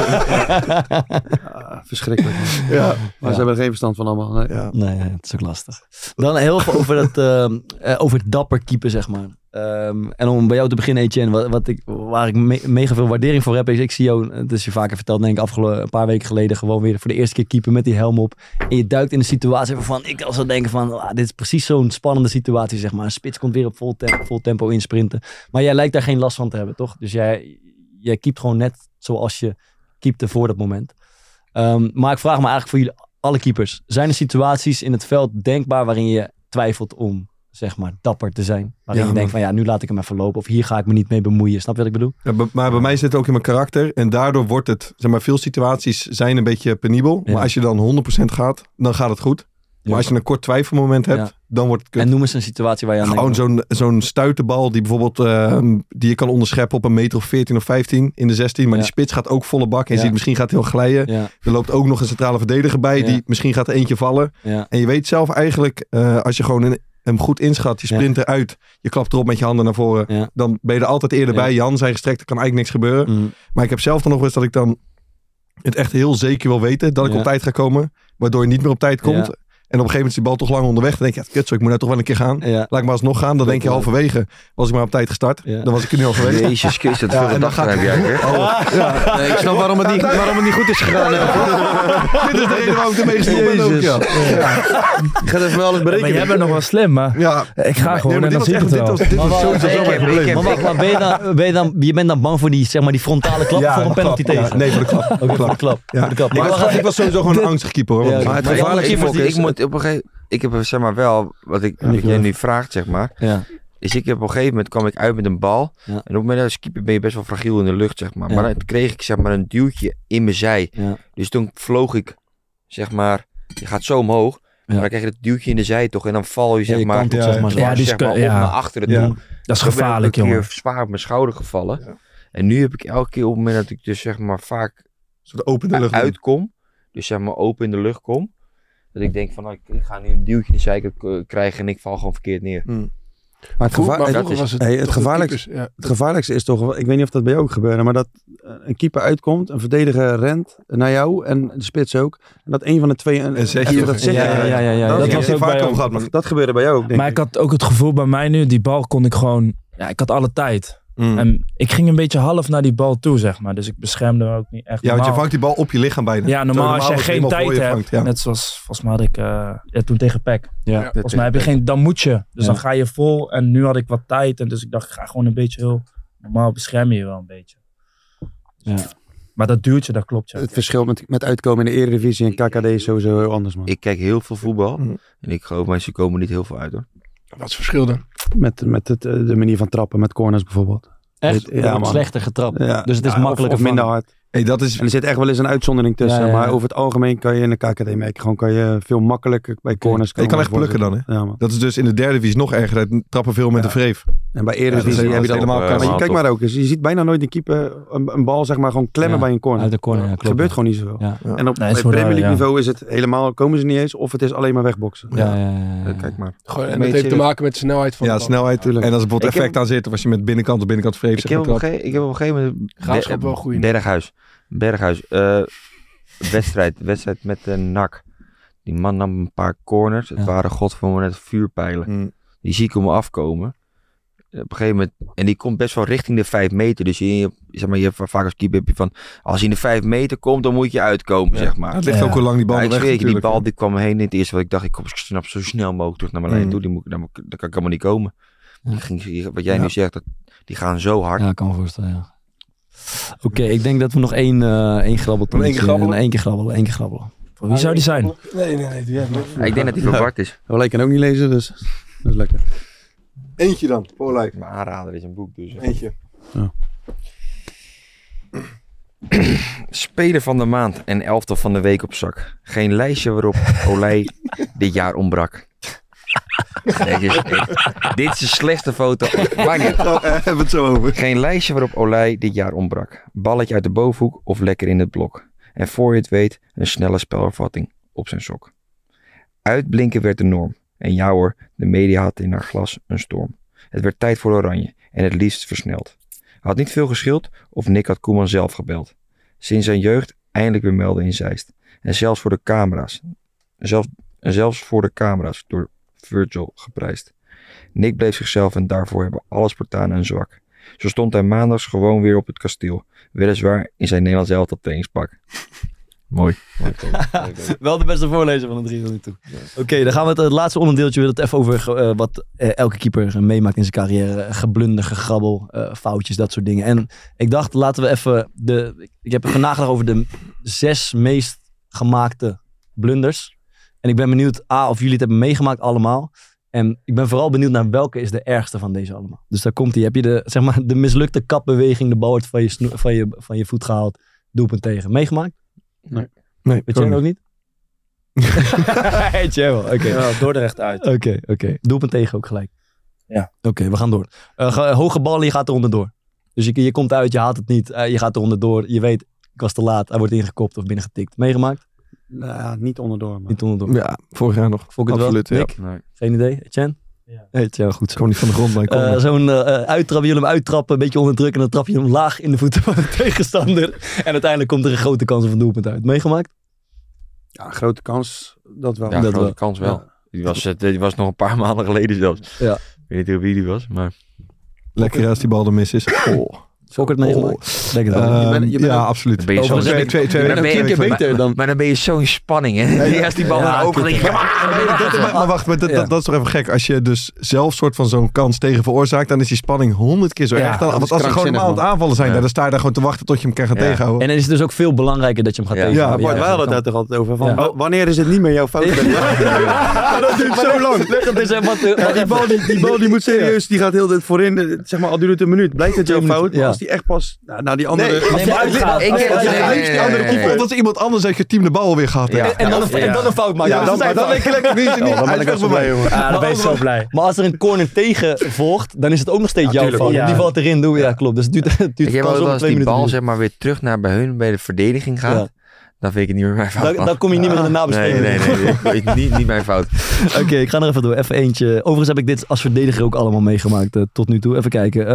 Verschrikkelijk. Ja. Maar ze hebben er geen verstand van allemaal. Nee, het is ook lastig. Dan heel veel over het dapper keeper, zeg maar. En om bij jou te beginnen, Etienne, waar ik mega veel waardering voor heb, is ik zie jou, het is je vaker verteld, denk ik, een paar weken geleden gewoon weer voor de eerste keer keeper met die helm op. En je duikt in een situatie waarvan ik al zou denken van, dit is precies zo'n spannende situatie, zeg maar. Een spits komt weer op vol tempo insprinten. Maar jij lijkt daar geen last van te hebben, toch? Dus jij keept gewoon net zoals je keepte voor dat moment. Maar ik vraag me eigenlijk voor jullie, alle keepers, zijn er situaties in het veld denkbaar waarin je twijfelt om, zeg maar, dapper te zijn? Waarin je denkt van, nu laat ik hem even lopen of hier ga ik me niet mee bemoeien. Snap je wat ik bedoel? Ja, maar bij mij zit het ook in mijn karakter en daardoor wordt het, zeg maar, veel situaties zijn een beetje penibel. Ja. Maar als je dan 100% gaat, dan gaat het goed. Maar als je een kort twijfelmoment hebt, dan wordt het kut. En noem eens een situatie waar je aan denkt. Gewoon zo'n stuitenbal die bijvoorbeeld die je kan onderscheppen op een meter of 14 of 15 in de 16. Maar die spits gaat ook volle bak. En je ziet, misschien gaat hij heel glijden. Ja. Er loopt ook nog een centrale verdediger bij. Die misschien gaat er eentje vallen. Ja. En je weet zelf eigenlijk, als je gewoon hem goed inschat, je sprint eruit, je klapt erop met je handen naar voren. Dan ben je er altijd eerder bij. Je handen zijn gestrekt, er kan eigenlijk niks gebeuren. Maar ik heb zelf dan nog eens dat ik dan het echt heel zeker wil weten. Dat ik op tijd ga komen. Waardoor je niet meer op tijd komt. En op een gegeven moment is die bal toch lang onderweg. Dan denk je, ja, kut zo, ik moet nou toch wel een keer gaan. Ja. Laat ik maar alsnog gaan. Dan denk je halverwege, was ik maar op tijd gestart. Ja. Dan was ik er nu al geweest. Jezus Christus, dat veel gedachten heb jij. Nee, ik snap waarom het niet goed is gegaan. Dit is de reden waarom ik ermee gestopt ben ook. Ja. Ik ga even alles Maar berekenen. jij bent nog wel slim, maar Ja. ik ga gewoon Nee, en maar dan zie ik het wel. dit was sowieso zo mijn probleem. Maar wacht, maar je bent dan bang voor die, zeg maar, die frontale klap voor een penalty klap. tegen? Ja, nee, voor de klap. Oké, voor de klap. Ja. Voor de klap. Ik was sowieso gewoon een angstig keeper hoor. Ja, Want- Maar het Maar gevaarlijke ik moet is... op een gegeven ik heb zeg maar wel, wat jij nu vraagt zeg maar, Ja. is ik heb op een gegeven moment kwam ik uit met een bal. Ja. En op het moment als keeper ben je best wel fragiel in de lucht zeg maar. Ja. Maar dan kreeg ik zeg maar een duwtje in mijn zij. Ja. Dus toen vloog ik zeg maar, je gaat zo omhoog. Maar dan krijg je dat duwtje in de zij toch en dan val je zeg je maar, kantelt, zeg maar, zo. Ja, die zeg maar op ja. naar achteren Ja. toe. Dat is Dan ben ik gevaarlijk, een keer jongen. zwaar op mijn schouder gevallen. En nu heb ik elke keer op het moment dat ik dus zeg maar vaak Zo de open de lucht. uitkom, dus zeg maar open in de lucht kom, dat ik denk van nou, ik ga nu een duwtje in de zijkant krijgen en ik val gewoon verkeerd neer. Maar het, Maar het, vroeger was het hey, het toch de gevaarlijkste... keepers, ja. Het gevaarlijkste is toch, ik weet niet of dat bij jou ook gebeurde, maar dat een keeper uitkomt, een verdediger rent naar jou en de spits ook. En dat een van de twee Een zetje. dat zetje. Ja. Dat Dat Ik heb was die ook vaak bij al ons. gehad. Maar Dat gebeurde bij jou ook, denk Maar ik had ook het gevoel bij mij nu, die bal kon ik gewoon... Ja, ik had alle tijd. En ik ging een beetje half naar die bal toe, zeg maar. Dus ik beschermde hem ook niet echt. Ja, want je Normaal- vangt die bal op je lichaam bijna. Ja, normaal als jij was het geen helemaal voor tijd je hebt, vangt, ja. net zoals volgens mij had ik toen tegen PEC. Ja. Volgens mij heb je geen, dan moet je. Dus Ja. dan ga je vol en nu had ik wat tijd. En dus ik dacht, ik ga gewoon een beetje heel normaal bescherm je wel een beetje. Ja. Maar dat duwtje, dat klopt ja. Het verschil met uitkomen in de Eredivisie en KKD is sowieso heel anders, man. Ik kijk heel veel voetbal en ik geloof mij, ze komen niet heel veel uit hoor. Wat is het verschil dan? Met de manier van trappen, met corners bijvoorbeeld. Echt? Ja, Ja, man. slechter getrapt. Ja. Dus het is Ja, makkelijker of minder vangen. hard. Hey, dat is... En er zit echt wel eens een uitzondering tussen. Ja, ja, ja. Maar over het algemeen kan je in de KKD merken. Gewoon kan je veel makkelijker bij corners Je kan komen. echt plukken dan, hè? Ja, man. Dat is dus in de derde divisie nog erger. Dat trappen veel met de vreef. En bij Ja, dat Eredivisie is heb je dat helemaal Maar je kast. kijk maar ook eens. Je ziet bijna nooit een keeper een bal zeg maar gewoon klemmen Ja, bij een corner. Uit de corner, ja, Het klopt. gebeurt gewoon niet zoveel. Ja. En op Nee, is bij voor de- Premier League ja. niveau is het helemaal, komen ze niet eens. Of het is alleen maar wegboksen. Ja. Kijk maar. Gewoon, en Een dat heeft beetje- te maken met de snelheid van Ja, de bal. snelheid. tuurlijk. En als er bijvoorbeeld Ik heb- effect aan zit, of als je met binnenkant of binnenkant vreef Ik zeg heb, maar op een trapt. gegeven, ik heb op een gegeven moment... Graafschap wel goed. Berghuis. Wedstrijd met de NAC. Die man nam een paar corners. Het Ja. waren godverdomme net vuurpijlen. Mm. Die zie ik om me afkomen. Op een gegeven moment... En die komt best wel richting de 5 meter. Dus zeg maar, je hebt vaak als keeper heb je van... Als hij in de 5 meter komt, dan moet je uitkomen, zeg maar. Het ligt Ja. ook hoe lang die bal Ja, ik weg zweer je, die natuurlijk. bal die kwam heen in het eerste wat ik dacht, ik kom snap zo snel mogelijk terug naar mijn lijn Mm. toe. Dan kan ik helemaal niet komen. Ja. Die ging, wat jij nu zegt, die gaan zo hard. Ja, ik kan me voorstellen, ja. Oké, ik denk dat we nog één grabbeltonnetje... Eén keer grabbelen? Eén keer grabbelen. Voor wie zou die zijn? Nee, doe jij maar. Ja, ik denk dat hij verward is. Wel, ik kan ook niet lezen, dus dat is lekker. Eentje dan, Polij. Mijn aanrader is een boek dus. Eentje. Speler van de maand en elftal van de week op zak. Geen lijstje waarop Olij dit jaar ontbrak. Dit is de slechtste foto. Maar niet. Hebben we het zo over. Geen lijstje waarop Olij dit jaar ontbrak. Balletje uit de bovenhoek of lekker in het blok. En voor je het weet, een snelle spelvervatting op zijn sok. Uitblinken werd de norm. En ja hoor, de media had in haar glas een storm. Het werd tijd voor Oranje en het liefst versneld. Had niet veel geschild of Nick had Koeman zelf gebeld. Sinds zijn jeugd eindelijk weer melden in Zeist. En zelfs voor de camera's. Zelfs voor de camera's door Virgil geprijsd. Nick bleef zichzelf en daarvoor hebben alle Spartanen een zwak. Zo stond hij maandags gewoon weer op het kasteel. Weliswaar in zijn Nederlands elftal trainingspak. Mooi. Wel de beste voorlezer van de 3 tot nu toe. Oké, dan gaan we het laatste onderdeeltje weer het even over wat elke keeper meemaakt in zijn carrière. Geblunder, gegrabbel, foutjes, dat soort dingen. En ik dacht, laten we even ik heb even nagedacht over de 6 meest gemaakte blunders. En ik ben benieuwd, of jullie het hebben meegemaakt allemaal. En ik ben vooral benieuwd naar welke is de ergste van deze allemaal. Dus daar komt hij. Heb je de mislukte kapbeweging, de bal wordt van je voet gehaald, doelpunt tegen. Meegemaakt? Nee. Weet jij ook niet? Weet jij wel, oké. Ja, Dordrecht uit. Oké. Doelpunt tegen ook gelijk. Ja. Oké, we gaan door. Hoge bal, je gaat er onderdoor. Dus je komt uit, je haalt het niet. Je gaat er onderdoor. Je weet, ik was te laat. Hij wordt ingekopt of binnengetikt. Meegemaakt? Nou, niet onderdoor. Maar. Niet onderdoor. Ja, vorig jaar nog. Vond ik het Absoluut, wel? ja. Nick? Nee. Geen idee? Etienne? Ja. Etienne, goed zo. Gewoon niet van de grond, maar ik kom er. Zo'n uittrap, je wil hem uittrappen, een beetje onder druk en dan trap je hem laag in de voeten van de tegenstander. En uiteindelijk komt er een grote kans op een doelpunt uit. Meegemaakt? Ja, grote kans, dat wel. Ja, Dat grote wel. kans wel. Die was nog een paar maanden geleden zelfs. Ja. Ik weet niet wie die was, maar... Lekker als die bal er mis is. Fokker het meegemaakt? Denk het wel. Ja, absoluut. Dan ben je zo... Overigens heb ik- Maar dan ben je- een keer beter dan... Maar dan ben je zo in spanning, hè? Als die bal naar ogen ligt. Maar wacht, maar dat is toch even gek. Als je dus zelf soort van zo'n kans tegen veroorzaakt, dan is die spanning 100 keer zo Ja, erg. dat Want is als ze gewoon krankzinnig, normaal aan het aanvallen zijn, dan sta je daar gewoon te wachten tot je hem kan gaan Ja. tegenhouden. En dan is het dus ook veel belangrijker dat je hem gaat Ja. tegenhouden. Bart, wij hadden het dat daar toch altijd over. Van, Ja. wanneer is het niet meer jouw fout? Dat duurt zo lang. Dat is wat Die bal die moet serieus, die gaat heel de tijd voorin. Zeg maar, al duurt het een minuut. Blijkt het jouw 2 fout? minuten, Maar ja. als die echt pas naar die andere... Nee, maar uitgaat. Die andere keeper, omdat iemand anders uit je team de bal alweer gehad heeft. Ja. En dan een fout maken. Ja, dan ben ik lekker niet. Dan ben ik echt zo blij, jongen. Ja, dan ben je zo blij. Maar als er een corner tegen volgt, dan is het ook nog steeds jouw tuurlijk. fout. Ja. Die valt erin, doe ja, klopt. Dus het duurt Ik heb kan wel zo als 2 die minuten bal duren. zeg maar weer terug naar bij hun, bij de verdediging gaat. Ja. Dan vind ik het niet meer mijn fout. Dan kom je niet meer in de nabespreking. Nee. Niet mijn fout. Oké, ik ga er even door. Even eentje. Overigens heb ik dit als verdediger ook allemaal meegemaakt tot nu toe. Even kijken.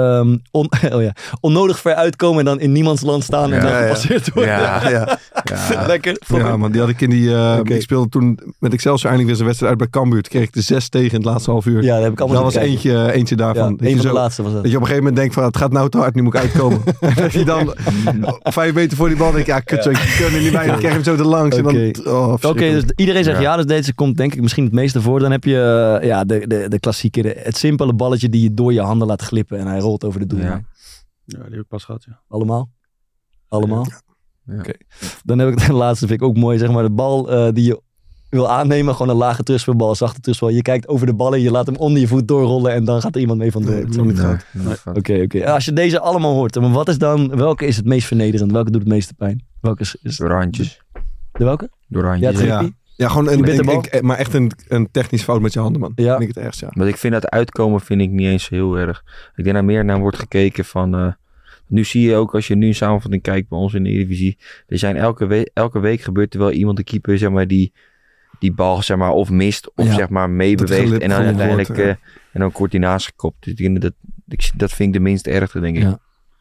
Onnodig ver uitkomen en dan in niemands land staan en dan gepasseerd worden. Ja. Lekker. Ja, man, die had ik in die... Ik speelde toen met Excelsior eindelijk weer zijn wedstrijd uit bij Cambuur. Toen kreeg ik de 6 tegen in het laatste half uur. Ja, dat heb ik allemaal Dat was eentje daarvan. Ja, Dat je een van de zo- laatste was dat. Dat je op een gegeven moment denkt van, het gaat nou te hard, nu moet ik uitkomen. En dat je dan 5 meter voor die bal denkt, ja, kut, zo, je kunt er niet bij. Dan krijg je hem zo te langs. En dan, Oké, dus iedereen zegt Ja. dus deze komt denk ik misschien het meeste voor. Dan heb je de klassieke, het simpele balletje die je door je handen laat glippen en hij rolt over de doellijn. Ja. Ja, die heb ik pas gehad, ja. Allemaal? Allemaal? Ja. Oké. Dan heb ik de laatste, vind ik ook mooi, zeg maar, de bal die je wil aannemen, gewoon een lage terugspelbal, zachte terugspel. Je kijkt over de bal en je laat hem onder je voet doorrollen en dan gaat er iemand mee vandoor. Nee, dat is niet goed. Oké. Als je deze allemaal hoort, maar wat is dan, welke is het meest vernederend? Welke doet het meeste pijn? Welke is Door handjes. de welke? Door Ja, handjes. het Ja. trippie? Ja, gewoon Die bitterbal? maar echt een technisch fout met je handen, man. Ja. Vind ik het ergst, ja. Maar ik vind dat uitkomen vind ik niet eens heel erg. Ik denk dat meer naar wordt gekeken van... nu zie je ook als je nu een samenvatting kijkt bij ons in de Eredivisie. Er zijn elke week gebeurt er wel iemand, de keeper, zeg maar, die bal zeg maar, of mist of Ja. zeg maar meebeweegt. gelip En dan gelopen uiteindelijk wordt, en dan wordt hij naast gekopt. Dus ik denk dat vind ik de minst ergste, denk ik. Ja.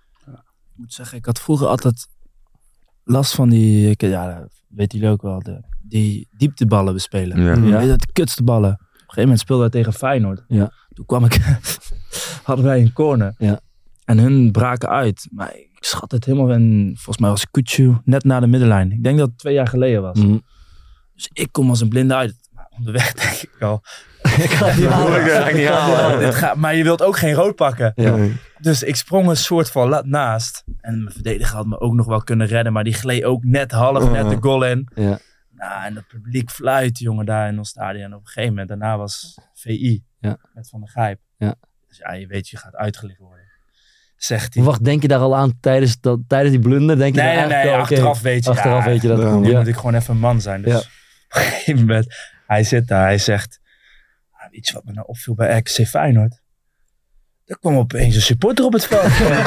Ik moet zeggen, ik had vroeger altijd last van die, ja, dat weten jullie ook wel, die diepteballen bespelen. Ja. Ja. Weet je dat, de kutste ballen. Op een gegeven moment speelde wij tegen Feyenoord. Ja. Toen hadden wij een corner. Ja. En hun braken uit. Maar ik schat het helemaal in, volgens mij was Kutsu net na de middenlijn. Ik denk dat het 2 jaar geleden was. Mhm. Dus ik kom als een blinde uit. Maar onderweg denk ik al. Ik ga het niet halen. Maar je wilt ook geen rood pakken. Ja. Dus ik sprong een soort van lat naast. En mijn verdediger had me ook nog wel kunnen redden. Maar die gleed ook net half net de goal in. Ja. Nou, en het publiek fluit, jongen, daar in ons stadion. En op een gegeven moment, daarna was VI. Ja. Met Van der Gijp. Ja. Dus ja, je weet, je gaat uitgelicht worden. Zegt hij. Wacht, denk je daar al aan tijdens die blunder? Denk je Nee, daar nee, eigenlijk, oké, achteraf weet je. Achteraf weet je dat. Ja, Nu Ja. moet ik gewoon even een man zijn. Dus Ja. op een gegeven moment, hij zit daar, hij zegt... Weet je wat me nou opviel bij RKC Feyenoord? Er kwam opeens een supporter op het veld.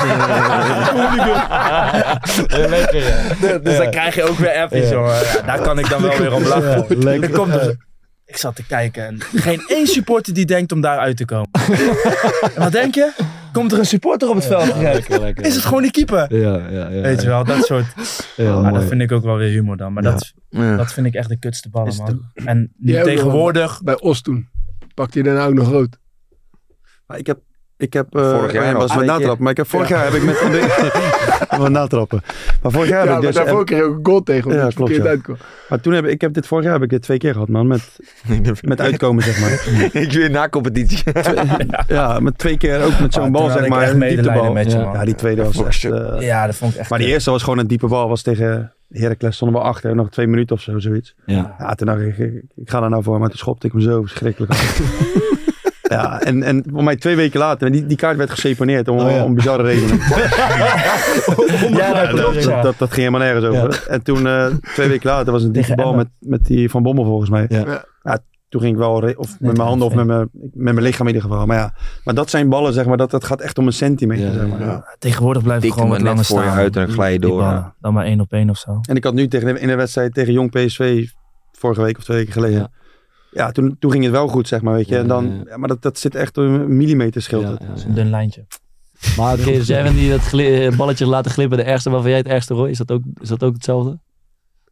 Dus dan krijg je ook weer appjes, jongen. Ja, daar kan ik dan wel weer om lachen. lekker. Er komt dus- ik zat te kijken en geen één supporter die denkt om daar uit te komen. En wat denk je? Komt er een supporter op het veld gereden? Lekker. Is het gewoon die keeper? Ja. Weet je wel, dat soort... Ja, Maar dat mooi. vind ik ook wel weer humor dan. Maar dat vind ik echt de kutste ballen, Is man. En nu Jij ook tegenwoordig... Bij Os toen. Pakte je daarna ook nog rood. Maar ik heb Vorig jaar nog. was met Weet je- natrappen. Maar ik heb vorig jaar heb ik met met natrappen. Maar vorig jaar heb Ja, ik maar dus... daarvoor kreeg je ook een goal tegen. Omdat Ja, je klopt, verkeerd ja. uitkwam. Maar toen heb dit vorig jaar heb ik dit 2 keer gehad, man. Met uitkomen, zeg maar. Ik weer na competitie. Ja, met 2 keer ook met zo'n bal, zeg maar. Een dieptebal. met je, Ja. man. Ja, die tweede was echt... Ja, dat vond ik echt... Maar die eerste was gewoon een diepe bal. Was tegen Heracles, stonden we achter. Nog 2 minuten of zo, zoiets. Ja. Ja, toen dacht ik ga daar nou voor. Maar toen schopte ik hem zo verschrikkelijk af. Ja, en voor mij 2 weken later, die kaart werd geseponeerd om bizarre redenen. Dat ging helemaal nergens over. En toen, 2 weken later, was een diepe bal met die Van Bommel volgens mij. Ja. Toen ging ik wel, of met mijn handen of met mijn lichaam in ieder geval. Maar dat zijn ballen, zeg maar, dat gaat echt om een centimeter. Ja, zeg maar. ja. Tegenwoordig blijf ik Tik gewoon hem wat net langer voor je staan. uit en dan glij je Die door. ballen. Dan maar 1-op-1 of zo. En ik had nu in de wedstrijd tegen Jong PSV, vorige week of 2 weken geleden. Ja. Ja, toen ging het wel goed, zeg maar, weet je. En dan, maar dat zit echt een millimeter scheelt het. Dat is een dun lijntje. Maar oké, dus jij bent die dat balletje laten glippen, de ergste waarvan jij het ergste, Roy? Is dat ook hetzelfde?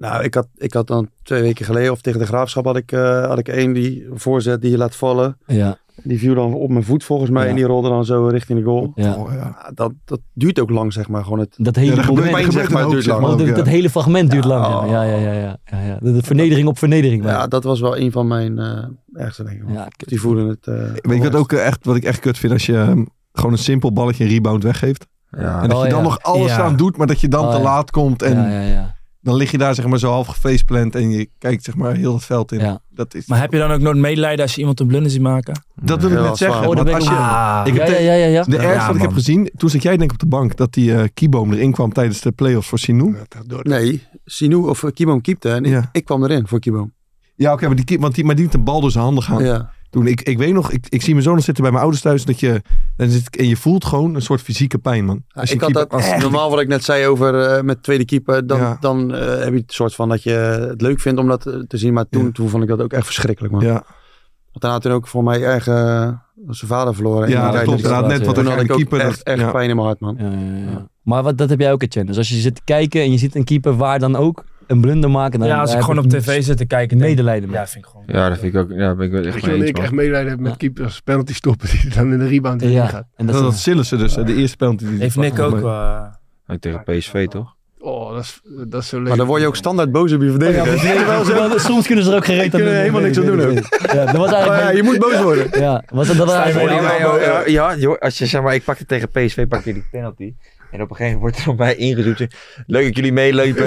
Nou, ik had dan 2 weken geleden, of tegen de Graafschap, had ik één die voorzet die je laat vallen. Ja. Die viel dan op mijn voet volgens mij en die rolde dan zo richting de goal. Ja. Dat duurt ook lang, zeg maar. Gewoon dat hele moment, zeg maar, duurt lang. Dat hele fragment duurt lang. Ja. De vernedering op vernedering. Ja, dat was wel een van mijn ergste dingen. Ja, die voelen het. Weet je wat ik echt kut vind? Als je gewoon een simpel balletje, een rebound weggeeft. Ja. En dat je dan nog alles aan doet, maar dat je dan te laat komt. En dan lig je daar zeg maar zo half gefaceplant en je kijkt zeg maar heel het veld in. Ja. Dat is... Maar heb je dan ook nooit medelijden als je iemand een blunder ziet maken? Dat wil ik net zeggen. Oh, want als je, de ergste wat ik heb gezien, toen zat jij denk ik op de bank, dat die Kieboom erin kwam tijdens de play-offs voor Sinou. Nee, Sinou of Kieboom keepte en ik kwam erin voor Kieboom. Ja, oké, maar die liet de bal door zijn handen gaan. Ja. Toen ik weet nog, ik zie mijn zoon zitten bij mijn ouders thuis, en je voelt gewoon een soort fysieke pijn, man. Normaal wat ik net zei over met tweede keeper, dan heb je het soort van dat je het leuk vindt om dat te zien. Maar toen vond ik dat ook echt verschrikkelijk, man. Ja. Want daarna toen ook voor mij erg zijn vader verloren. Ja, dat klopt. Toen had ik ook echt pijn in mijn hart, man. Ja. Maar dat heb jij ook, Etienne. Dus als je zit te kijken en je ziet een keeper waar dan ook een blunder maken. Dan als ik gewoon op tv zit te kijken. Medelijden. Ja, vind ik gewoon. Ja, dat vind ik ook. Ja, ben ik wel echt mee eens. Ik echt medelijden heb met keepers penalty stoppen die dan in de rebound erin gaat. En dat Sillissen dus, de eerste penalty. Heeft Nick ook. Tegen PSV toch? Oh, dat is zo leuk. Maar dan word je ook standaard boos op je verdediger. Soms kunnen ze er ook gereed aan doen. Helemaal niks aan doen ook. Ja, dat was eigenlijk je moet boos worden. Ja, was dat eigenlijk... Ja, joh, als je zeg maar, ik pakte tegen PSV, pak je die penalty. En op een gegeven moment wordt er op mij ingezoet. Leuk dat jullie meelopen.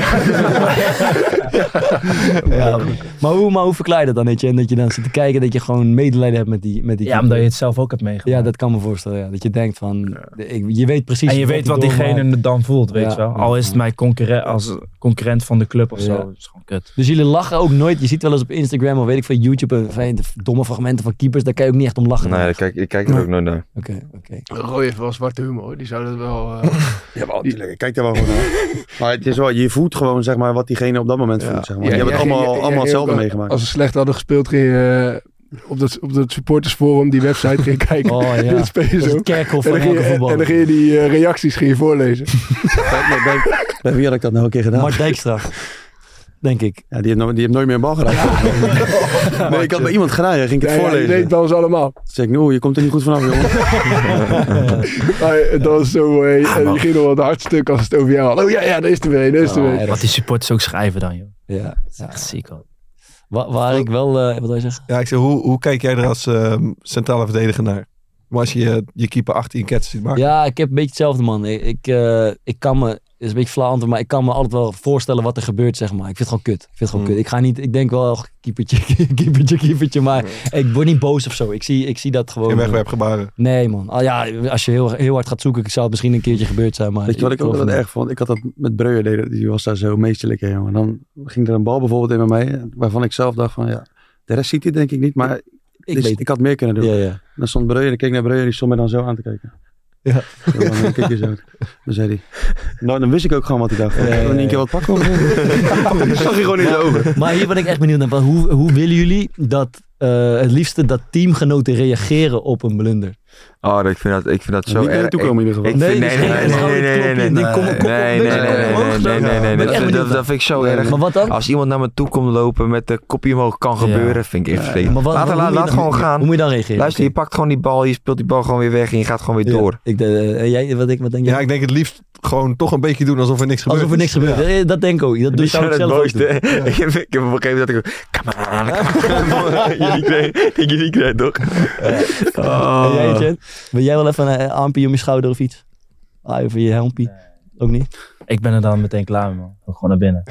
Maar hoe verklaar je dat dan, Etienne? Dat je dan zit te kijken, dat je gewoon medelijden hebt met die Ja, omdat je het zelf ook hebt meegemaakt. Ja, dat kan me voorstellen. Ja. Dat je denkt van, je weet precies... En je weet wat diegene dan voelt, weet je wel. Al is het mij als concurrent van de club of zo. Dat is gewoon kut. Dus jullie lachen ook nooit. Je ziet wel eens op Instagram of weet ik van YouTube domme fragmenten van keepers. Daar kan je ook niet echt om lachen. Nee, ik kijk er ook nooit naar. Oké. Roy heeft wel zwarte humor. Die zou dat wel... Ja, maar natuurlijk. Kijk daar wel gewoon naar. Maar het is wel, je voelt gewoon zeg maar wat diegene op dat moment voelt. Zeg maar. Je hebt het allemaal hetzelfde meegemaakt. Als ze slecht hadden gespeeld, ging je op dat supportersforum, die website, ging kijken. Oh ja, dat is het kerkhof van elke voetbal. En dan ging je die reacties voorlezen. Bij wie had ik dat nou een keer gedaan? Mart Dijkstra. Denk ik. Ja, die heeft nooit meer een bal geraakt. Nee, ik had bij iemand gedaan, ging ik het voorlezen. Je deed bij ons allemaal. Toen zei ik, je komt er niet goed vanaf, jongen. Dat was zo, je ging nog wat hartstuk als het over jou had. Oh ja, daar is er weer, Wat die supporters ook schrijven dan, joh. Ja. Dat is echt ziek, hoor. Waar ik wel, wat wil je zeggen? Ja, ik zeg, hoe kijk jij er als centrale verdediger naar? Maar als je keeper achter je ketsen ziet maken. Ja, ik heb een beetje hetzelfde, man. Ik kan me, het is een beetje flauw antwoord, maar ik kan me altijd wel voorstellen wat er gebeurt, zeg maar. Ik vind het gewoon kut. Ik ga niet, ik denk wel, keepertje, maar ik word niet boos of zo. Ik zie dat gewoon. Geen wegwerpgebaren. Nee, man. Als je heel hard gaat zoeken, zal het misschien een keertje gebeurd zijn. Maar weet je wat ik ook wel erg vond? Ik had dat met Breuer, die was daar zo meesterlijk, hè, jongen. Dan ging er een bal bijvoorbeeld in bij mij, waarvan ik zelf dacht van, de rest ziet hij denk ik niet, maar ik had meer kunnen doen. Ja. Dan stond Breuer, ik keek naar Breuer, die stond mij dan zo aan te kijken. Ja. Dan keek je zo. Dan zei hij. Nou, dan wist ik ook gewoon wat hij dacht. Dan in één keer wat pakken. Dat zag je gewoon in de ogen. Maar hier ben ik echt benieuwd naar. Hoe willen jullie dat het liefste dat teamgenoten reageren op een blunder? Oh, ik vind dat zo erg. Niet toekomen in ieder geval. Nee. Dat vind ik zo erg. Maar wat dan? Als iemand naar me toe komt lopen met de kopje omhoog, kan gebeuren, vind ik echt vervelend. Laat gewoon gaan. Hoe moet je dan reageren? Luister, je pakt gewoon die bal, je speelt die bal gewoon weer weg en je gaat gewoon weer door. Wat denk je? Ja, ik denk het liefst gewoon toch een beetje doen alsof er niks gebeurt. Alsof er niks gebeurt. Dat denk ik ook. Dat doe je ook zelf ook doen. Ik heb op een gegeven moment dat ik jullie krijgen toch? Wil jij wel even een armpje om je schouder of iets? Over je helmpje? Ook niet? Ik ben er dan meteen klaar mee, man. Gewoon naar binnen.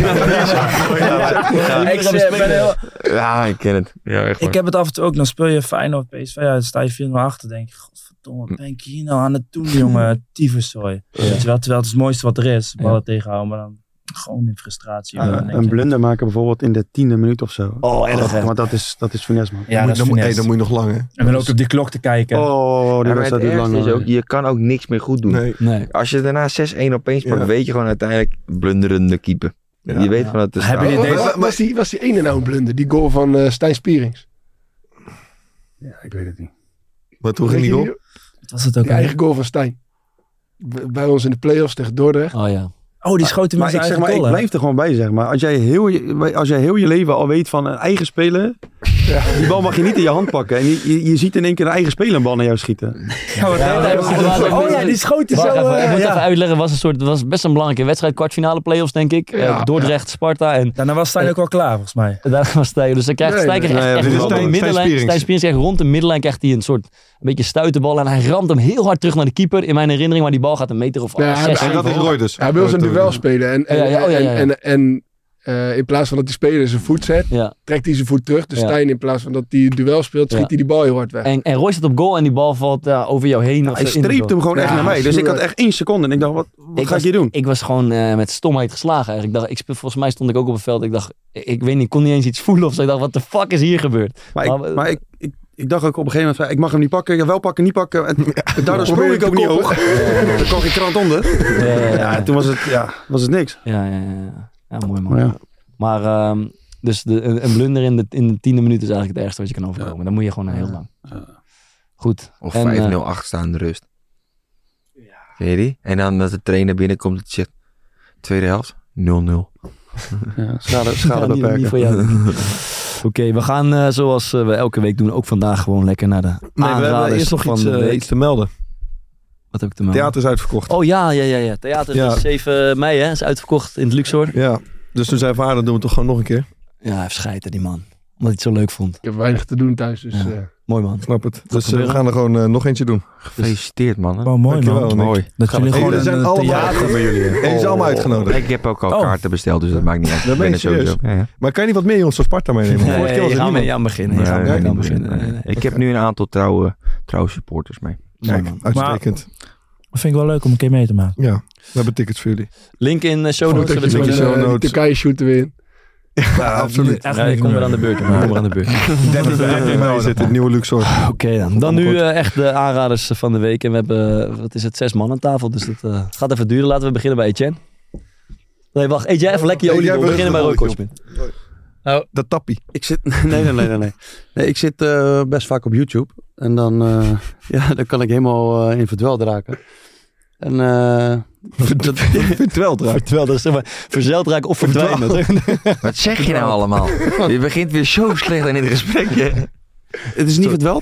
Ja, ik ken het. Ja, echt ik heb het af en toe ook. Dan speel je Feyenoord PSV. Ja, dan sta je 4-0 achter. Dan denk je, godverdomme, wat ben ik hier nou aan het doen, jongen? Tyfuszooi. Weet je wel, terwijl het mooiste wat er is. Ballen tegenhouden, maar dan gewoon in frustratie. Een blunder maken bijvoorbeeld in de 10e minuut of zo. Oh, erg. Maar dat is finesse, man. Ja, dat is finesse. Dan moet je nog lang, hè? En dan ook op die klok te kijken. Oh, die wedstrijd duurt lang. Ook, je kan ook niks meer goed doen. Nee. Als je daarna 6-1 opeens pakt, weet je gewoon uiteindelijk blunderende keeper. Ja. Je weet gewoon dat het was die ene nou een blunder? Die goal van Stijn Spierings? Ja, ik weet het niet. Maar toen ging die goal? Wat was het ook? Die eigen goal van Stijn. Bij ons in de play-offs tegen Dordrecht. Oh ja. Oh, die schoten met zijn eigen ik goal, hè? blijf er gewoon bij, zeg maar. Als jij heel je leven al weet van een eigen speler, die bal mag je niet in je hand pakken. En je ziet in één keer een eigen speler een bal naar jou schieten. Die schoot hij Wacht zo... even, ik moet even uitleggen. Het was best een belangrijke wedstrijd. Kwartfinale playoffs, denk ik. Dordrecht, Sparta. En Daarna was Stijn ook wel klaar, volgens mij. daar was Stijn. Dus dan krijgt Stijn echt rond de middenlijn. Stijn Spierings krijgt rond de middenlijn krijgt hij een beetje stuitenbal. En hij ramt hem heel hard terug naar de keeper. In mijn herinnering, maar die bal gaat een meter of 6. En dat is Roy dus. Hij wil zijn duel spelen. En in plaats van dat hij speler zijn voet zet, trekt hij zijn voet terug. Dus Stijn, in plaats van dat hij het duel speelt, schiet hij die bal heel hard weg. En Roy staat op goal en die bal valt over jou heen. Hij streept hem gewoon echt naar mij. Dus ik had echt 1 seconde en ik dacht, wat ga ik hier doen? Ik was gewoon met stomheid geslagen eigenlijk. Volgens mij stond ik ook op het veld. Ik dacht, ik weet niet, ik kon niet eens iets voelen of zo. Ik dacht, wat de fuck is hier gebeurd? Maar ik dacht ook op een gegeven moment, ik mag hem niet pakken. Ja, wel pakken, niet pakken. En daardoor sprong ik ook niet hoog. Dan kwam ik krant onder. Toen was het niks. Ja, mooi man. Ja. Maar dus een blunder in de 10e minuut is eigenlijk het ergste wat je kan overkomen. Dan moet je gewoon heel lang. Goed. Of 5-0 achterstaande rust. Weet je die? En dan dat de trainer binnenkomt en zegt, tweede helft, 0-0. Ja, schade beperken. Niet voor jou. Oké, we gaan zoals we elke week doen, ook vandaag gewoon lekker naar de aanraders. We hebben eerst nog iets te melden. Wat heb ik te melden? Theater is uitverkocht. Oh ja. Theater is 7 mei, hè? Is uitverkocht in het Luxor. Ja, dus toen zei vader, doen we het toch gewoon nog een keer. Ja, hij heeft scheiden, die man. Omdat hij het zo leuk vond. Ik heb weinig te doen thuis, dus... Mooi man. Snap het. Dus we gaan er gewoon nog eentje doen. Gefeliciteerd man. Oh, mooi man. Mooi. Dat jullie gewoon er zijn allemaal theater bij jullie. En die is allemaal uitgenodigd. Ik heb ook al kaarten besteld, dus dat maakt niet uit. Dat ben je serieus. Ja. Maar kan je niet wat meer jongens van Sparta meenemen? Nee, gaan we aan beginnen. Ik heb nu een aantal trouwe supporters mee. Kijk, uitstekend. Dat vind ik wel leuk om een keer mee te maken. Ja, we hebben tickets voor jullie. Link in de show notes. Turkije shooten we in. Ja, absoluut. Ik kom weer aan de beurt. Wij zitten het nieuwe Luxor. Oké, dan nu echt de aanraders van de week. En we hebben, 6 man aan tafel. Dus dat gaat even duren. Laten we beginnen bij Etienne. Nee, wacht. Eet jij even lekker je olie. We beginnen bij Roy Kortsmit. Nou, dat tappie. Ik zit... Nee. Ik zit best vaak op YouTube. En dan kan ik helemaal in verdwaald raken. En... Verdwaald raken. Dat is zeg maar verzeild raken of verdwijnen. Wat zeg je nou allemaal? Je begint weer zo slecht in dit gesprek. Het is niet verdwaald?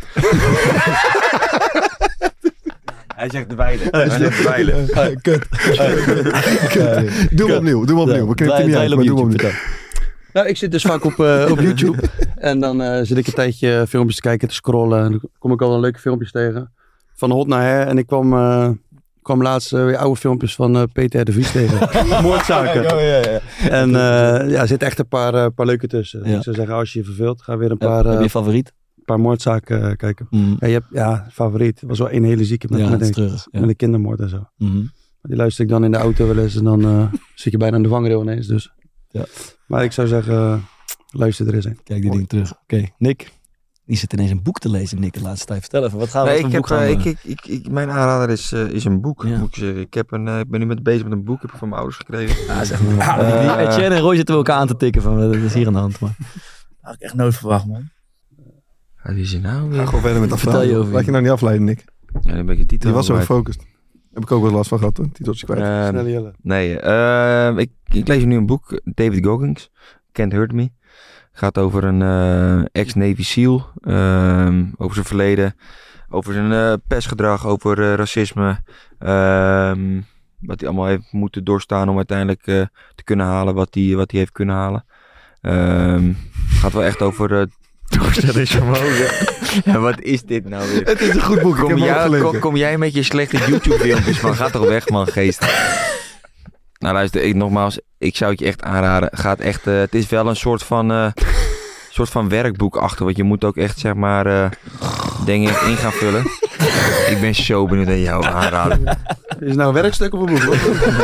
Hij zegt dweilen. Kut. Doe hem opnieuw. We knippen hem niet uit, maar doe hem opnieuw. Nou, ik zit dus vaak op YouTube. En dan zit ik een tijdje filmpjes te kijken, te scrollen. En dan kom ik al een leuke filmpjes tegen. Van hot naar her. En ik kwam laatst weer oude filmpjes van Peter de Vries tegen. Moordzaken. En er zitten echt een paar leuke tussen. Ja. Ik zou zeggen, als je je verveelt, ga weer een paar... heb je favoriet? Een paar moordzaken kijken. Ja, je hebt, favoriet. Het was wel één hele zieke met een kindermoord en zo. Die luister ik dan in de auto wel eens. En dan zit je bijna aan de vangrail ineens. Dus. Ja. Maar ik zou zeggen, luister er eens een. Kijk die ding terug. Oké, Nick. Die zit ineens een boek te lezen, Nick, de laatste tijd. Vertel even, wat gaan we boek gaan... Mijn aanrader is een boek, moet ik zeggen. Ik ben nu bezig met een boek, heb ik van mijn ouders gekregen. Zeg maar. Etienne en Roy zitten elkaar aan te tikken van, dat is hier aan de hand. Maar. Dat had ik echt nooit verwacht, man. Wie is er nou? Ga gewoon verder met afvragen. Laat je nou niet afleiden, Nick. Ja, dan ben ik de titel. Die was zo gefocust. Heb ik ook wel last van gehad, hoor. Titeltje kwijt. Snelle Jelle. Nee, ik lees nu een boek, David Goggins, Can't Hurt Me. Gaat over een ex-Navy SEAL, over zijn verleden, over zijn pestgedrag, over racisme. Wat hij allemaal heeft moeten doorstaan om uiteindelijk te kunnen halen wat hij heeft kunnen halen. Gaat wel echt over doorzettingsvermogen. Ja, wat is dit nou weer? Het is een goed boek, kom jij met je slechte YouTube filmpjes, man. Ga toch weg, man, geest. Nou luister, nogmaals, ik zou het je echt aanraden. Het is wel een soort van werkboek achter. Want je moet ook echt, zeg maar, dingen in gaan vullen. Ik ben zo benieuwd naar jouw aanraden. Is het nou een werkstuk of een boek?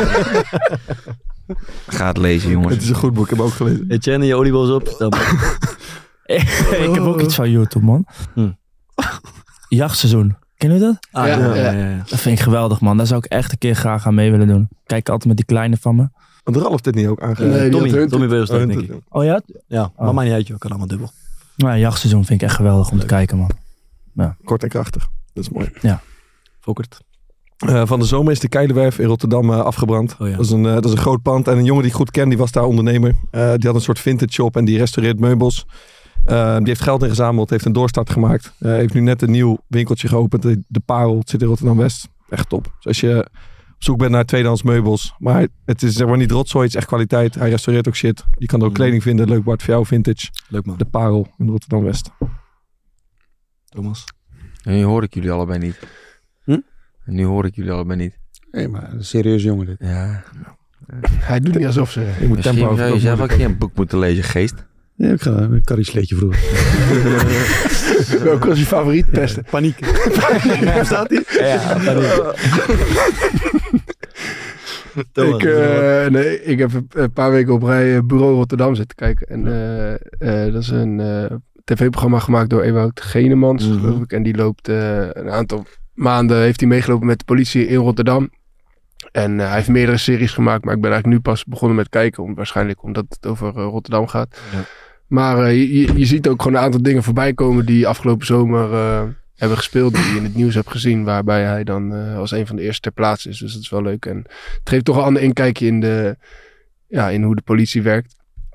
Ga het lezen, jongens. Het is een goed boek, ik heb hem ook gelezen. Etienne, je oliebol is op. Ik heb ook iets van YouTube, man. Jachtseizoen. Ken je dat? Ja. Dat vind ik geweldig, man. Daar zou ik echt een keer graag aan mee willen doen. Kijk altijd met die kleine van me. Want Ralf dit niet ook aangegeven? Nee, Tommy Beulstedt, denk ik. Oh ja? Ja, maar mij niet uit, joh. Kan allemaal dubbel. Nou, jachtseizoen vind ik echt geweldig om te kijken, man. Ja. Kort en krachtig. Dat is mooi. Ja. Fokkert. Van de zomer is de Keilerwerf in Rotterdam afgebrand. Oh ja. Dat is een groot pand. En een jongen die ik goed ken, die was daar ondernemer. Die had een soort vintage shop en die restaureert meubels. Die heeft geld ingezameld, heeft een doorstart gemaakt. Heeft nu net een nieuw winkeltje geopend. De Parel, het zit in Rotterdam-West. Echt top. Dus als je op zoek bent naar tweedehands meubels. Maar het is zeg maar niet rotzooi, het is echt kwaliteit. Hij restaureert ook shit. Je kan er ook kleding vinden. Leuk Bart, voor jou vintage. Leuk man. De Parel in Rotterdam-West. Thomas? En nu hoor ik jullie allebei niet. Nee, maar een serieus jongen dit. Ja. Hij doet niet alsof ze... Je moet tempo Misschien zou je over. zelf ook een boek moeten lezen, geest. Ja, ik ga een karriesleetje vroeger. Welke was je favoriet pesten? Paniek. Staat die? Ja, Ik heb een paar weken op rij Bureau Rotterdam zitten kijken. En dat is een tv-programma gemaakt door Ewout Genemans, geloof ik. En die loopt een aantal maanden, heeft hij meegelopen met de politie in Rotterdam. En hij heeft meerdere series gemaakt, maar ik ben eigenlijk nu pas begonnen met kijken. Waarschijnlijk omdat het over Rotterdam gaat. Ja. Maar je ziet ook gewoon een aantal dingen voorbij komen die afgelopen zomer hebben gespeeld. Die je in het nieuws hebt gezien. Waarbij hij dan als een van de eerste ter plaatse is. Dus dat is wel leuk. En het geeft toch een ander inkijkje in hoe de politie werkt.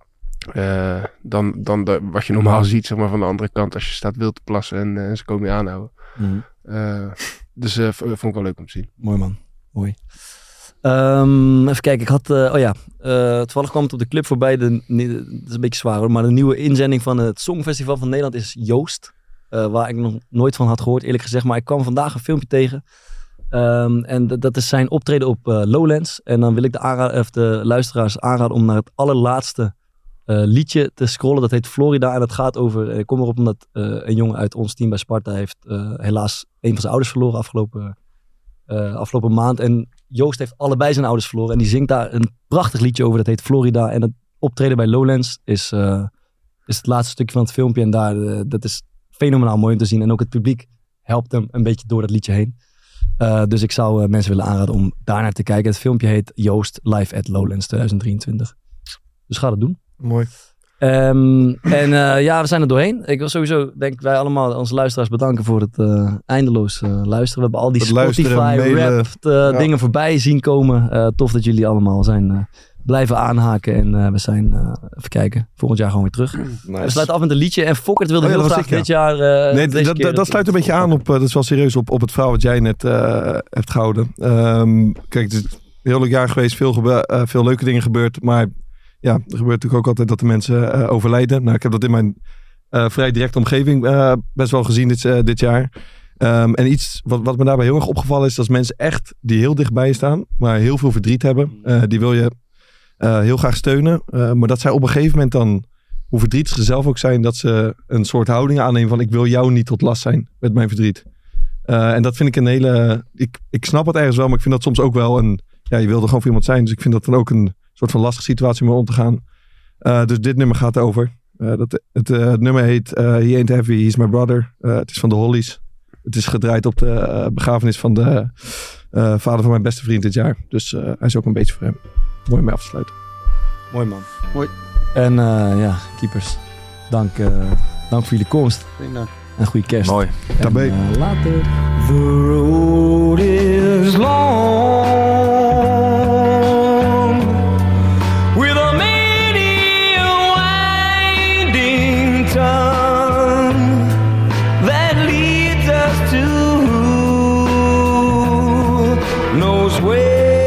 Dan wat je normaal ziet, zeg maar, van de andere kant. Als je staat wild te plassen en ze komen je aanhouden. Dus vond ik wel leuk om te zien. Mooi man. Mooi. Even kijken, ik had, toevallig kwam het op de club voorbij, dat is een beetje zwaar hoor, maar de nieuwe inzending van het Songfestival van Nederland is Joost. Waar ik nog nooit van had gehoord, eerlijk gezegd, maar ik kwam vandaag een filmpje tegen. En dat is zijn optreden op Lowlands. En dan wil ik de luisteraars aanraden om naar het allerlaatste liedje te scrollen. Dat heet Florida en dat gaat over, ik kom erop omdat een jongen uit ons team bij Sparta heeft helaas een van zijn ouders verloren afgelopen maand. En Joost heeft allebei zijn ouders verloren. En die zingt daar een prachtig liedje over. Dat heet Florida. En dat optreden bij Lowlands is het laatste stukje van het filmpje. En dat is fenomenaal mooi om te zien. En ook het publiek helpt hem een beetje door dat liedje heen. Dus ik zou mensen willen aanraden om daarnaar te kijken. Het filmpje heet Joost Live at Lowlands 2023. Dus ga dat doen. Mooi. We zijn er doorheen. Ik wil sowieso, denk ik, wij allemaal onze luisteraars bedanken voor het eindeloos luisteren. We hebben al die Spotify-rap dingen voorbij zien komen. Tof dat jullie allemaal zijn blijven aanhaken. En we zijn, even kijken, volgend jaar gewoon weer terug. Nice. We sluiten af met een liedje. En Fokkert wilde heel graag dit jaar... dat sluit een beetje aan op, dat is wel serieus, op het verhaal wat jij net hebt gehouden. Kijk, het is een heel leuk jaar geweest. Veel leuke dingen gebeurd, maar... Ja, er gebeurt natuurlijk ook altijd dat de mensen overlijden. Nou, ik heb dat in mijn vrij directe omgeving best wel gezien dit jaar. En iets wat me daarbij heel erg opgevallen is, dat mensen echt die heel dichtbij je staan, maar heel veel verdriet hebben. Die wil je heel graag steunen. Maar dat zij op een gegeven moment dan, hoe verdrietig ze zelf ook zijn, dat ze een soort houding aannemen van ik wil jou niet tot last zijn met mijn verdriet. En dat vind ik een hele... Ik snap het ergens wel, maar ik vind dat soms ook wel een... Ja, je wil er gewoon voor iemand zijn. Dus ik vind dat dan ook een soort van lastige situatie om om te gaan. Dus dit nummer gaat erover. Het nummer heet He Ain't Heavy, He's My Brother. Het is van de Hollies. Het is gedraaid op de begrafenis van de vader van mijn beste vriend dit jaar. Dus hij is ook een beetje voor hem. Mooi om mee af te sluiten. Mooi man. Mooi. En keepers. Dank voor jullie komst. Dank. En goede kerst. Mooi. Tabé. Later. The road is long. That leads us to who knows where.